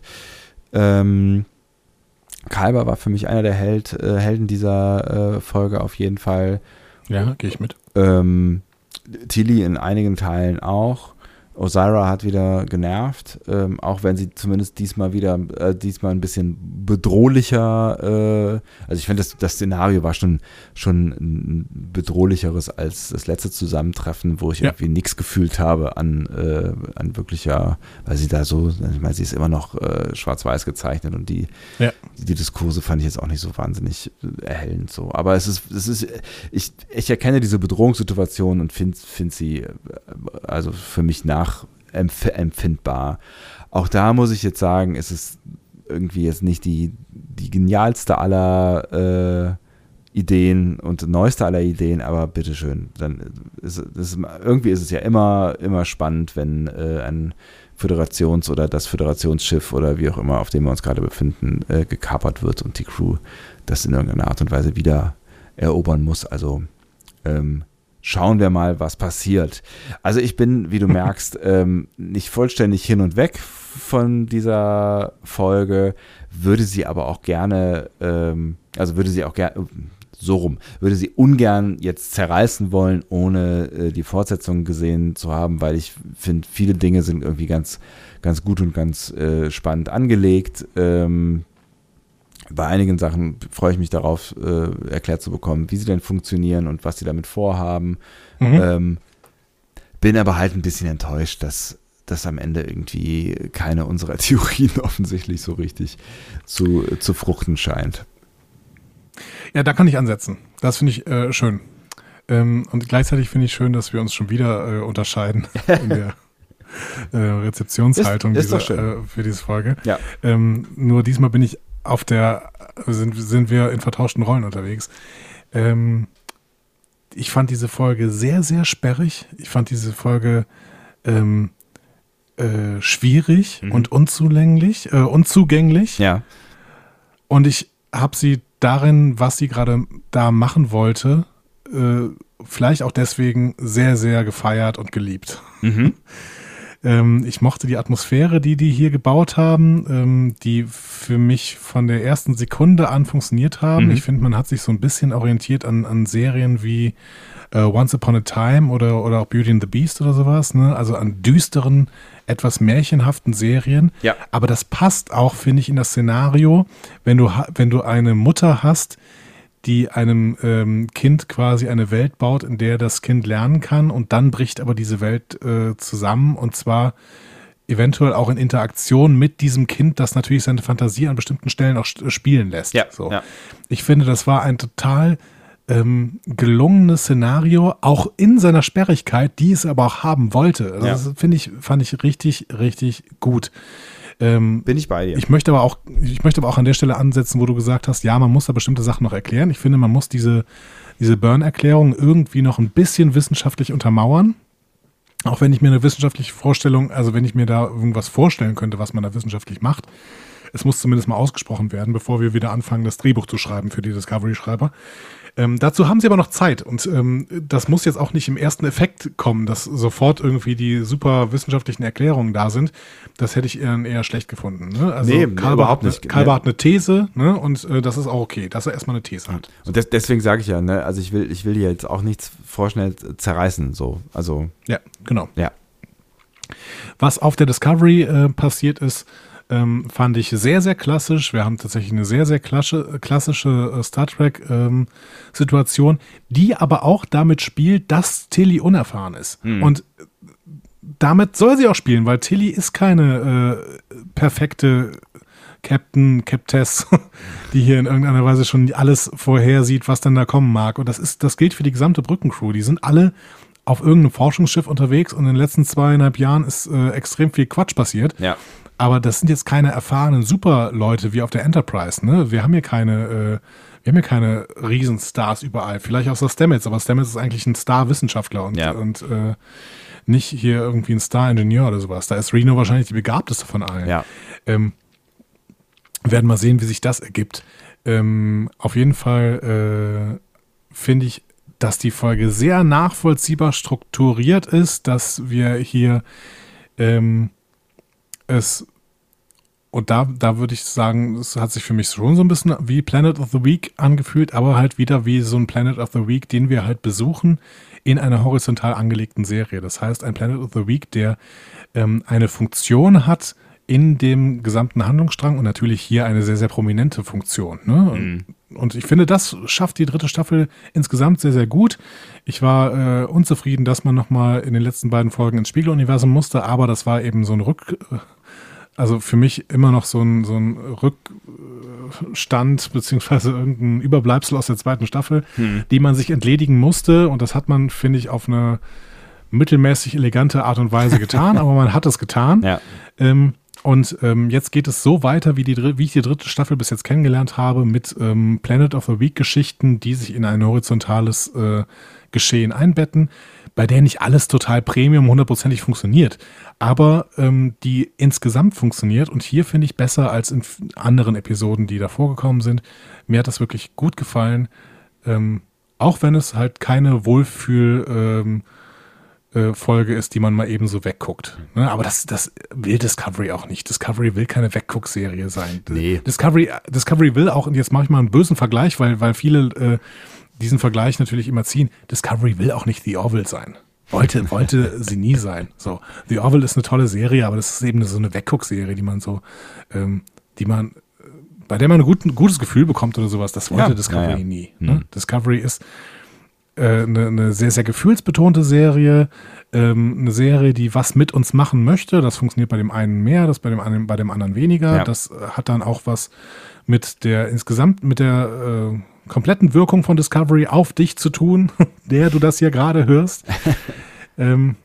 Ähm, Kalber war für mich einer der Held, äh, Helden dieser äh, Folge auf jeden Fall. Ja, gehe ich mit. Ähm, Tilly in einigen Teilen auch. Osira hat wieder genervt, ähm, auch wenn sie zumindest diesmal wieder, äh, diesmal ein bisschen bedrohlicher, äh, also ich finde, das, das Szenario war schon, schon ein bedrohlicheres als das letzte Zusammentreffen, wo ich ja. irgendwie nichts gefühlt habe an, äh, an wirklicher, weil sie da so, ich meine, sie ist immer noch äh, schwarz-weiß gezeichnet und die, ja. die, die Diskurse fand ich jetzt auch nicht so wahnsinnig erhellend so, aber es ist, es ist, ich, ich erkenne diese Bedrohungssituation und finde find sie, also für mich nach empfindbar. Auch da muss ich jetzt sagen, ist es irgendwie jetzt nicht die, die genialste aller äh, Ideen und neueste aller Ideen, aber bitteschön. Dann ist es, irgendwie ist es ja immer, immer spannend, wenn äh, ein Föderations- oder das Föderationsschiff oder wie auch immer, auf dem wir uns gerade befinden, äh, gekapert wird und die Crew das in irgendeiner Art und Weise wieder erobern muss. Also ähm, schauen wir mal, was passiert. Also ich bin, wie du merkst, ähm, nicht vollständig hin und weg von dieser Folge, würde sie aber auch gerne, ähm, also würde sie auch gerne, So rum. Würde sie ungern jetzt zerreißen wollen, ohne äh, die Fortsetzung gesehen zu haben, weil ich finde, viele Dinge sind irgendwie ganz, ganz gut und ganz äh, spannend angelegt. Ähm, bei einigen Sachen freue ich mich darauf, äh, erklärt zu bekommen, wie sie denn funktionieren und was sie damit vorhaben. Mhm. Ähm, bin aber halt ein bisschen enttäuscht, dass das am Ende irgendwie keine unserer Theorien offensichtlich so richtig zu, zu fruchten scheint. Ja, da kann ich ansetzen. Das finde ich äh, schön. Ähm, und gleichzeitig finde ich schön, dass wir uns schon wieder äh, unterscheiden in der äh, Rezeptionshaltung ist, ist dieser, äh, für diese Folge. Ja. Ähm, nur diesmal bin ich auf der, sind, sind wir in vertauschten Rollen unterwegs. Ähm, ich fand diese Folge sehr, sehr sperrig. Ich fand diese Folge ähm, äh, schwierig mhm. und unzulänglich, äh, unzugänglich. Ja. Und ich habe sie darin, was sie gerade da machen wollte, äh, vielleicht auch deswegen sehr, sehr gefeiert und geliebt. Mhm. ähm, ich mochte die Atmosphäre, die die hier gebaut haben, ähm, die für mich von der ersten Sekunde an funktioniert haben. Mhm. Ich finde, man hat sich so ein bisschen orientiert an, an Serien wie äh, Once Upon a Time oder, oder auch Beauty and the Beast oder sowas, ne? Also an düsteren, etwas märchenhaften Serien. Ja. Aber das passt auch, finde ich, in das Szenario, wenn du, wenn du eine Mutter hast, die einem ähm, Kind quasi eine Welt baut, in der das Kind lernen kann und dann bricht aber diese Welt äh, zusammen und zwar eventuell auch in Interaktion mit diesem Kind, das natürlich seine Fantasie an bestimmten Stellen auch spielen lässt. Ja, so. ja. Ich finde, das war ein total ähm, gelungenes Szenario, auch in seiner Sperrigkeit, die es aber auch haben wollte. Also ja. Das finde ich, fand ich richtig, richtig gut. Ähm, Bin ich bei dir. Ich möchte aber auch, ich möchte aber auch an der Stelle ansetzen, wo du gesagt hast, ja, man muss da bestimmte Sachen noch erklären. Ich finde, man muss diese, diese Burn-Erklärung irgendwie noch ein bisschen wissenschaftlich untermauern. Auch wenn ich mir eine wissenschaftliche Vorstellung, also wenn ich mir da irgendwas vorstellen könnte, was man da wissenschaftlich macht, es muss zumindest mal ausgesprochen werden, bevor wir wieder anfangen, das Drehbuch zu schreiben für die Discovery-Schreiber. Ähm, dazu haben sie aber noch Zeit und ähm, das muss jetzt auch nicht im ersten Effekt kommen, dass sofort irgendwie die super wissenschaftlichen Erklärungen da sind. Das hätte ich eher, eher schlecht gefunden. Ne? Also nee, Kalber überhaupt hat, nicht. Kalber hat eine These, ne? Und äh, das ist auch okay, dass er erstmal eine These hat. Und des, deswegen sage ich ja, ne, also ich will, ich will hier jetzt auch nichts vorschnell zerreißen, so, also. Ja, genau. Ja. Was auf der Discovery äh, passiert ist, Ähm, fand ich sehr, sehr klassisch. Wir haben tatsächlich eine sehr, sehr klassische, klassische äh, Star Trek-Situation, ähm, die aber auch damit spielt, dass Tilly unerfahren ist. Mhm. Und damit soll sie auch spielen, weil Tilly ist keine äh, perfekte Captain, Captess, die hier in irgendeiner Weise schon alles vorhersieht, was dann da kommen mag. Und das ist, das gilt für die gesamte Brückencrew. Die sind alle auf irgendeinem Forschungsschiff unterwegs und in den letzten zweieinhalb Jahren ist äh, extrem viel Quatsch passiert. Ja. Aber das sind jetzt keine erfahrenen Superleute wie auf der Enterprise, ne? Wir haben hier keine, äh, wir haben hier keine Riesenstars überall. Vielleicht außer Stamets, aber Stamets ist eigentlich ein Star-Wissenschaftler und, ja. und äh, nicht hier irgendwie ein Star-Ingenieur oder sowas. Da ist Reno wahrscheinlich die begabteste von allen. Ja. Ähm, wir werden mal sehen, wie sich das ergibt. Ähm, auf jeden Fall äh, finde ich, dass die Folge sehr nachvollziehbar strukturiert ist, dass wir hier ähm, es, und da, da würde ich sagen, es hat sich für mich schon so ein bisschen wie Planet of the Week angefühlt, aber halt wieder wie so ein Planet of the Week, den wir halt besuchen in einer horizontal angelegten Serie. Das heißt, ein Planet of the Week, der ähm, eine Funktion hat in dem gesamten Handlungsstrang und natürlich hier eine sehr, sehr prominente Funktion. Ne? Mhm. Und ich finde, das schafft die dritte Staffel insgesamt sehr, sehr gut. Ich war äh, unzufrieden, dass man nochmal in den letzten beiden Folgen ins Spiegeluniversum musste, aber das war eben so ein Rück... Also für mich immer noch so ein, so ein Rückstand beziehungsweise irgendein Überbleibsel aus der zweiten Staffel, hm. die man sich entledigen musste. Und das hat man, finde ich, auf eine mittelmäßig elegante Art und Weise getan, aber man hat es getan. Ja. Ähm, und ähm, jetzt geht es so weiter, wie, die, wie ich die dritte Staffel bis jetzt kennengelernt habe, mit ähm, Planet of the Week-Geschichten, die sich in ein horizontales äh, Geschehen einbetten, bei der nicht alles total Premium hundertprozentig funktioniert, aber ähm, die insgesamt funktioniert und hier finde ich besser als in anderen Episoden, die da vorgekommen sind. Mir hat das wirklich gut gefallen, ähm, auch wenn es halt keine Wohlfühl ähm, äh, Folge ist, die man mal eben so wegguckt. Ne? Aber das, das will Discovery auch nicht. Discovery will keine Wegguck-Serie sein. Nee. Discovery, Discovery will auch, und jetzt mache ich mal einen bösen Vergleich, weil, weil viele äh, diesen Vergleich natürlich immer ziehen. Discovery will auch nicht The Orville sein. Wollte, wollte sie nie sein. So, The Orville ist eine tolle Serie, aber das ist eben so eine Wegguck-Serie, die man so, ähm, die man, bei der man ein, gut, ein gutes Gefühl bekommt oder sowas. Das wollte Ja, Discovery ja, ja. nie. Ne? Mhm. Discovery ist äh, eine, eine sehr, sehr gefühlsbetonte Serie, ähm, eine Serie, die was mit uns machen möchte. Das funktioniert bei dem einen mehr, das bei dem anderen, bei dem anderen weniger. Ja. Das äh, hat dann auch was mit der insgesamt, mit der äh, kompletten Wirkung von Discovery auf dich zu tun, der du das hier gerade hörst. ähm,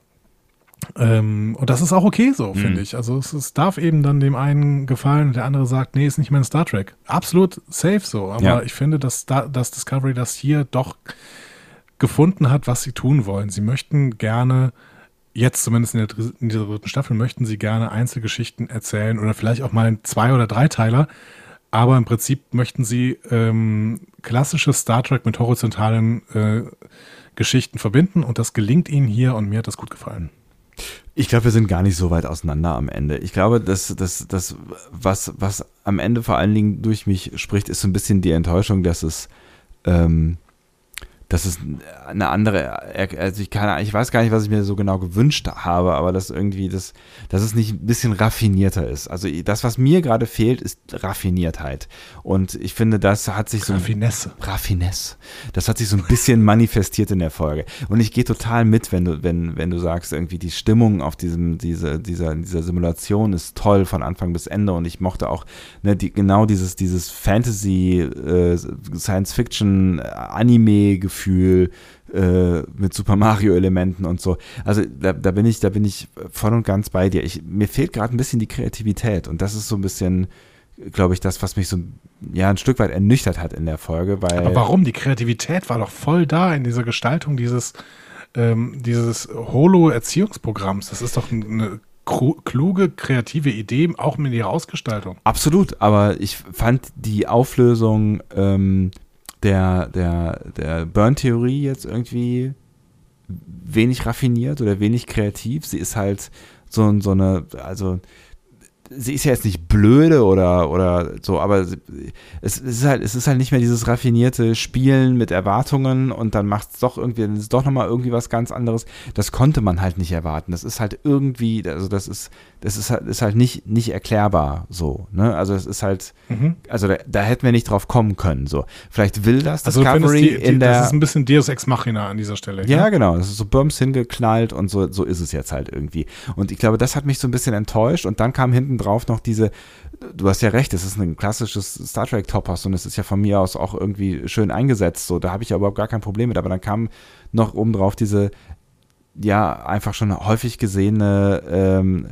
ähm, und das ist auch okay so, finde Mhm. ich. Also es, es darf eben dann dem einen gefallen und der andere sagt, nee, ist nicht mein Star Trek. Absolut safe so. Aber Ja. ich finde, dass, da, dass Discovery das hier doch gefunden hat, was sie tun wollen. Sie möchten gerne, jetzt zumindest in, der, dr- in dieser dritten Staffel, möchten sie gerne Einzelgeschichten erzählen oder vielleicht auch mal einen Zwei- oder Dreiteiler. Aber im Prinzip möchten sie ähm, klassisches Star Trek mit horizontalen äh, Geschichten verbinden und das gelingt ihnen hier und mir hat das gut gefallen. Ich glaube, wir sind gar nicht so weit auseinander am Ende. Ich glaube, dass das, das was, was am Ende vor allen Dingen durch mich spricht, ist so ein bisschen die Enttäuschung, dass es, ähm, dass es eine andere, also ich kann, ich weiß gar nicht, was ich mir so genau gewünscht habe, aber dass irgendwie das, dass es nicht ein bisschen raffinierter ist. Also das, was mir gerade fehlt, ist Raffiniertheit. Und ich finde, das hat sich so Raffinesse. Raffinesse. Das hat sich so ein bisschen manifestiert in der Folge. Und ich gehe total mit, wenn du, wenn, wenn du sagst, irgendwie die Stimmung auf diesem, diese, dieser, dieser Simulation ist toll von Anfang bis Ende und ich mochte auch, ne, die, genau dieses, dieses Fantasy, äh, Science-Fiction, Anime-Gefühl äh, mit Super Mario-Elementen und so. Also da, da bin ich, da bin ich voll und ganz bei dir. Ich, mir fehlt gerade ein bisschen die Kreativität und das ist so ein bisschen, glaube ich, das, was mich so ja ein Stück weit ernüchtert hat in der Folge. Weil Aber warum? Die Kreativität war doch voll da in dieser Gestaltung dieses, ähm, dieses Holo-Erziehungsprogramms. Das ist doch eine kru- kluge, kreative Idee, auch mit ihrer Ausgestaltung. Absolut, aber ich fand die Auflösung ähm, der, der, der Burn-Theorie jetzt irgendwie wenig raffiniert oder wenig kreativ. Sie ist halt so, so eine, also sie ist ja jetzt nicht blöde oder, oder so, aber sie, es, es ist halt, es ist halt nicht mehr dieses raffinierte Spielen mit Erwartungen und dann macht es doch irgendwie, dann ist es doch nochmal irgendwie was ganz anderes. Das konnte man halt nicht erwarten. Das ist halt irgendwie, also das ist, das ist halt, ist halt nicht, nicht erklärbar so, ne? Also es ist halt, Mhm. also da, da hätten wir nicht drauf kommen können, so. Vielleicht will das Also du findest Discovery die, die, in der, das ist ein bisschen Deus Ex Machina an dieser Stelle. ja, ne? genau. Das ist so Bums hingeknallt und so, so ist es jetzt halt irgendwie. Und ich glaube, das hat mich so ein bisschen enttäuscht. Und dann kam hinten drauf noch diese, du hast ja recht, es ist ein klassisches Star Trek Topos und es ist ja von mir aus auch irgendwie schön eingesetzt. So, da habe ich ja überhaupt gar kein Problem mit. Aber dann kam noch oben drauf diese, ja, einfach schon häufig gesehene, ähm,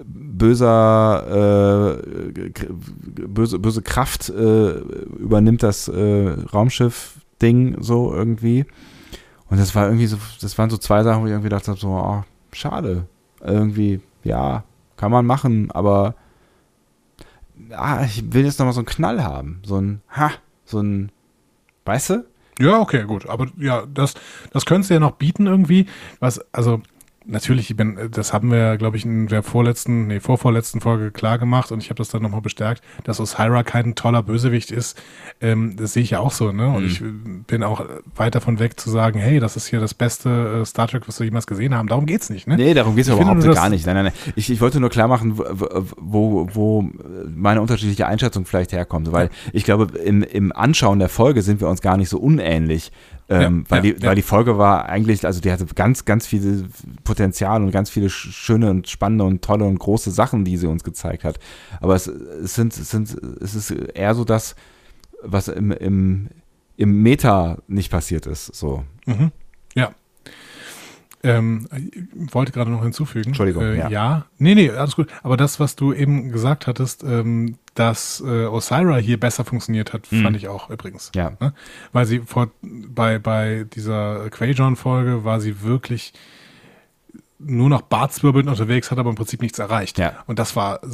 böser, äh, böse, böse Kraft äh, übernimmt das äh, Raumschiff-Ding so irgendwie. Und das war irgendwie so, das waren so zwei Sachen, wo ich irgendwie dachte, so, oh, schade. Irgendwie, ja, kann man machen, aber ah, ich will jetzt nochmal so einen Knall haben. So ein, ha, so ein, weißt du? Ja, okay, gut. Aber ja, das, das könntest du ja noch bieten irgendwie. Was, also natürlich, ich bin, das haben wir ja, glaube ich, in der vorletzten, nee, vorvorletzten Folge klar gemacht und ich habe das dann nochmal bestärkt, dass Osyra kein toller Bösewicht ist. Ähm, das sehe ich ja auch so, ne? Und Mhm. ich bin auch weit davon weg zu sagen, hey, das ist hier das beste äh, Star Trek, was wir jemals gesehen haben. Darum geht's nicht, ne? Nee, darum geht es Ich finde überhaupt nur, gar dass- nicht. Nein, nein, nein. Ich, ich wollte nur klar machen, wo, wo, wo meine unterschiedliche Einschätzung vielleicht herkommt. Weil ich glaube, im, im Anschauen der Folge sind wir uns gar nicht so unähnlich. Ähm, Ja, weil, ja, die, ja. weil die Folge war eigentlich, also die hatte ganz, ganz viel Potenzial und ganz viele sch- schöne und spannende und tolle und große Sachen, die sie uns gezeigt hat. Aber es, es sind, es sind, es ist eher so das, was im, im, im Meta nicht passiert ist. So. Mhm. Ja. Ähm, ich wollte gerade noch hinzufügen. Entschuldigung, Äh, ja. ja. Nee, nee, alles gut. Aber das, was du eben gesagt hattest, ähm, dass äh, Osyra hier besser funktioniert hat, Mhm. fand ich auch übrigens. Ja. Ne? Weil sie vor, bei, bei dieser Quajon-Folge war sie wirklich nur noch bartzwirbelnd unterwegs, hat aber im Prinzip nichts erreicht. Ja. Und das war so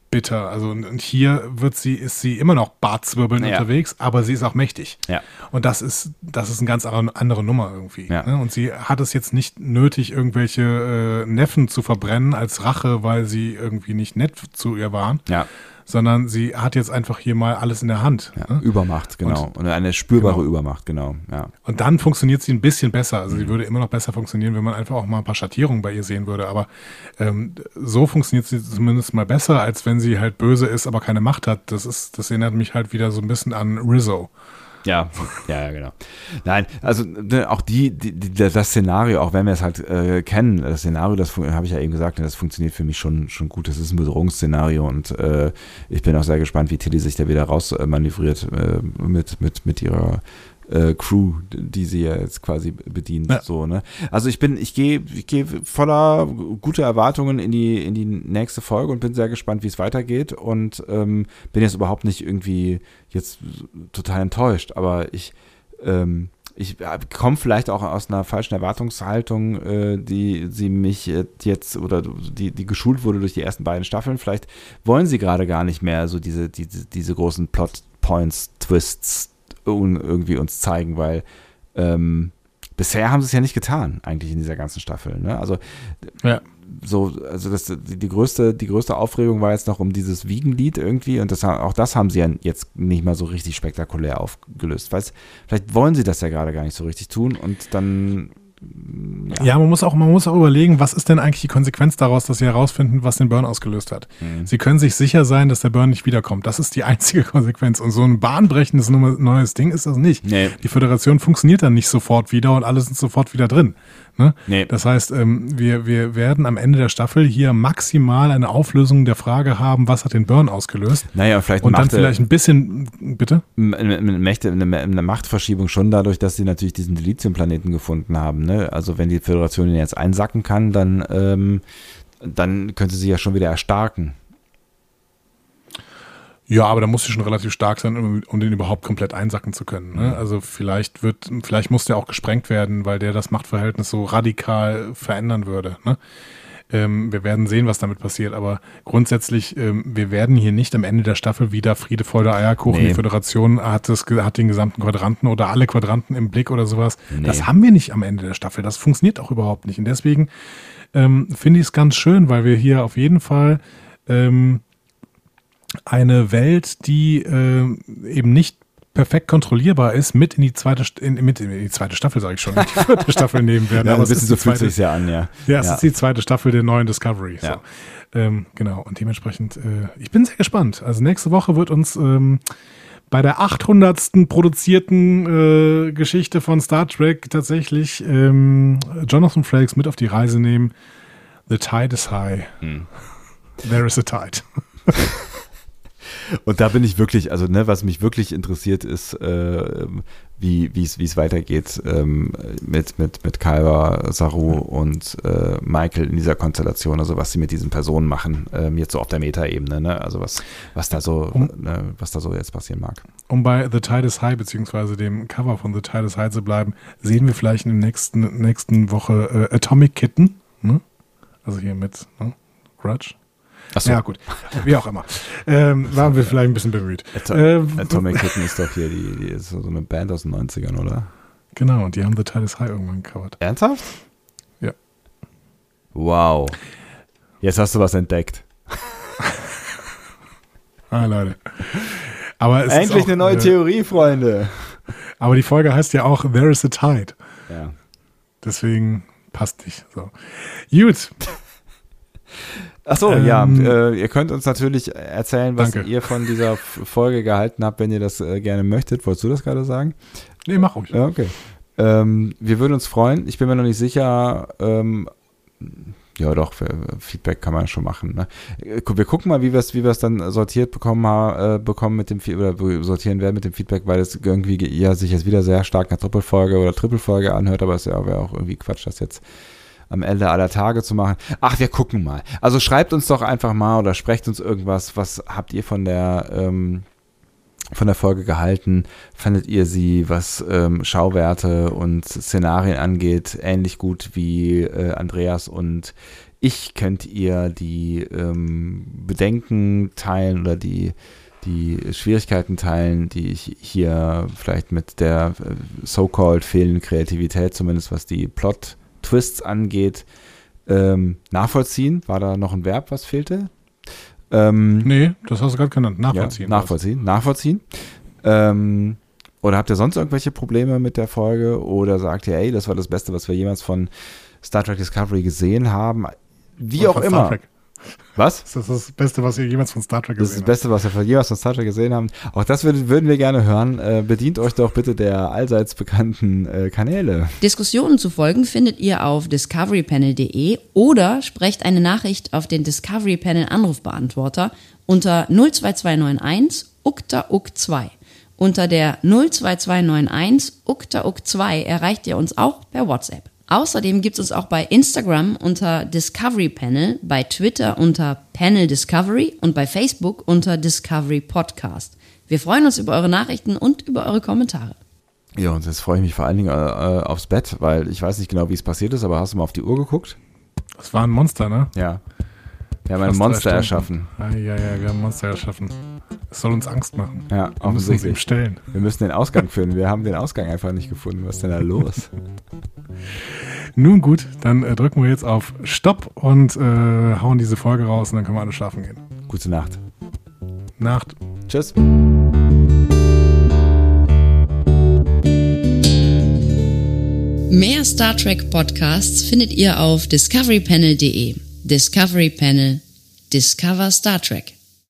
bitter. Also und hier wird sie, ist sie immer noch bartzwirbelnd Ja. unterwegs, aber sie ist auch mächtig. Ja. Und das ist, das ist eine ganz andere, andere Nummer irgendwie. Ja. Ne? Und sie hat es jetzt nicht nötig, irgendwelche äh, Neffen zu verbrennen als Rache, weil sie irgendwie nicht nett zu ihr waren, Ja. sondern sie hat jetzt einfach hier mal alles in der Hand. Ja, Ne? Übermacht, genau. Und- Und, eine spürbare genau. Übermacht, genau. Ja. Und dann funktioniert sie ein bisschen besser. Also sie Mhm. würde immer noch besser funktionieren, wenn man einfach auch mal ein paar Schattierungen bei ihr sehen würde. Aber ähm, so funktioniert sie zumindest mal besser, als wenn sie halt böse ist, aber keine Macht hat. Das ist, das erinnert mich halt wieder so ein bisschen an Rizzo. Ja, ja, ja, genau. Nein, also ne, auch die, die, die, das Szenario, auch wenn wir es halt äh, kennen, das Szenario, das habe ich ja eben gesagt, das funktioniert für mich schon schon gut. Das ist ein Bedrohungsszenario und äh, ich bin auch sehr gespannt, wie Tilly sich da wieder raus äh, manövriert äh, mit mit mit ihrer äh, Crew, die sie ja jetzt quasi bedient. Ja. So, ne? Also ich bin, ich gehe, ich gehe voller guter Erwartungen in die in die nächste Folge und bin sehr gespannt, wie es weitergeht und ähm, bin jetzt überhaupt nicht irgendwie jetzt total enttäuscht, aber ich ähm, ich komme vielleicht auch aus einer falschen Erwartungshaltung, äh, die sie mich jetzt oder die, die geschult wurde durch die ersten beiden Staffeln. Vielleicht wollen sie gerade gar nicht mehr so diese, diese, diese großen Plot-Points, Twists irgendwie uns zeigen, weil ähm, bisher haben sie es ja nicht getan, eigentlich in dieser ganzen Staffel. Ne? Also Ja. so, also das, die, die größte, die größte Aufregung war jetzt noch um dieses Wiegenlied irgendwie und das, auch das haben sie ja jetzt nicht mal so richtig spektakulär aufgelöst. Weiß, vielleicht wollen sie das ja gerade gar nicht so richtig tun und dann Ja, ja man, muss auch, man muss auch überlegen, was ist denn eigentlich die Konsequenz daraus, dass sie herausfinden, was den Burn ausgelöst hat. Mhm. Sie können sich sicher sein, dass der Burn nicht wiederkommt. Das ist die einzige Konsequenz. Und so ein bahnbrechendes neues Ding ist das nicht. Nee. Die Föderation funktioniert dann nicht sofort wieder und alle sind sofort wieder drin. Ne? Nee. Das heißt, ähm, wir, wir werden am Ende der Staffel hier maximal eine Auflösung der Frage haben, was hat den Burn ausgelöst. Naja, vielleicht Und dann macht er- vielleicht ein bisschen, bitte? eine, Mächte, eine, eine Machtverschiebung schon dadurch, dass sie natürlich diesen Dilithium-Planeten gefunden haben. Ne? Also wenn die Föderation ihn jetzt einsacken kann, dann, ähm, dann könnte sie ja schon wieder erstarken. Ja, aber da muss sie schon relativ stark sein, um, um den überhaupt komplett einsacken zu können. Ne? Also vielleicht wird, vielleicht muss der auch gesprengt werden, weil der das Machtverhältnis so radikal verändern würde. Ne? Ähm, wir werden sehen, was damit passiert, aber grundsätzlich, ähm, wir werden hier nicht am Ende der Staffel wieder Friede, Freude, Eierkuchen. Nee. Die Föderation hat, das, hat den gesamten Quadranten oder alle Quadranten im Blick oder sowas. Nee. Das haben wir nicht am Ende der Staffel. Das funktioniert auch überhaupt nicht. Und deswegen ähm, finde ich es ganz schön, weil wir hier auf jeden Fall ähm, eine Welt, die äh, eben nicht perfekt kontrollierbar ist, mit in die zweite, in, mit in die zweite Staffel, sage ich schon, in die vierte Staffel nehmen werden. Ja, Aber ein es bisschen ist so die fühlt zweite- es sich ja an, ja. Ja, es Ja. ist die zweite Staffel der neuen Discovery. So. Ja. Ähm, genau, und dementsprechend, äh, ich bin sehr gespannt. Also nächste Woche wird uns ähm, bei der achthundertsten produzierten äh, Geschichte von Star Trek tatsächlich ähm, Jonathan Frakes mit auf die Reise nehmen. The tide is high. Hm. There is a tide. Und da bin ich wirklich, also ne, was mich wirklich interessiert ist, äh, wie wie es wie es weitergeht ähm, mit mit mit Kyber, Saru und äh, Michael in dieser Konstellation, also was sie mit diesen Personen machen, ähm, jetzt so auf der Metaebene, ne? Also was was da so Um- ne, was da so jetzt passieren mag. Um bei The Tide is High, beziehungsweise dem Cover von The Tide is High zu bleiben, sehen wir vielleicht in der nächsten, nächsten Woche äh, Atomic Kitten. Ne? Also hier mit ne? Grudge. Achso, Ja, gut. Wie auch immer. Ähm, waren wir vielleicht ein bisschen bemüht. Atom Ähm, Atomic Kitten ist doch hier die, die ist so eine Band aus den neunzigern, oder? Genau, und die haben The Tide is High irgendwann gecovert. Ernsthaft? Ja. Wow. Jetzt hast du was entdeckt. Ah, Leute. Aber es Endlich ist auch, eine neue äh, Theorie, Freunde. Aber die Folge heißt ja auch There is a Tide. Ja. Deswegen passt nicht. So. Gut. Achso, Ähm, ja, äh, ihr könnt uns natürlich erzählen, was danke. ihr von dieser F- Folge gehalten habt, wenn ihr das äh, gerne möchtet. Wolltest du das gerade sagen? Nee, mach ruhig. Ja, okay. Ähm, wir würden uns freuen. Ich bin mir noch nicht sicher. Ähm, ja, doch, für, Feedback kann man schon machen. Ne? Äh, Wir gucken mal, wie wir es wie wir es dann sortiert bekommen, ha- äh, bekommen mit dem Fe- oder sortieren werden mit dem Feedback, weil es irgendwie ja sich jetzt wieder sehr stark nach Trippelfolge oder Trippelfolge anhört, aber es ja, wäre auch irgendwie Quatsch, das jetzt am Ende aller Tage zu machen. Ach, wir gucken mal. Also schreibt uns doch einfach mal oder sprecht uns irgendwas. Was habt ihr von der ähm, von der Folge gehalten? Fandet ihr sie, was ähm, Schauwerte und Szenarien angeht, ähnlich gut wie äh, Andreas und ich könnt ihr die ähm, Bedenken teilen oder die, die Schwierigkeiten teilen, die ich hier vielleicht mit der äh, so-called fehlenden Kreativität, zumindest was die Plot-Twists angeht, ähm, nachvollziehen. War da noch ein Verb, was fehlte? Ähm, nee, das hast du gerade genannt. Nachvollziehen. Ja, nachvollziehen, nachvollziehen. Ähm, oder habt ihr sonst irgendwelche Probleme mit der Folge? Oder sagt ihr, ey, das war das Beste, was wir jemals von Star Trek Discovery gesehen haben? Wie Oder auch von immer. Star Trek. Was? Das ist das Beste, was ihr jemals von Star Trek Das ist gesehen das Beste, was wir jemals von Star Trek gesehen haben. Auch das würden, würden wir gerne hören. Äh, bedient euch doch bitte der allseits bekannten äh, Kanäle. Diskussionen zu folgen findet ihr auf discovery panel punkt de oder sprecht eine Nachricht auf den Discovery Panel Anrufbeantworter unter null zwei zwei neun eins U K T A U K zwei. Unter der null zwei zwei neun eins U K T A U K zwei erreicht ihr uns auch per WhatsApp. Außerdem gibt es uns auch bei Instagram unter Discovery Panel, bei Twitter unter Panel Discovery und bei Facebook unter Discovery Podcast. Wir freuen uns über eure Nachrichten und über eure Kommentare. Ja, und jetzt freue ich mich vor allen Dingen äh, aufs Bett, weil ich weiß nicht genau, wie es passiert ist, aber hast du mal auf die Uhr geguckt? Das war ein Monster, ne? Ja. Wir haben ein Fast Monster drei erschaffen. Stunden. Ja, ja, ja, wir haben ein Monster erschaffen. Es soll uns Angst machen. Ja, Wir müssen uns ihm offensichtlich. stellen. Wir müssen den Ausgang finden. Wir haben den Ausgang einfach nicht gefunden. Was ist denn da los? Nun gut, dann äh, drücken wir jetzt auf Stopp und äh, hauen diese Folge raus und dann können wir alle schlafen gehen. Gute Nacht. Nacht. Tschüss. Mehr Star Trek Podcasts findet ihr auf discovery panel punkt de. Discovery Panel. Discover Star Trek.